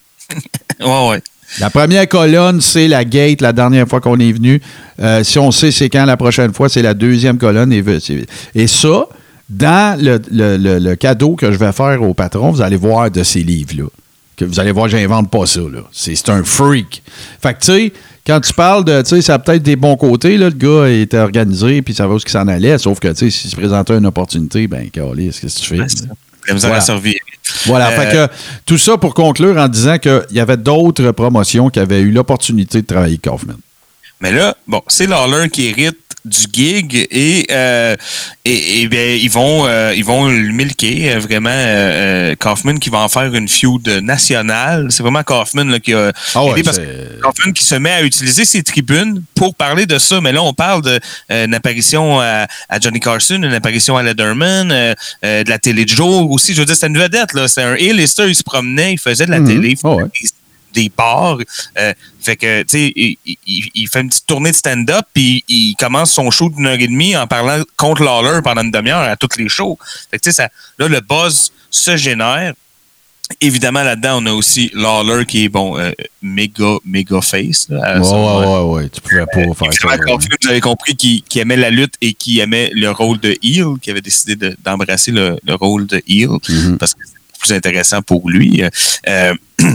Ouais, ouais. La première colonne, c'est la gate, la dernière fois qu'on est venu. Euh, si on sait c'est quand la prochaine fois, c'est la deuxième colonne. Et, et ça, dans le, le, le, le cadeau que je vais faire au patron, vous allez voir de ces livres-là. Que vous allez voir, j'invente pas ça. Là. C'est, c'est un freak. Fait que, tu sais, quand tu parles de, tu sais, ça a peut-être des bons côtés, là, le gars était organisé, puis ça va où ce qu'il s'en allait, sauf que, tu sais, s'il se présentait une opportunité, ben, qu'est-ce que tu fais? Ouais, voilà. Voilà, euh, fait que tout ça pour conclure en disant qu'il y avait d'autres promotions qui avaient eu l'opportunité de travailler avec Kaufman. Mais là, bon, c'est Lawler qui hérite du gig et, euh, et, et bien, ils vont euh, ils vont le milquer euh, vraiment euh, Kaufman qui va en faire une feud nationale. C'est vraiment Kaufman là, qui a Ah ouais, aidé parce que Kaufman qui se met à utiliser ses tribunes pour parler de ça. Mais là, on parle de, euh, une apparition à, à Johnny Carson, une apparition à Letterman, euh, euh, de la télé de jour aussi. Je veux dire, c'était une vedette, là. C'était un A-lister, il se promenait, il faisait de la mm-hmm. télé, il oh ouais. des, des bars. Euh, fait que, tu sais, il, il, il fait une petite tournée de stand-up, puis il commence son show d'une heure et demie en parlant contre Lawler pendant une demi-heure à tous les shows. Fait que, tu sais, ça, là, le buzz se génère. Évidemment, là-dedans, on a aussi Lawler qui est, bon, euh, méga, méga face. Là, ouais, ouais, ouais, ouais, tu pouvais pas euh, faire ça. Quand vous avez compris qu'il, qu'il aimait la lutte et qu'il aimait le rôle de heel, qu'il avait décidé de, d'embrasser le, le rôle de heel, mm-hmm. parce que c'est plus intéressant pour lui. Euh,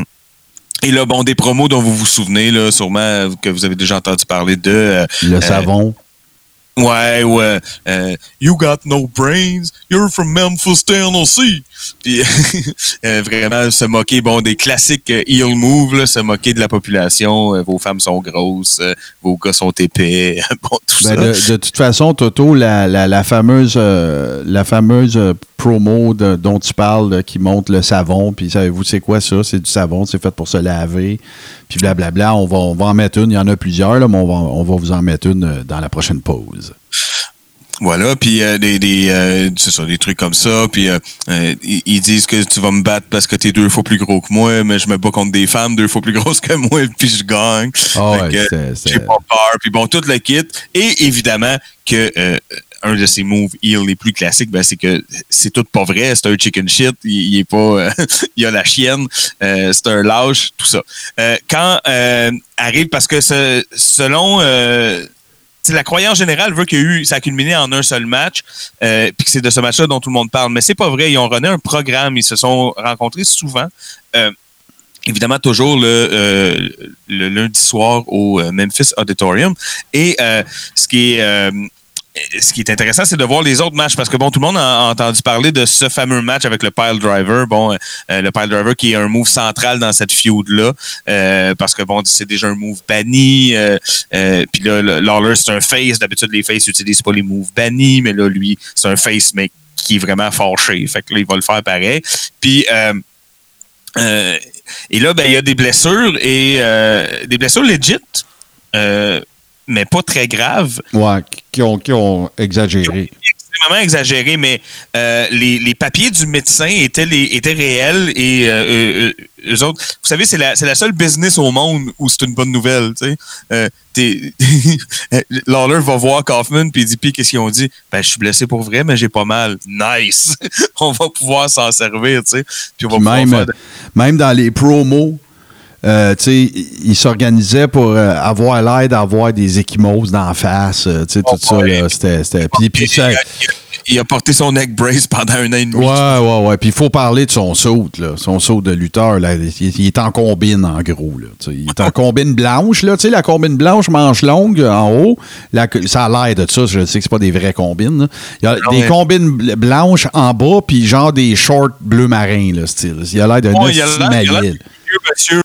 Et là, bon, des promos dont vous vous souvenez, là, sûrement que vous avez déjà entendu parler de... Euh, le savon. Euh, ouais, ouais. Euh, you got no brains, you're from Memphis, Tennessee. Puis, euh, vraiment, se moquer, bon, des classiques euh, heel moves, là, se moquer de la population. Euh, vos femmes sont grosses, euh, vos gars sont épais, bon, tout ben ça. De, de toute façon, Toto, la, la, la fameuse, euh, la fameuse euh, promo de, dont tu parles, là, qui montre le savon, puis savez-vous, c'est quoi ça? C'est du savon, c'est fait pour se laver, puis blablabla. On va, on va en mettre une, il y en a plusieurs, là, mais on va, on va vous en mettre une dans la prochaine pause. Voilà, puis euh, des, des, euh, c'est ça, des trucs comme ça, puis euh, euh, ils disent que tu vas me battre parce que t'es deux fois plus gros que moi, mais je me bats contre des femmes deux fois plus grosses que moi, puis je gagne. Oh ouais, que, c'est, c'est... j'ai pas peur, puis bon, tout le kit. Et évidemment que euh, un de ses moves heel les plus classiques, ben, c'est que c'est tout pas vrai, c'est un chicken shit, il, il est pas, euh, il a la chienne, euh, c'est un lâche, tout ça. Euh, quand euh, arrive, parce que ce, selon... Euh, T'sais, la croyance générale veut qu'il y a eu, ça a culminé en un seul match, euh, puis que c'est de ce match-là dont tout le monde parle. Mais c'est pas vrai. Ils ont runné un programme. Ils se sont rencontrés souvent. Euh, évidemment, toujours le, euh, le lundi soir au Memphis Auditorium. Et euh, ce qui est... Euh, Ce qui est intéressant, c'est de voir les autres matchs parce que bon, tout le monde a entendu parler de ce fameux match avec le pile driver. Bon, euh, le pile driver qui est un move central dans cette feud-là euh, parce que bon, c'est déjà un move banni. Euh, euh, Puis là, Lawler, c'est un face. D'habitude, les faces n'utilisent pas les moves bannis, mais là, lui, c'est un face, mais qui est vraiment fâché. Fait que là, il va le faire pareil. Puis... Euh, euh, et là, ben, il y a des blessures et euh, des blessures legit. Euh, mais pas très graves. Ouais, qui ont, qui ont exagéré. Qui ont extrêmement exagéré, mais euh, les, les papiers du médecin étaient, les, étaient réels et euh, euh, eux autres, vous savez, c'est la, c'est la seule business au monde où c'est une bonne nouvelle. Tu sais. Euh, t'es, Lawler va voir Kaufman puis il dit, puis qu'est-ce qu'ils ont dit? Ben, je suis blessé pour vrai, mais j'ai pas mal. Nice! On va pouvoir s'en servir, tu sais. Puis on va pouvoir même, faire de... même dans les promos, Euh, il s'organisait pour euh, avoir l'air d'avoir des échymoses d'en face, euh, tout oh, ça, ouais. là, c'était... c'était puis, puis ça, il, a, il a porté son neck brace pendant un an et demi. Ouais, ouais, ouais. Puis il faut parler de son saut, là, son saut de lutteur. Là, il, il est en combine, en gros. Là, il est en combine blanche. Là, la combine blanche, manche longue, en haut. La, ça a l'air de ça. Je sais que c'est pas des vraies combines. Là. Il y a non, des mais... combines blanches en bas, puis genre des shorts bleu marin, là, style. Il a l'air d'un oh, monsieur. monsieur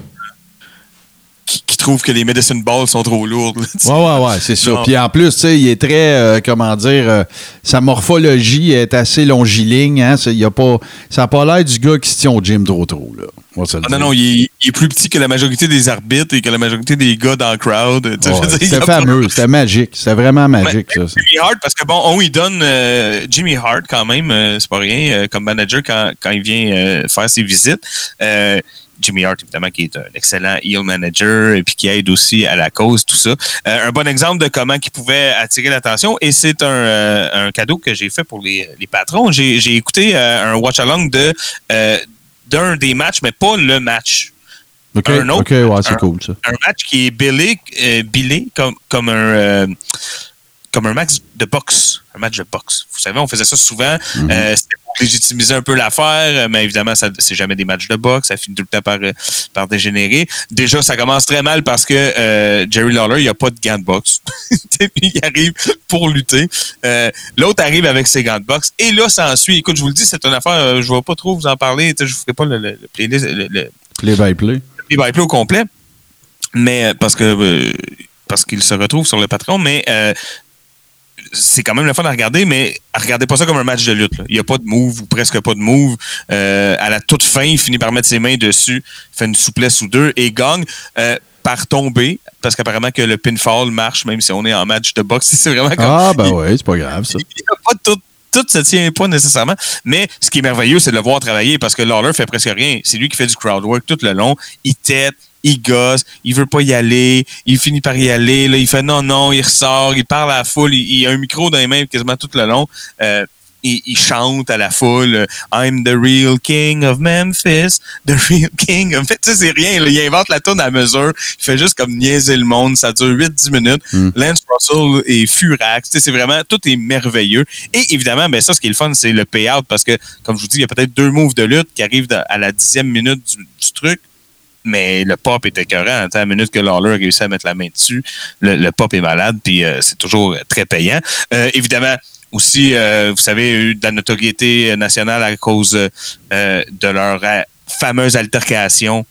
Qui, qui trouve que les medicine balls sont trop lourdes. Là, ouais, ouais, ouais, c'est ça. Puis en plus, tu sais, il est très, euh, comment dire, euh, sa morphologie est assez longiligne. Hein, y a pas, ça n'a pas l'air du gars qui se tient au gym trop trop. Là. Ah, non, non, il est, il est plus petit que la majorité des arbitres et que la majorité des gars dans le crowd. Ouais, c'était fameux, pas... c'était magique. C'était vraiment magique, mais, ça. Jimmy Hart, parce que bon, on lui donne euh, Jimmy Hart quand même, euh, c'est pas rien, euh, comme manager quand, quand il vient euh, faire ses visites. Euh, Jimmy Hart, évidemment, qui est un excellent heel manager et puis qui aide aussi à la cause, tout ça. Euh, un bon exemple de comment il pouvait attirer l'attention et c'est un, euh, un cadeau que j'ai fait pour les, les patrons. J'ai, j'ai écouté euh, un watch-along de, euh, d'un des matchs, mais pas le match. OK, un autre, okay ouais, c'est un, cool, ça. Un match qui est billé, euh, billé comme, comme un... Euh, comme un match de boxe. Un match de boxe. Vous savez, on faisait ça souvent. Mm-hmm. Euh, c'était pour légitimiser un peu l'affaire, mais évidemment, ça, c'est jamais des matchs de boxe. Ça finit tout le temps par, par dégénérer. Déjà, ça commence très mal parce que euh, Jerry Lawler, il n'y a pas de gants de boxe. Il arrive pour lutter. Euh, l'autre arrive avec ses gants de boxe. Et là, ça ensuit. Écoute, je vous le dis, c'est une affaire, euh, je ne vais pas trop vous en parler. Je ne vous ferai pas le, le, le playlist. Le, le, play by play. Le play by play au complet. Mais parce que... Euh, parce qu'il se retrouve sur le Patreon, mais euh, c'est quand même le fun à regarder, mais regardez pas ça comme un match de lutte. Là. Il n'y a pas de move ou presque pas de move. Euh, à la toute fin, il finit par mettre ses mains dessus, fait une souplesse ou deux et gagne euh, par tomber, parce qu'apparemment que le pinfall marche même si on est en match de boxe. C'est vraiment comme... Ah, ben oui, c'est pas grave, ça. Il n'y a pas tout... Tout se tient pas nécessairement, mais ce qui est merveilleux, c'est de le voir travailler parce que Lawler fait presque rien. C'est lui qui fait du crowd work tout le long. Il tête, il gosse, il veut pas y aller, il finit par y aller. Là, il fait non, non, il ressort, il parle à la foule, il, il a un micro dans les mains quasiment tout le long. Euh, il, il chante à la foule « I'm the real king of Memphis, the real king of... » Tu sais, c'est rien, là, il invente la tourne à mesure, il fait juste comme niaiser le monde, ça dure huit dix minutes. Mm. Lance Russell est furax, tu sais, c'est vraiment, tout est merveilleux. Et évidemment, ben ça, ce qui est le fun, c'est le payout, parce que, comme je vous dis, il y a peut-être deux moves de lutte qui arrivent de, à la dixième minute du, du truc, mais le pop est écœurant. À la minute que Lawler a réussi à mettre la main dessus, le, le pop est malade, puis euh, c'est toujours très payant. Euh, évidemment, aussi, euh, vous savez, eu de la notoriété nationale à cause euh, de leur euh, fameuse altercation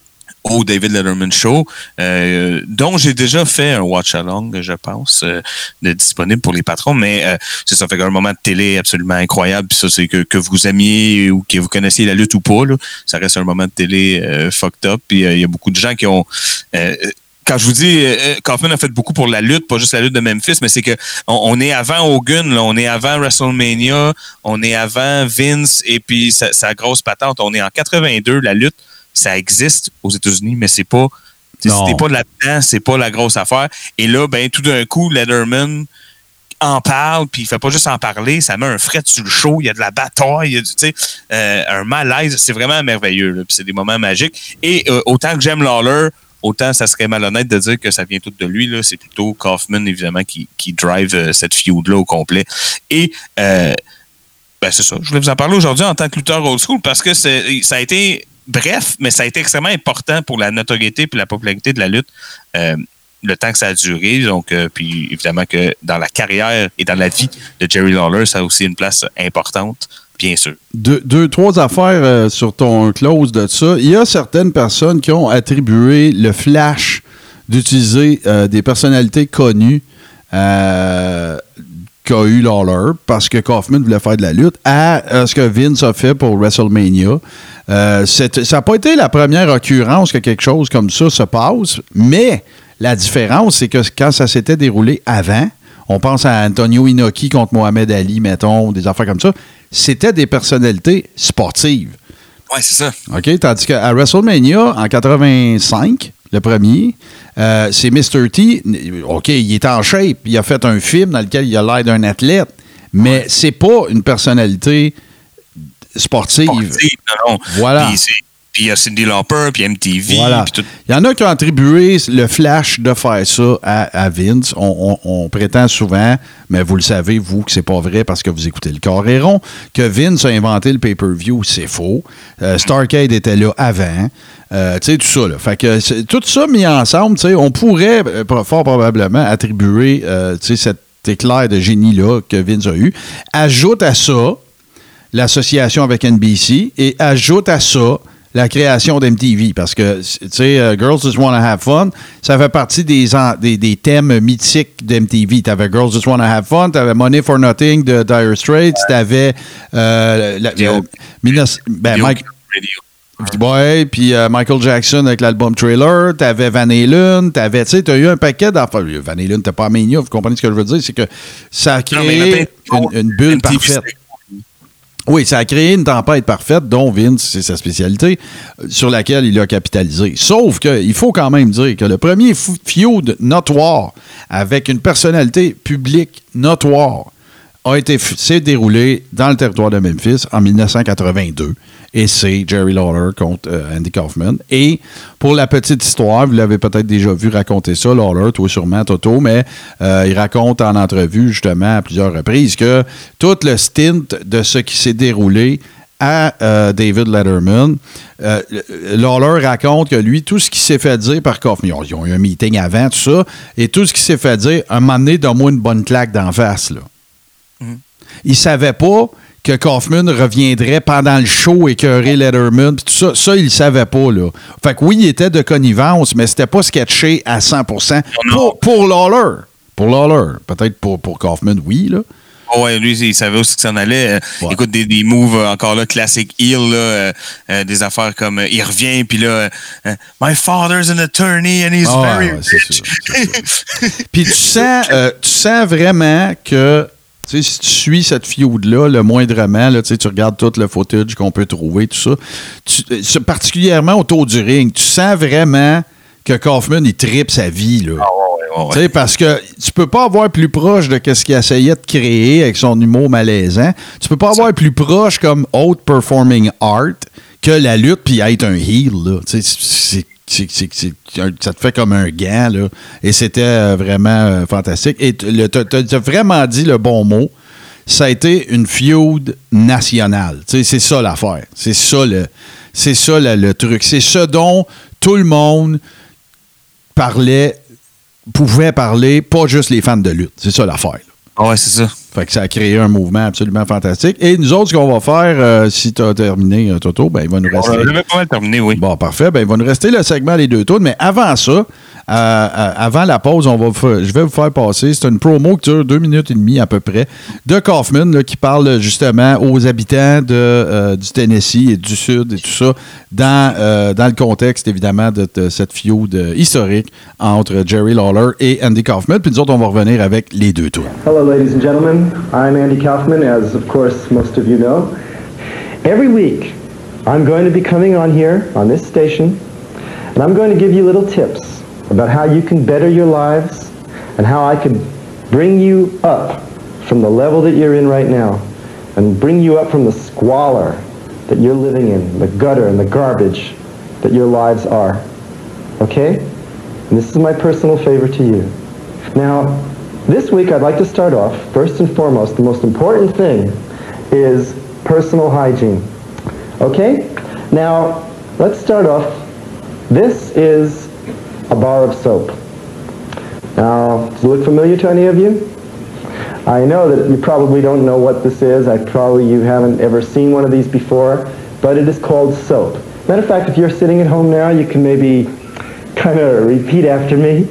au David Letterman Show, euh, dont j'ai déjà fait un watch-along, je pense, euh, de disponible pour les patrons, mais euh, c'est ça, fait un moment de télé absolument incroyable, puis ça, c'est que, que vous aimiez ou que vous connaissiez la lutte ou pas, là, ça reste un moment de télé euh, fucked up, puis il euh, y a beaucoup de gens qui ont... Euh, Quand je vous dis, euh, Kaufman a fait beaucoup pour la lutte, pas juste la lutte de Memphis, mais c'est que on, on est avant Hogan, là, on est avant WrestleMania, on est avant Vince et puis sa, sa grosse patente. On est en quatre-vingt-deux, la lutte, ça existe aux États-Unis, mais c'est pas, si t'es pas là-dedans, c'est pas la grosse affaire. Et là, ben tout d'un coup, Letterman en parle, puis il fait pas juste en parler, ça met un fret sur le show, il y a de la bataille, il y a du, tu sais, euh, un malaise, c'est vraiment merveilleux, là, puis c'est des moments magiques. Et euh, autant que j'aime Lawler, autant ça serait malhonnête de dire que ça vient tout de lui. Là. C'est plutôt Kaufman, évidemment, qui, qui drive euh, cette feud-là au complet. Et euh, ben c'est ça. Je voulais vous en parler aujourd'hui en tant que lutteur old school parce que c'est, ça a été bref, mais ça a été extrêmement important pour la notoriété et la popularité de la lutte. Euh, le temps que ça a duré. Donc, euh, puis évidemment que dans la carrière et dans la vie de Jerry Lawler, ça a aussi une place importante. Bien sûr. Deux, deux trois affaires euh, sur ton close de ça. Il y a certaines personnes qui ont attribué le flash d'utiliser euh, des personnalités connues euh, qu'a eu Lawler parce que Kaufman voulait faire de la lutte à, à ce que Vince a fait pour WrestleMania. Euh, ça n'a pas été la première occurrence que quelque chose comme ça se passe, mais la différence, c'est que quand ça s'était déroulé avant, on pense à Antonio Inoki contre Mohamed Ali, mettons, des affaires comme ça, c'était des personnalités sportives. Oui, c'est ça. OK? Tandis qu'à WrestleMania, en quatre-vingt-cinq, le premier, euh, c'est mister T. OK, il est en shape. Il a fait un film dans lequel il a l'air d'un athlète, mais ouais. c'est pas une personnalité sportive. Sportive, non, non. Voilà. Puis c'est... Puis il y a Cyndi Lauper, puis M T V. Voilà. Puis tout. Il y en a qui ont attribué le flash de faire ça à, à Vince. On, on, on prétend souvent, mais vous le savez, vous, que c'est pas vrai parce que vous écoutez le Carré rond, que Vince a inventé le pay-per-view. C'est faux. Euh, Starrcade était là avant. Euh, tu sais, tout ça. Là. Fait que tout ça mis ensemble, tu sais, on pourrait euh, fort probablement attribuer euh, tu sais, cet éclair de génie-là que Vince a eu. Ajoute à ça l'association avec N B C et ajoute à ça la création d'M T V, parce que, tu sais, uh, Girls Just Wanna Have Fun, ça fait partie des, en, des, des thèmes mythiques d'M T V. T'avais Girls Just Wanna Have Fun, t'avais Money for Nothing de Dire Straits, t'avais... Euh, la, euh, ben, Mike, ouais, puis euh, Michael Jackson avec l'album Thriller, t'avais Van Halen, t'avais, tu sais, t'as eu un paquet d'affaires. Van Halen, t'as pas à Mania, vous comprenez ce que je veux dire? C'est que ça a créé non, une, une bulle parfaite. Oui, ça a créé une tempête parfaite, dont Vince, c'est sa spécialité, sur laquelle il a capitalisé. Sauf qu'il faut quand même dire que le premier feud notoire avec une personnalité publique notoire a été s'est déroulé dans le territoire de Memphis en dix-neuf cent quatre-vingt-deux. Et c'est Jerry Lawler contre euh, Andy Kaufman. Et pour la petite histoire, vous l'avez peut-être déjà vu raconter ça, Lawler, toi sûrement, Toto, mais euh, il raconte en entrevue, justement, à plusieurs reprises, que tout le stint de ce qui s'est déroulé à euh, David Letterman, euh, Lawler raconte que lui, tout ce qui s'est fait dire par Kaufman, ils ont eu un meeting avant, tout ça, et tout ce qui s'est fait dire, un moment donné, donne-moi une bonne claque d'en face, là. Mm-hmm. Il savait pas que Kaufman reviendrait pendant le show écœurer Letterman, puis tout ça, ça, il le savait pas, là. Fait que oui, il était de connivence, mais c'était pas sketché à cent pour cent pour, pour Lawler. Pour Lawler. Peut-être pour, pour Kaufman, oui, là. Oh ouais, lui, il savait aussi que ça en allait. Ouais. Écoute, des, des moves euh, encore là, classique heel, là, euh, euh, des affaires comme euh, il revient, puis là, euh, My father's an attorney and he's oh, very ouais, rich. C'est sûr, c'est sûr. Puis tu sens, euh, tu sens vraiment que, tu sais, si tu suis cette feud-là, le moindrement, là, tu regardes tout le footage qu'on peut trouver, tout ça, tu, particulièrement autour du ring, tu sens vraiment que Kaufman, il tripe sa vie, là. Oh, Oh, ouais. Parce que tu peux pas avoir plus proche de ce qu'il essayait de créer avec son humour malaisant. Tu peux pas avoir plus proche comme haute performing art que la lutte puis être un heel. Là. C'est, c'est, c'est, c'est, c'est, ça te fait comme un gant. Là. Et c'était vraiment euh, fantastique. Et tu as vraiment dit le bon mot. Ça a été une feud nationale. T'sais, c'est ça l'affaire. C'est ça le, c'est ça le, le truc. C'est ce dont tout le monde parlait pouvaient parler, pas juste les fans de lutte. C'est ça l'affaire. Ah ouais, c'est ça. Fait que ça a créé un mouvement absolument fantastique. Et nous autres, ce qu'on va faire, euh, si tu as terminé, Toto, ben il va nous rester... On avait pas mal terminé, oui. Bon, parfait. Ben il va nous rester le segment Les Deux Tours. Mais avant ça, euh, euh, avant la pause, on va f- je vais vous faire passer. C'est une promo qui dure deux minutes et demie à peu près, de Kaufman, là, qui parle justement aux habitants de, euh, du Tennessee et du Sud et tout ça, dans, euh, dans le contexte, évidemment, de, de cette feud historique entre Jerry Lawler et Andy Kaufman. Puis nous autres, on va revenir avec Les Deux Tours. Hello, ladies and gentlemen. I'm Andy Kaufman, as of course most of you know. Every week, I'm going to be coming on here, on this station, and I'm going to give you little tips about how you can better your lives and how I could bring you up from the level that you're in right now and bring you up from the squalor that you're living in, the gutter and the garbage that your lives are. Okay? And this is my personal favor to you. Now, this week, I'd like to start off, first and foremost, the most important thing is personal hygiene. Okay? Now, let's start off. This is a bar of soap. Now, does it look familiar to any of you? I know that you probably don't know what this is. I probably you haven't ever seen one of these before, but it is called soap. Matter of fact, if you're sitting at home now, you can maybe kind of repeat after me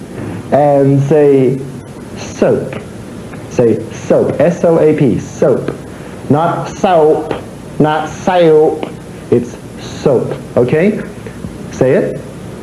and say, soap. Say soap. S O A P. Soap. Not soap. Not soap. It's soap. Okay? Say it.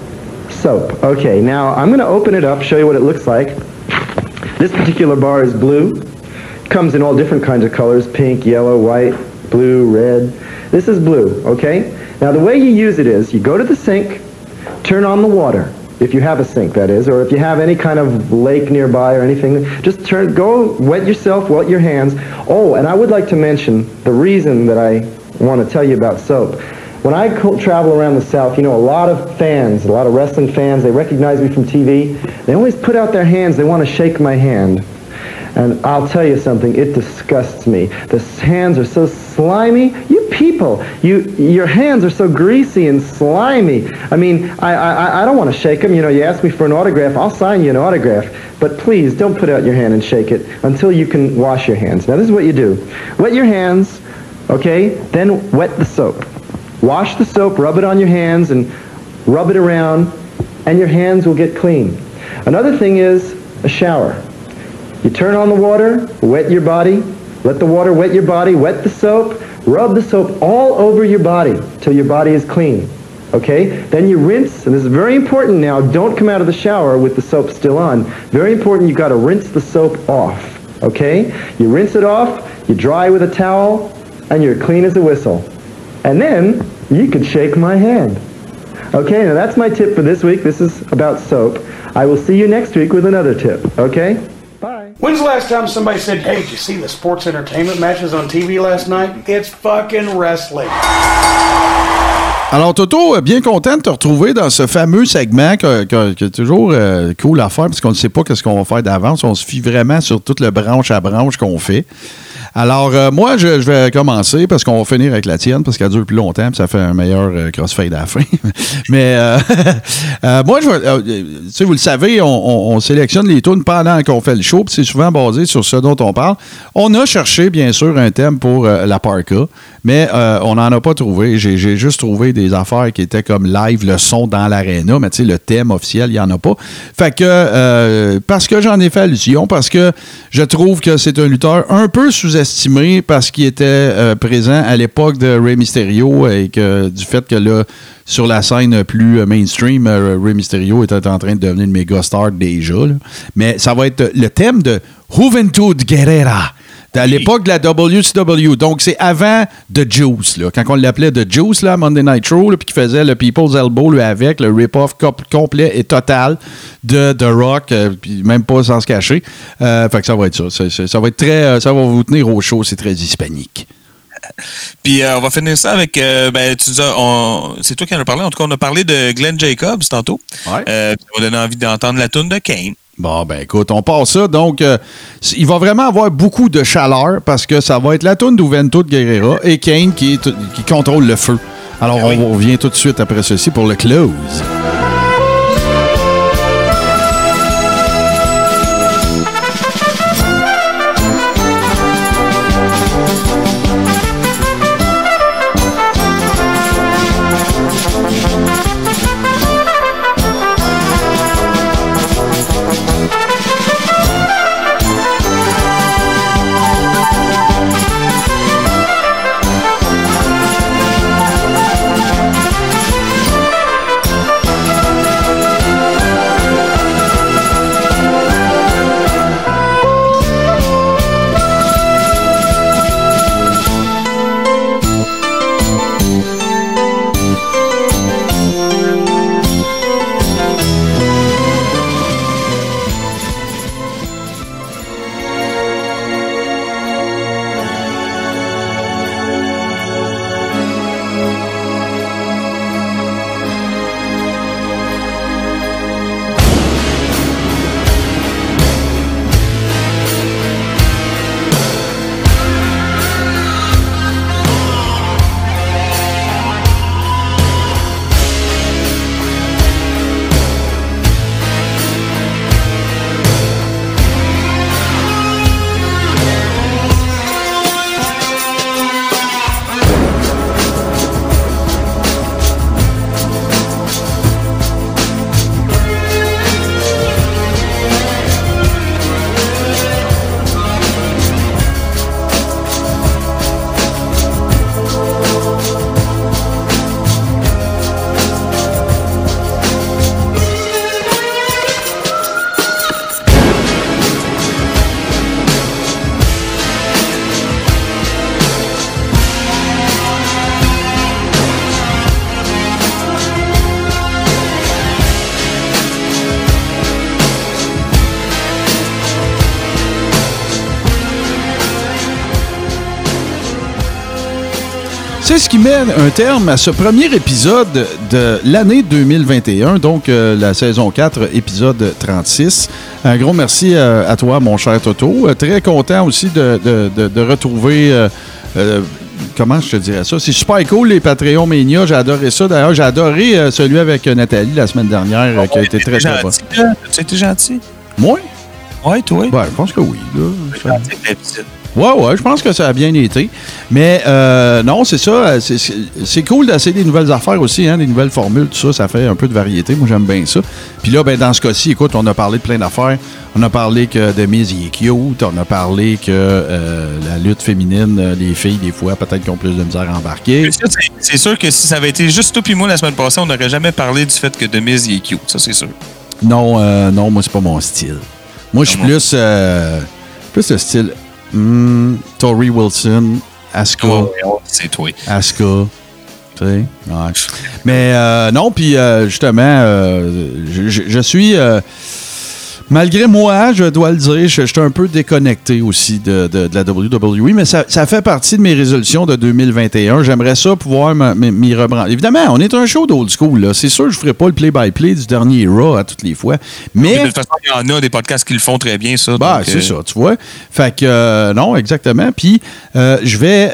Soap. Okay, now I'm going to open it up, show you what it looks like. This particular bar is blue. It comes in all different kinds of colors. Pink, yellow, white, blue, red. This is blue, okay? Now the way you use it is you go to the sink, turn on the water. If you have a sink, that is, or if you have any kind of lake nearby or anything, just turn, go wet yourself, wet your hands. Oh, and I would like to mention the reason that I want to tell you about soap. When I co- travel around the South, you know, a lot of fans, a lot of wrestling fans, they recognize me from T V. They always put out their hands. They want to shake my hand. And I'll tell you something, it disgusts me. The hands are so slimy. You people, you, your hands are so greasy and slimy. I mean, I, I, I don't want to shake them. You know, you ask me for an autograph, I'll sign you an autograph. But please, don't put out your hand and shake it until you can wash your hands. Now, this is what you do. Wet your hands, okay? Then wet the soap. Wash the soap, rub it on your hands, and rub it around, and your hands will get clean. Another thing is a shower. You turn on the water, wet your body, let the water wet your body, wet the soap, rub the soap all over your body till your body is clean. Okay? Then you rinse, and this is very important now, don't come out of the shower with the soap still on. Very important, you've got to rinse the soap off. Okay? You rinse it off, you dry with a towel, and you're clean as a whistle. And then you can shake my hand. Okay, now that's my tip for this week. This is about soap. I will see you next week with another tip. Okay? Bye. When's the last time somebody said, hey, did you see the sports entertainment matches on T V last night? It's fucking wrestling. Alors, Toto, bien content de te retrouver dans ce fameux segment qui est toujours euh, cool à faire parce qu'on ne sait pas ce qu'on va faire d'avance. On se fie vraiment sur toute le branche à branche qu'on fait. Alors, euh, moi, je, je vais commencer parce qu'on va finir avec la tienne parce qu'elle dure plus longtemps puis ça fait un meilleur euh, crossfade à la fin. Mais euh, euh, moi, je vais, euh, tu sais, vous le savez, on, on, on sélectionne les tunes pendant qu'on fait le show puis c'est souvent basé sur ce dont on parle. On a cherché, bien sûr, un thème pour euh, la parka, mais euh, on n'en a pas trouvé. J'ai, j'ai juste trouvé des affaires qui étaient comme live, le son dans l'aréna, mais tu sais, le thème officiel, il n'y en a pas. Fait que, euh, parce que j'en ai fait allusion, parce que je trouve que c'est un lutteur un peu sous-estimé parce qu'il était euh, présent à l'époque de Rey Mysterio et que du fait que là, sur la scène plus mainstream, euh, Rey Mysterio était en train de devenir une méga star déjà. Là. Mais ça va être le thème de Juventud Guerrera. À l'époque de la W C W. Donc, c'est avant The Juice, là, quand on l'appelait The Juice, là, Monday Nitro, puis qui faisait le People's Elbow là, avec le rip-off cop- complet et total de The Rock, euh, puis même pas sans se cacher. Euh, fait que ça va être ça. C'est, c'est, ça va être très... Euh, ça va vous tenir au chaud. C'est très hispanique. Puis euh, on va finir ça avec, euh, ben tu dis, on, c'est toi qui en as parlé. En tout cas, on a parlé de Glenn Jacobs tantôt. Ouais. Euh, ça va donner envie d'entendre la tune de Kane. Bon, ben écoute, on passe ça. Donc, euh, il va vraiment avoir beaucoup de chaleur parce que ça va être la toune d'Juventud Guerrera et Kane qui, est, qui contrôle le feu. Alors, on, on revient tout de suite après ceci pour le close. C'est ce qui met un terme à ce premier épisode de l'année deux mille vingt et un, donc euh, la saison quatre, épisode trente-six. Un gros merci euh, à toi, mon cher Toto. Euh, très content aussi de, de, de, de retrouver... Euh, euh, comment je te dirais ça? C'est super cool, les Patreon Mania. J'ai adoré ça. D'ailleurs, j'ai adoré euh, celui avec Nathalie la semaine dernière, euh, qui a été très, très bon. Tu été gentil? Moi? Oui, toi? Ben, je pense que oui. Là. Ça... Ouais, ouais, je pense que ça a bien été. Mais euh, non, c'est ça. C'est, c'est, c'est cool d'essayer des nouvelles affaires aussi, hein, des nouvelles formules, tout ça. Ça fait un peu de variété. Moi, j'aime bien ça. Puis là, ben, dans ce cas-ci, écoute, on a parlé de plein d'affaires. On a parlé que The Miz, il est cute. On a parlé que euh, la lutte féminine, les filles, des fois, peut-être qu'ils ont plus de misère à embarquer. C'est, c'est sûr que si ça avait été juste toi puis moi la semaine passée, on n'aurait jamais parlé du fait que The Miz, il est cute. Ça, c'est sûr. Non, euh, non, moi, c'est pas mon style. Moi, je suis plus, euh, plus le style... Mm, Tori Wilson, Asuka. Oh, oh, c'est toi. Asuka. Tu sais? Ouais. Mais euh, non, puis euh, justement, euh, je, je, je suis. Euh, malgré moi, je dois le dire, je, je suis un peu déconnecté aussi de, de, de la W W E, mais ça, ça fait partie de mes résolutions de deux mille vingt et un. J'aimerais ça pouvoir m'y rebrancher. Évidemment, on est un show d'old school, là. C'est sûr, je ne ferai pas le play-by-play du dernier Raw à toutes les fois. Mais de toute façon, il y en a des podcasts qui le font très bien, ça. Bah, donc, c'est euh... ça, tu vois. Fait que, euh, non, exactement. Puis, euh, je vais...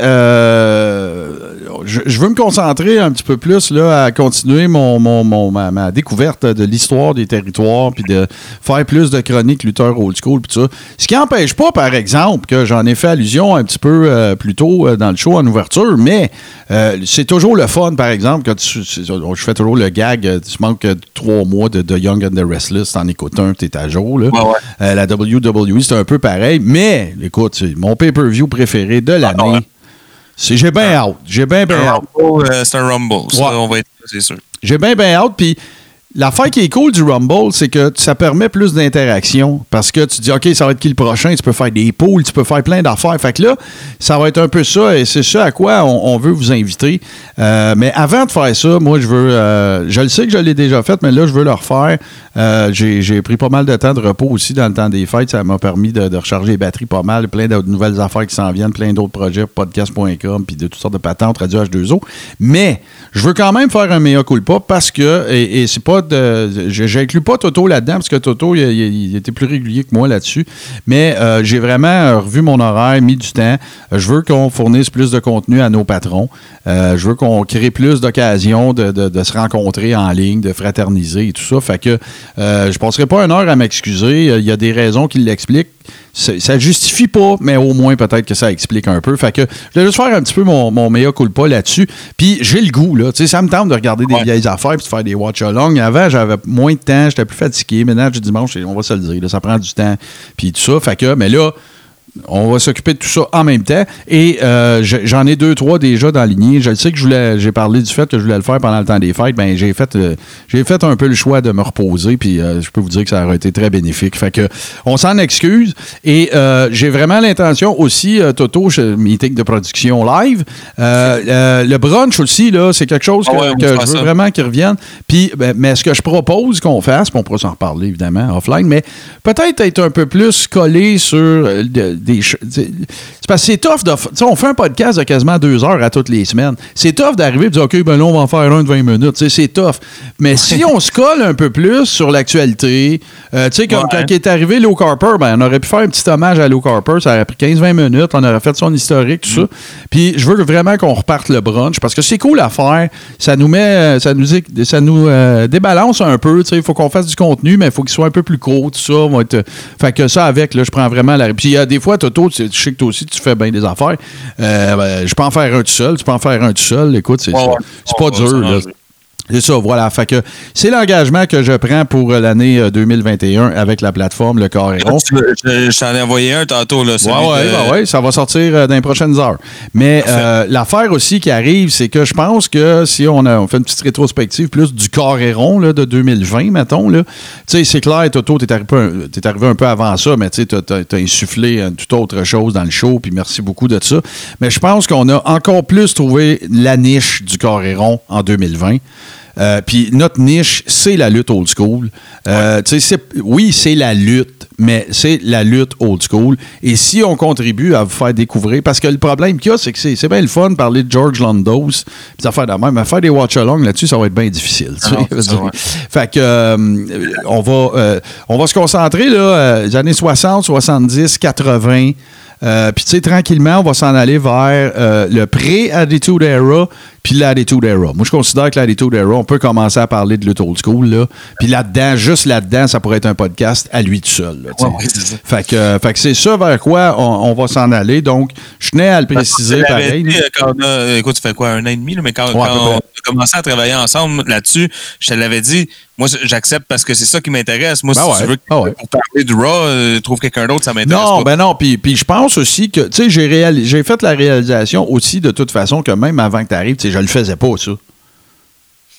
Euh, je, je veux me concentrer un petit peu plus là, à continuer mon, mon, mon, ma, ma découverte de l'histoire des territoires, puis de faire plus de chroniques lutteurs old school, puis tout ça. Ce qui n'empêche pas, par exemple, que j'en ai fait allusion un petit peu euh, plus tôt euh, dans le show en ouverture, mais euh, c'est toujours le fun, par exemple, quand tu, je fais toujours le gag, tu manques trois mois de, de Young and the Restless, t'en écoutes un, t'es à jour, là. Ouais, ouais. Euh, la W W E, c'est un peu pareil, mais, écoute, c'est mon pay-per-view préféré de l'année. Ah, ouais. C'est, j'ai bien hâte. J'ai bien, bien hâte. Euh, c'est un Rumble. Ça, ouais. On va être c'est sûr. J'ai bien, bien hâte. Puis l'affaire qui est cool du Rumble, c'est que ça permet plus d'interaction. Parce que tu dis, OK, ça va être qui le prochain? Tu peux faire des poules, tu peux faire plein d'affaires. Fait que là, ça va être un peu ça. Et c'est ça à quoi on, on veut vous inviter. Euh, mais avant de faire ça, moi, je veux... Euh, je le sais que je l'ai déjà fait, mais là, je veux le refaire. Euh, j'ai, j'ai pris pas mal de temps de repos aussi dans le temps des fêtes. Ça m'a permis de, de recharger les batteries pas mal. Plein de nouvelles affaires qui s'en viennent, plein d'autres projets, podcast point com, puis de toutes sortes de patentes, Radio H deux O. Mais je veux quand même faire un mea culpa parce que, et, et c'est pas de... J'inclus pas Toto là-dedans parce que Toto, il, il, il était plus régulier que moi là-dessus. Mais euh, j'ai vraiment revu mon horaire, mis du temps. Je veux qu'on fournisse plus de contenu à nos patrons. Euh, je veux qu'on crée plus d'occasions de, de, de se rencontrer en ligne, de fraterniser et tout ça. Fait que Euh, je ne passerai pas une heure à m'excuser. Il y a des raisons qui l'expliquent. Ça ne justifie pas, mais au moins peut-être que ça explique un peu. Fait que je vais juste faire un petit peu mon, mon mea culpa là-dessus. Puis j'ai le goût, là. Tu sais, ça me tente de regarder des ouais. vieilles affaires puis de faire des watch-alongs. Avant, j'avais moins de temps, j'étais plus fatigué. Maintenant, du dimanche, on va se le dire, là, ça prend du temps. Puis tout ça. Fait que, mais là, on va s'occuper de tout ça en même temps. Et euh, j'en ai deux, trois déjà dans la lignée. Je sais que je voulais, j'ai parlé du fait que je voulais le faire pendant le temps des fêtes. Ben j'ai fait, euh, j'ai fait un peu le choix de me reposer. Puis euh, je peux vous dire que ça aurait été très bénéfique. Fait que on s'en excuse. Et euh, j'ai vraiment l'intention aussi, euh, Toto, meeting de production live. Euh, euh, le brunch aussi, là, c'est quelque chose que, oh ouais, que je veux ça. vraiment qu'il revienne. Puis, ben, mais ce que je propose qu'on fasse, puis on pourra s'en reparler évidemment offline, mais peut-être être un peu plus collé sur euh, des ch- c'est parce que c'est tough de... On fait un podcast de quasiment deux heures à toutes les semaines. C'est tough d'arriver et de dire « OK, ben là, on va en faire un de vingt minutes. » T'sais, c'est tough. Mais si on se colle un peu plus sur l'actualité, euh, tu sais, comme ouais. quand il est arrivé Luke Harper, ben, on aurait pu faire un petit hommage à Luke Harper. Ça aurait pris quinze vingt minutes. On aurait fait son historique, tout mm. ça. Puis je veux vraiment qu'on reparte le brunch parce que c'est cool à faire. Ça nous met... Ça nous, ça nous euh, débalance un peu. Il faut qu'on fasse du contenu, mais il faut qu'il soit un peu plus court, tout ça. On va être... Fait que ça, avec, là, je prends vraiment la... Puis il y a des fois, Toto, je sais que toi aussi, tu fais bien des affaires. Euh, ben, je peux en faire un tout seul, tu peux en faire un tout seul. Écoute, c'est, oh, c'est, c'est pas oh, dur. Là. C'est ça, voilà. Fait que c'est l'engagement que je prends pour l'année deux mille vingt et un avec la plateforme Le Coréron. Je, je t'en ai envoyé un tantôt. Là, ouais, ouais, de... ben ouais, ça va sortir euh, dans les prochaines heures. Mais euh, l'affaire aussi qui arrive, c'est que je pense que si on, a, on fait une petite rétrospective plus du Coréron là, de deux mille vingt, mettons, là, tu sais, c'est clair, Toto, t'es arrivé, un, t'es arrivé un peu avant ça, mais tu sais, t'as, t'as, t'as insufflé une toute autre chose dans le show, puis merci beaucoup de ça. Mais je pense qu'on a encore plus trouvé la niche du Coréron en deux mille vingt. Euh, puis notre niche, c'est la lutte old school. Euh, ouais. c'est, oui, c'est la lutte, mais c'est la lutte old school. Et si on contribue à vous faire découvrir, parce que le problème qu'il y a, c'est que c'est, c'est bien le fun de parler de George Landos, puis affaires de même, mais faire des watch-alongs là-dessus, ça va être bien difficile. Ah non, ça, ouais. Fait que euh, on va euh, on va se concentrer là, euh, les années soixante, soixante-dix, quatre-vingts. Euh, puis, tu sais, tranquillement, on va s'en aller vers euh, le pré-Attitude Era puis l'Attitude Era. Moi, je considère que l'Attitude Era, on peut commencer à parler de lutte old school, là. Puis là-dedans, juste là-dedans, ça pourrait être un podcast à lui tout seul, là, ouais, ouais, c'est ça. Fait que, euh, fait que c'est ça vers quoi on, on va s'en aller. Donc, je tenais à le préciser pareil. Dit, quand on a, écoute, ça fait quoi, un an et demi, là, mais quand, ouais, quand on a commencé à travailler ensemble là-dessus, je te l'avais dit, moi, j'accepte parce que c'est ça qui m'intéresse. Moi, ben si ouais, tu veux que, ben ouais. pour parler du Raw, euh, trouve quelqu'un d'autre, ça m'intéresse non, pas. Ben non, puis je pense aussi que, tu sais, j'ai, réalis- j'ai fait la réalisation aussi de toute façon que même avant que tu arrives, tu sais, je le faisais pas, ça.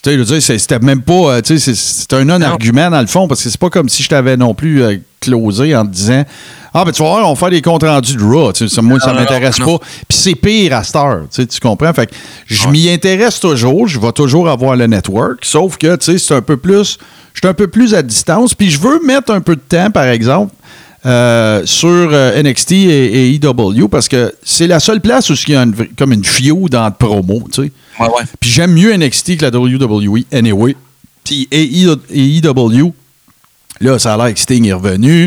Tu sais, je veux dire, c'est- c'était même pas. euh, Tu sais, c'est- c'est un non-argument dans le fond, parce que c'est pas comme si je t'avais non plus euh, closé en te disant ah, ben tu vas voir, on va faire des comptes rendus de Raw. Tu sais, ça, moi, ça Non, non, m'intéresse non. pas. Puis c'est pire à cette heure. Tu sais, tu comprends? Fait que je m'y intéresse toujours. Je vais toujours avoir le network. Sauf que, tu sais, c'est un peu plus. Je suis un peu plus à distance. Puis je veux mettre un peu de temps, par exemple. Euh, sur euh, N X T et, et E W parce que c'est la seule place où il y a une, comme une feud dans le promo, tu sais. Ouais, ouais. Puis j'aime mieux N X T que la W W E, anyway. Puis et E W, là, ça a l'air que Sting est revenu.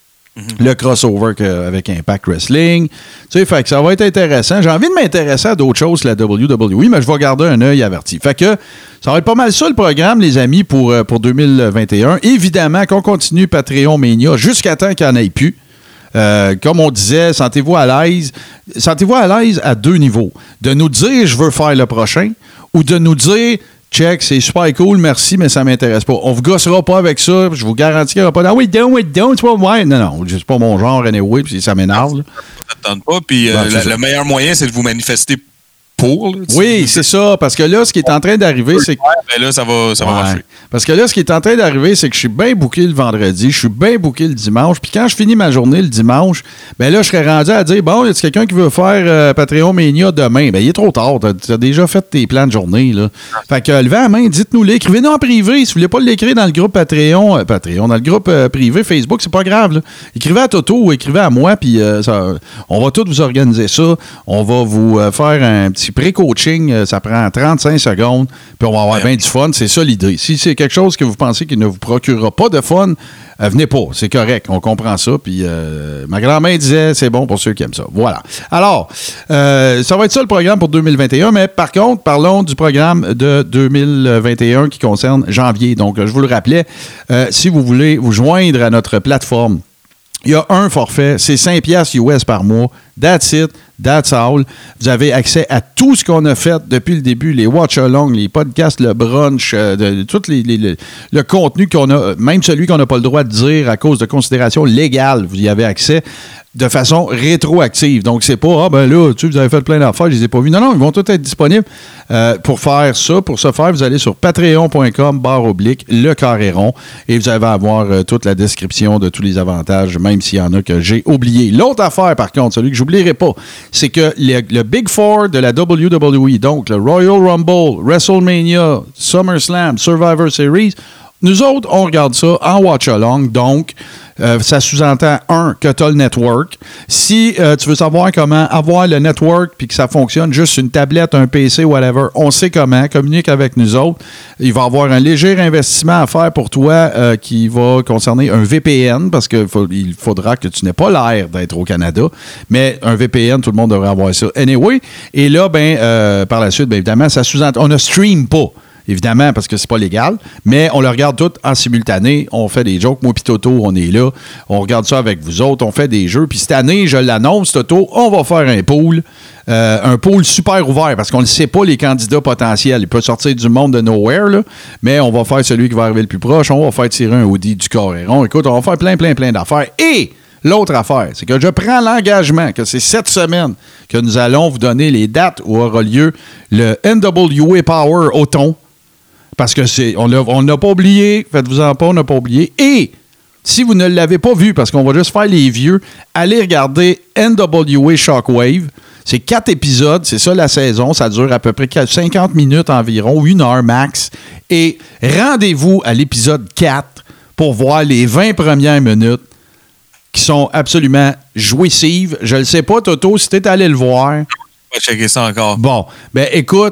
Le crossover que- avec Impact Wrestling. Tu sais, fait que ça va être intéressant. J'ai envie de m'intéresser à d'autres choses que la W W E, mais je vais garder un œil averti. Fait que ça va être pas mal ça le programme, les amis, pour, euh, pour deux mille vingt et un. Évidemment qu'on continue Patreon Mania jusqu'à temps qu'il n'y en ait plus. Euh, comme on disait, sentez-vous à l'aise. Sentez-vous à l'aise à deux niveaux. De nous dire je veux faire le prochain ou de nous dire check, c'est super cool, merci, mais ça m'intéresse pas. On vous gossera pas avec ça, je vous garantis qu'il n'y aura pas. Ah oui, don't, oui, don't, tu vois, ouais. Non, non, c'est pas mon genre, anyway, puis ça m'énerve. là. Ça ne tente pas. Puis euh, Bon, c'est la- ça. le meilleur moyen, c'est de vous manifester pour. Là, tu Oui, sais. c'est ça, parce que là, ce qui est en train d'arriver, c'est que. Ben là, ça va, ça va Ouais. marcher. Parce que là, ce qui est en train d'arriver, c'est que je suis bien booké le vendredi, je suis bien booké le dimanche, puis quand je finis ma journée le dimanche, ben là, je serais rendu à dire, bon, y a quelqu'un qui veut faire euh, Patreon Mania demain? Ben, il est trop tard, t'as, t'as déjà fait tes plans de journée, là. Fait que, levez la main, dites-nous-le, écrivez-nous en privé, si vous voulez pas l'écrire dans le groupe Patreon, euh, Patreon, dans le groupe euh, privé Facebook, c'est pas grave, là. Écrivez à Toto ou écrivez à moi, puis euh, ça- on va tous vous organiser ça, on va vous euh, faire un petit pré-coaching, euh, ça prend trente-cinq secondes, puis on va avoir bien du fun, c'est ça l'idée. Si c'est quelque chose que vous pensez qui ne vous procurera pas de fun, euh, venez pas, c'est correct, on comprend ça. Puis euh, ma grand-mère disait, c'est bon pour ceux qui aiment ça. Voilà. Alors, euh, ça va être ça le programme pour deux mille vingt et un, mais par contre, parlons du programme de deux mille vingt et un qui concerne janvier. Donc, je vous le rappelais, euh, si vous voulez vous joindre à notre plateforme, il y a un forfait, c'est cinq piastres U S par mois. That's it, that's all. Vous avez accès à tout ce qu'on a fait depuis le début, les watch-alongs, les podcasts, le brunch, euh, de, de tout les, les, le, le contenu qu'on a, même celui qu'on n'a pas le droit de dire à cause de considérations légales, vous y avez accès de façon rétroactive. Donc, c'est pas, ah ben là, tu sais, vous avez fait plein d'affaires, je les ai pas vus. Non, non, ils vont tous être disponibles. Euh, pour faire ça, pour ce faire, vous allez sur patreon.com barre oblique le carré rond et vous allez avoir euh, toute la description de tous les avantages, même s'il y en a que j'ai oublié. L'autre affaire, par contre, celui que j'oublierai pas, c'est que le, le Big Four de la W W E, donc le Royal Rumble, WrestleMania, SummerSlam, Survivor Series, nous autres, on regarde ça en watch-along, donc euh, ça sous-entend, un, que tu as le network. Si euh, tu veux savoir comment avoir le network puis que ça fonctionne, juste une tablette, un P C, whatever, on sait comment, communique avec nous autres. Il va y avoir un léger investissement à faire pour toi euh, qui va concerner un V P N, parce qu'il il faudra que tu n'aies pas l'air d'être au Canada, mais un V P N, tout le monde devrait avoir ça. Anyway, et là, ben, euh, par la suite, bien évidemment, ça sous-entend, on ne stream pas. Évidemment, parce que c'est pas légal, mais on le regarde tout en simultané. On fait des jokes. Moi puis Toto, on est là. On regarde ça avec vous autres. On fait des jeux. Puis cette année, je l'annonce, Toto, on va faire un pool. Euh, un pool super ouvert, parce qu'on ne sait pas les candidats potentiels. Il peut sortir du monde de nowhere, là, mais on va faire celui qui va arriver le plus proche. On va faire tirer un hoodie du Coréron. Écoute, on va faire plein, plein, plein d'affaires. Et l'autre affaire, c'est que je prends l'engagement que c'est cette semaine que nous allons vous donner les dates où aura lieu le N W A Power Auton. Parce que c'est, on ne l'a pas oublié, faites-vous-en pas, on n'a pas oublié. Et si vous ne l'avez pas vu, parce qu'on va juste faire les vieux, allez regarder N W A Shockwave. C'est quatre épisodes, c'est ça la saison. Ça dure à peu près cinquante minutes environ, ou une heure max. Et rendez-vous à l'épisode quatre pour voir les vingt premières minutes qui sont absolument jouissives. Je ne le sais pas, Toto, si tu es allé le voir. On va checker ça encore. Bon, ben écoute,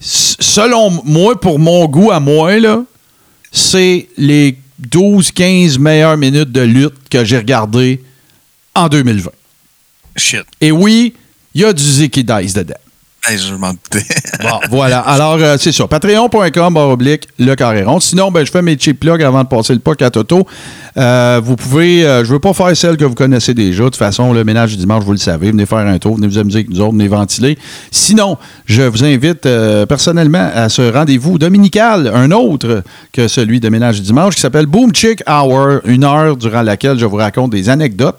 selon moi, pour mon goût à moi, là, c'est les douze quinze meilleures minutes de lutte que j'ai regardées en deux mille vingt. Shit. Et oui, il y a du Zicky Dice dedans. Hey, je m'en doutais. Bon, voilà. Alors, euh, c'est ça. Patreon.com, barre oblique, le carré rond. Sinon, ben, je fais mes cheap plugs avant de passer le puck à Toto. Euh, vous pouvez, euh, je ne veux pas faire celle que vous connaissez déjà. De toute façon, le ménage du dimanche, vous le savez. Venez faire un tour, venez vous amuser avec nous autres, venez ventiler. Sinon, je vous invite euh, personnellement à ce rendez-vous dominical, un autre que celui de ménage du dimanche, qui s'appelle Boom Chick Hour, une heure durant laquelle je vous raconte des anecdotes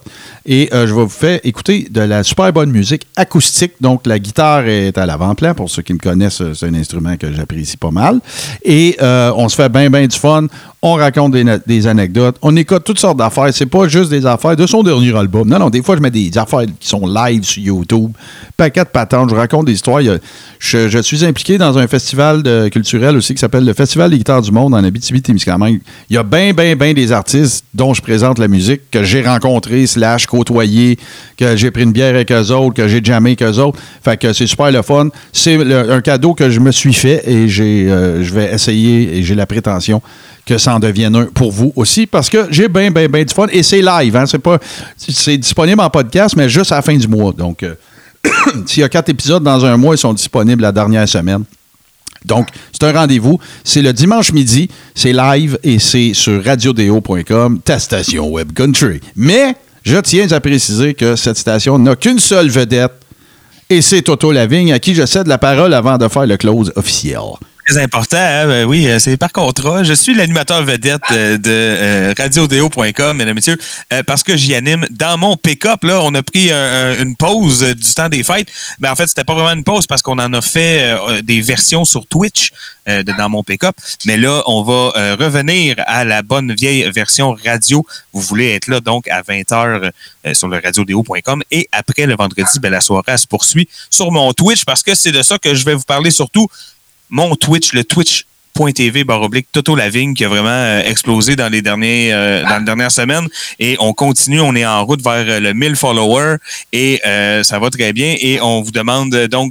Et euh, je vais vous faire écouter de la super bonne musique acoustique. Donc, la guitare est à l'avant-plan. Pour ceux qui me connaissent, c'est un instrument que j'apprécie pas mal. Et euh, on se fait bien, bien du fun. On raconte des, des anecdotes. On écoute toutes sortes d'affaires. C'est pas juste des affaires de son dernier album. Non, non, des fois, je mets des affaires qui sont live sur YouTube. Paquet de patentes. Je raconte des histoires. Il y a, je, je suis impliqué dans un festival de, culturel aussi qui s'appelle le Festival des guitares du monde en Abitibi-Témiscamingue. Il y a bien, bien, bien des artistes dont je présente la musique que j'ai rencontrés, slash côtoyés, que j'ai pris une bière avec eux autres, que j'ai jammé avec eux autres. Fait que c'est super le fun. C'est le, un cadeau que je me suis fait et j'ai, euh, je vais essayer et j'ai la prétention que ça en devienne un pour vous aussi, parce que j'ai bien, bien, bien du fun. Et c'est live, hein? C'est pas, c'est disponible en podcast, mais juste à la fin du mois. Donc, euh, s'il y a quatre épisodes dans un mois, ils sont disponibles la dernière semaine. Donc, c'est un rendez-vous. C'est le dimanche midi, c'est live et c'est sur radio déo point com, ta station Web Country. Mais, je tiens à préciser que cette station n'a qu'une seule vedette et c'est Toto Lavigne, à qui je cède la parole avant de faire le close officiel. Très important, hein? Ben oui, c'est par contrat. Je suis l'animateur vedette de euh, radio déo point com, mesdames et messieurs, euh, parce que j'y anime dans mon pick-up. Là, on a pris un, un, une pause du temps des fêtes. Mais en fait, c'était pas vraiment une pause parce qu'on en a fait euh, des versions sur Twitch euh, de, dans mon pick-up. Mais là, on va euh, revenir à la bonne vieille version radio. Vous voulez être là, donc, à vingt heures euh, sur le radio déo point com. Et après, le vendredi, ben, la soirée elle se poursuit sur mon Twitch parce que c'est de ça que je vais vous parler surtout. Mon Twitch, le twitch point t v barre oblique Toto Lavigne qui a vraiment euh, explosé dans les derniers euh, dans les dernières semaines et on continue, on est en route vers euh, le mille followers et euh, ça va très bien et on vous demande euh, donc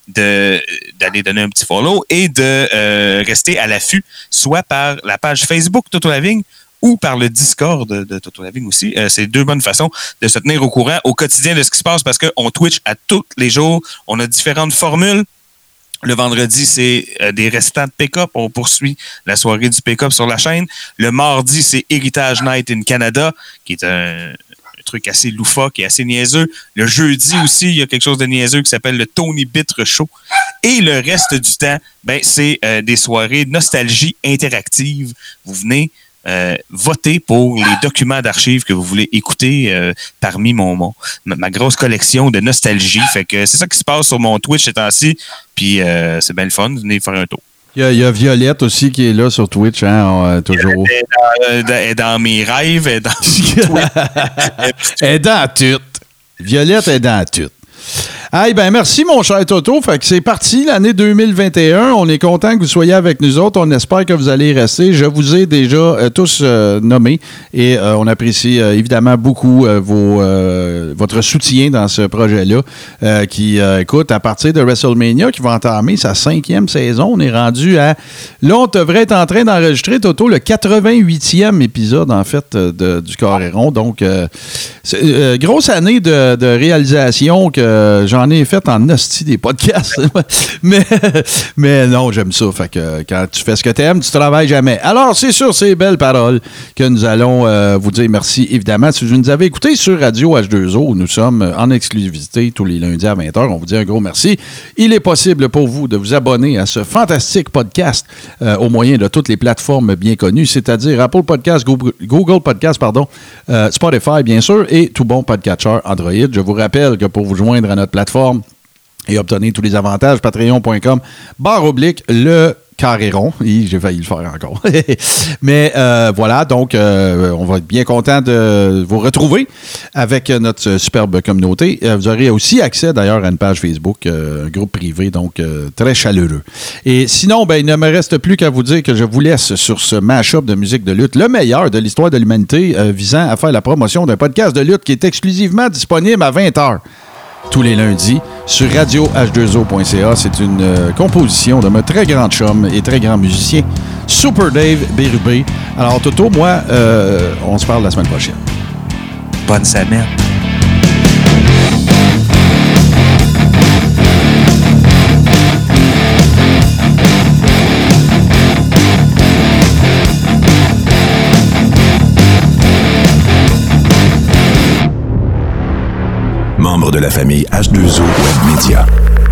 de d'aller donner un petit follow et de euh, rester à l'affût, soit par la page Facebook Toto Lavigne ou par le Discord de, de Toto Lavigne aussi. Euh, c'est deux bonnes façons de se tenir au courant au quotidien de ce qui se passe parce qu'on Twitch à tous les jours, on a différentes formules. Le vendredi, c'est euh, des restants de pick-up. On poursuit la soirée du pick-up sur la chaîne. Le mardi, c'est Heritage Night in Canada, qui est un, un truc assez loufoque et assez niaiseux. Le jeudi aussi, il y a quelque chose de niaiseux qui s'appelle le Tony Bitre Show. Et le reste du temps, ben, c'est euh, des soirées nostalgie interactive. Vous venez Euh, votez pour les documents d'archives que vous voulez écouter euh, parmi mon, mon ma grosse collection de nostalgie. Fait que c'est ça qui se passe sur mon Twitch ces temps-ci. Puis euh, c'est bien le fun. Venez faire un tour. Il y, a, il y a Violette aussi qui est là sur Twitch, hein, euh, toujours. Elle est dans, elle est dans mes rêves, elle est dans Twitch. Elle est dans tout. Violette est dans tout. Hey, ben merci, mon cher Toto. Fait que c'est parti, l'année deux mille vingt et un. On est content que vous soyez avec nous autres. On espère que vous allez rester. Je vous ai déjà euh, tous euh, nommés et euh, on apprécie euh, évidemment beaucoup euh, vos, euh, votre soutien dans ce projet-là euh, qui, euh, écoute, à partir de WrestleMania, qui va entamer sa cinquième saison, on est rendu à... Là, on devrait être en train d'enregistrer, Toto, le quatre-vingt-huitième épisode, en fait, de, du Carré rond. Donc, euh, c'est, euh, grosse année de, de réalisation que j'en ai fait en hostie des podcasts. mais, mais non, j'aime ça. Fait que quand tu fais ce que tu aimes, tu travailles jamais. Alors, c'est sur ces belles paroles que nous allons euh, vous dire merci, évidemment. Si vous nous avez écouté sur Radio H deux O, nous sommes en exclusivité tous les lundis à vingt heures. On vous dit un gros merci. Il est possible pour vous de vous abonner à ce fantastique podcast euh, au moyen de toutes les plateformes bien connues, c'est-à-dire Apple Podcast, Google, Google Podcast, pardon, euh, Spotify, bien sûr, et tout bon podcatcher Android. Je vous rappelle que pour vous joindre à notre plateforme et obtenir tous les avantages, patreon point com barre oblique le Carré rond. J'ai failli le faire encore. Mais euh, voilà, donc euh, on va être bien content de vous retrouver avec notre superbe communauté. Euh, vous aurez aussi accès d'ailleurs à une page Facebook, euh, un groupe privé, donc euh, très chaleureux. Et sinon, ben, il ne me reste plus qu'à vous dire que je vous laisse sur ce mash-up de musique de lutte, le meilleur de l'histoire de l'humanité, euh, visant à faire la promotion d'un podcast de lutte qui est exclusivement disponible à vingt heures. Tous les lundis sur radio h deux o point c a. C'est une euh, composition de mon très grand chum et très grand musicien, Super Dave Bérubé. Alors, Toto, moi, euh, on se parle la semaine prochaine. Bonne semaine. Membre de la famille H deux O Web Media.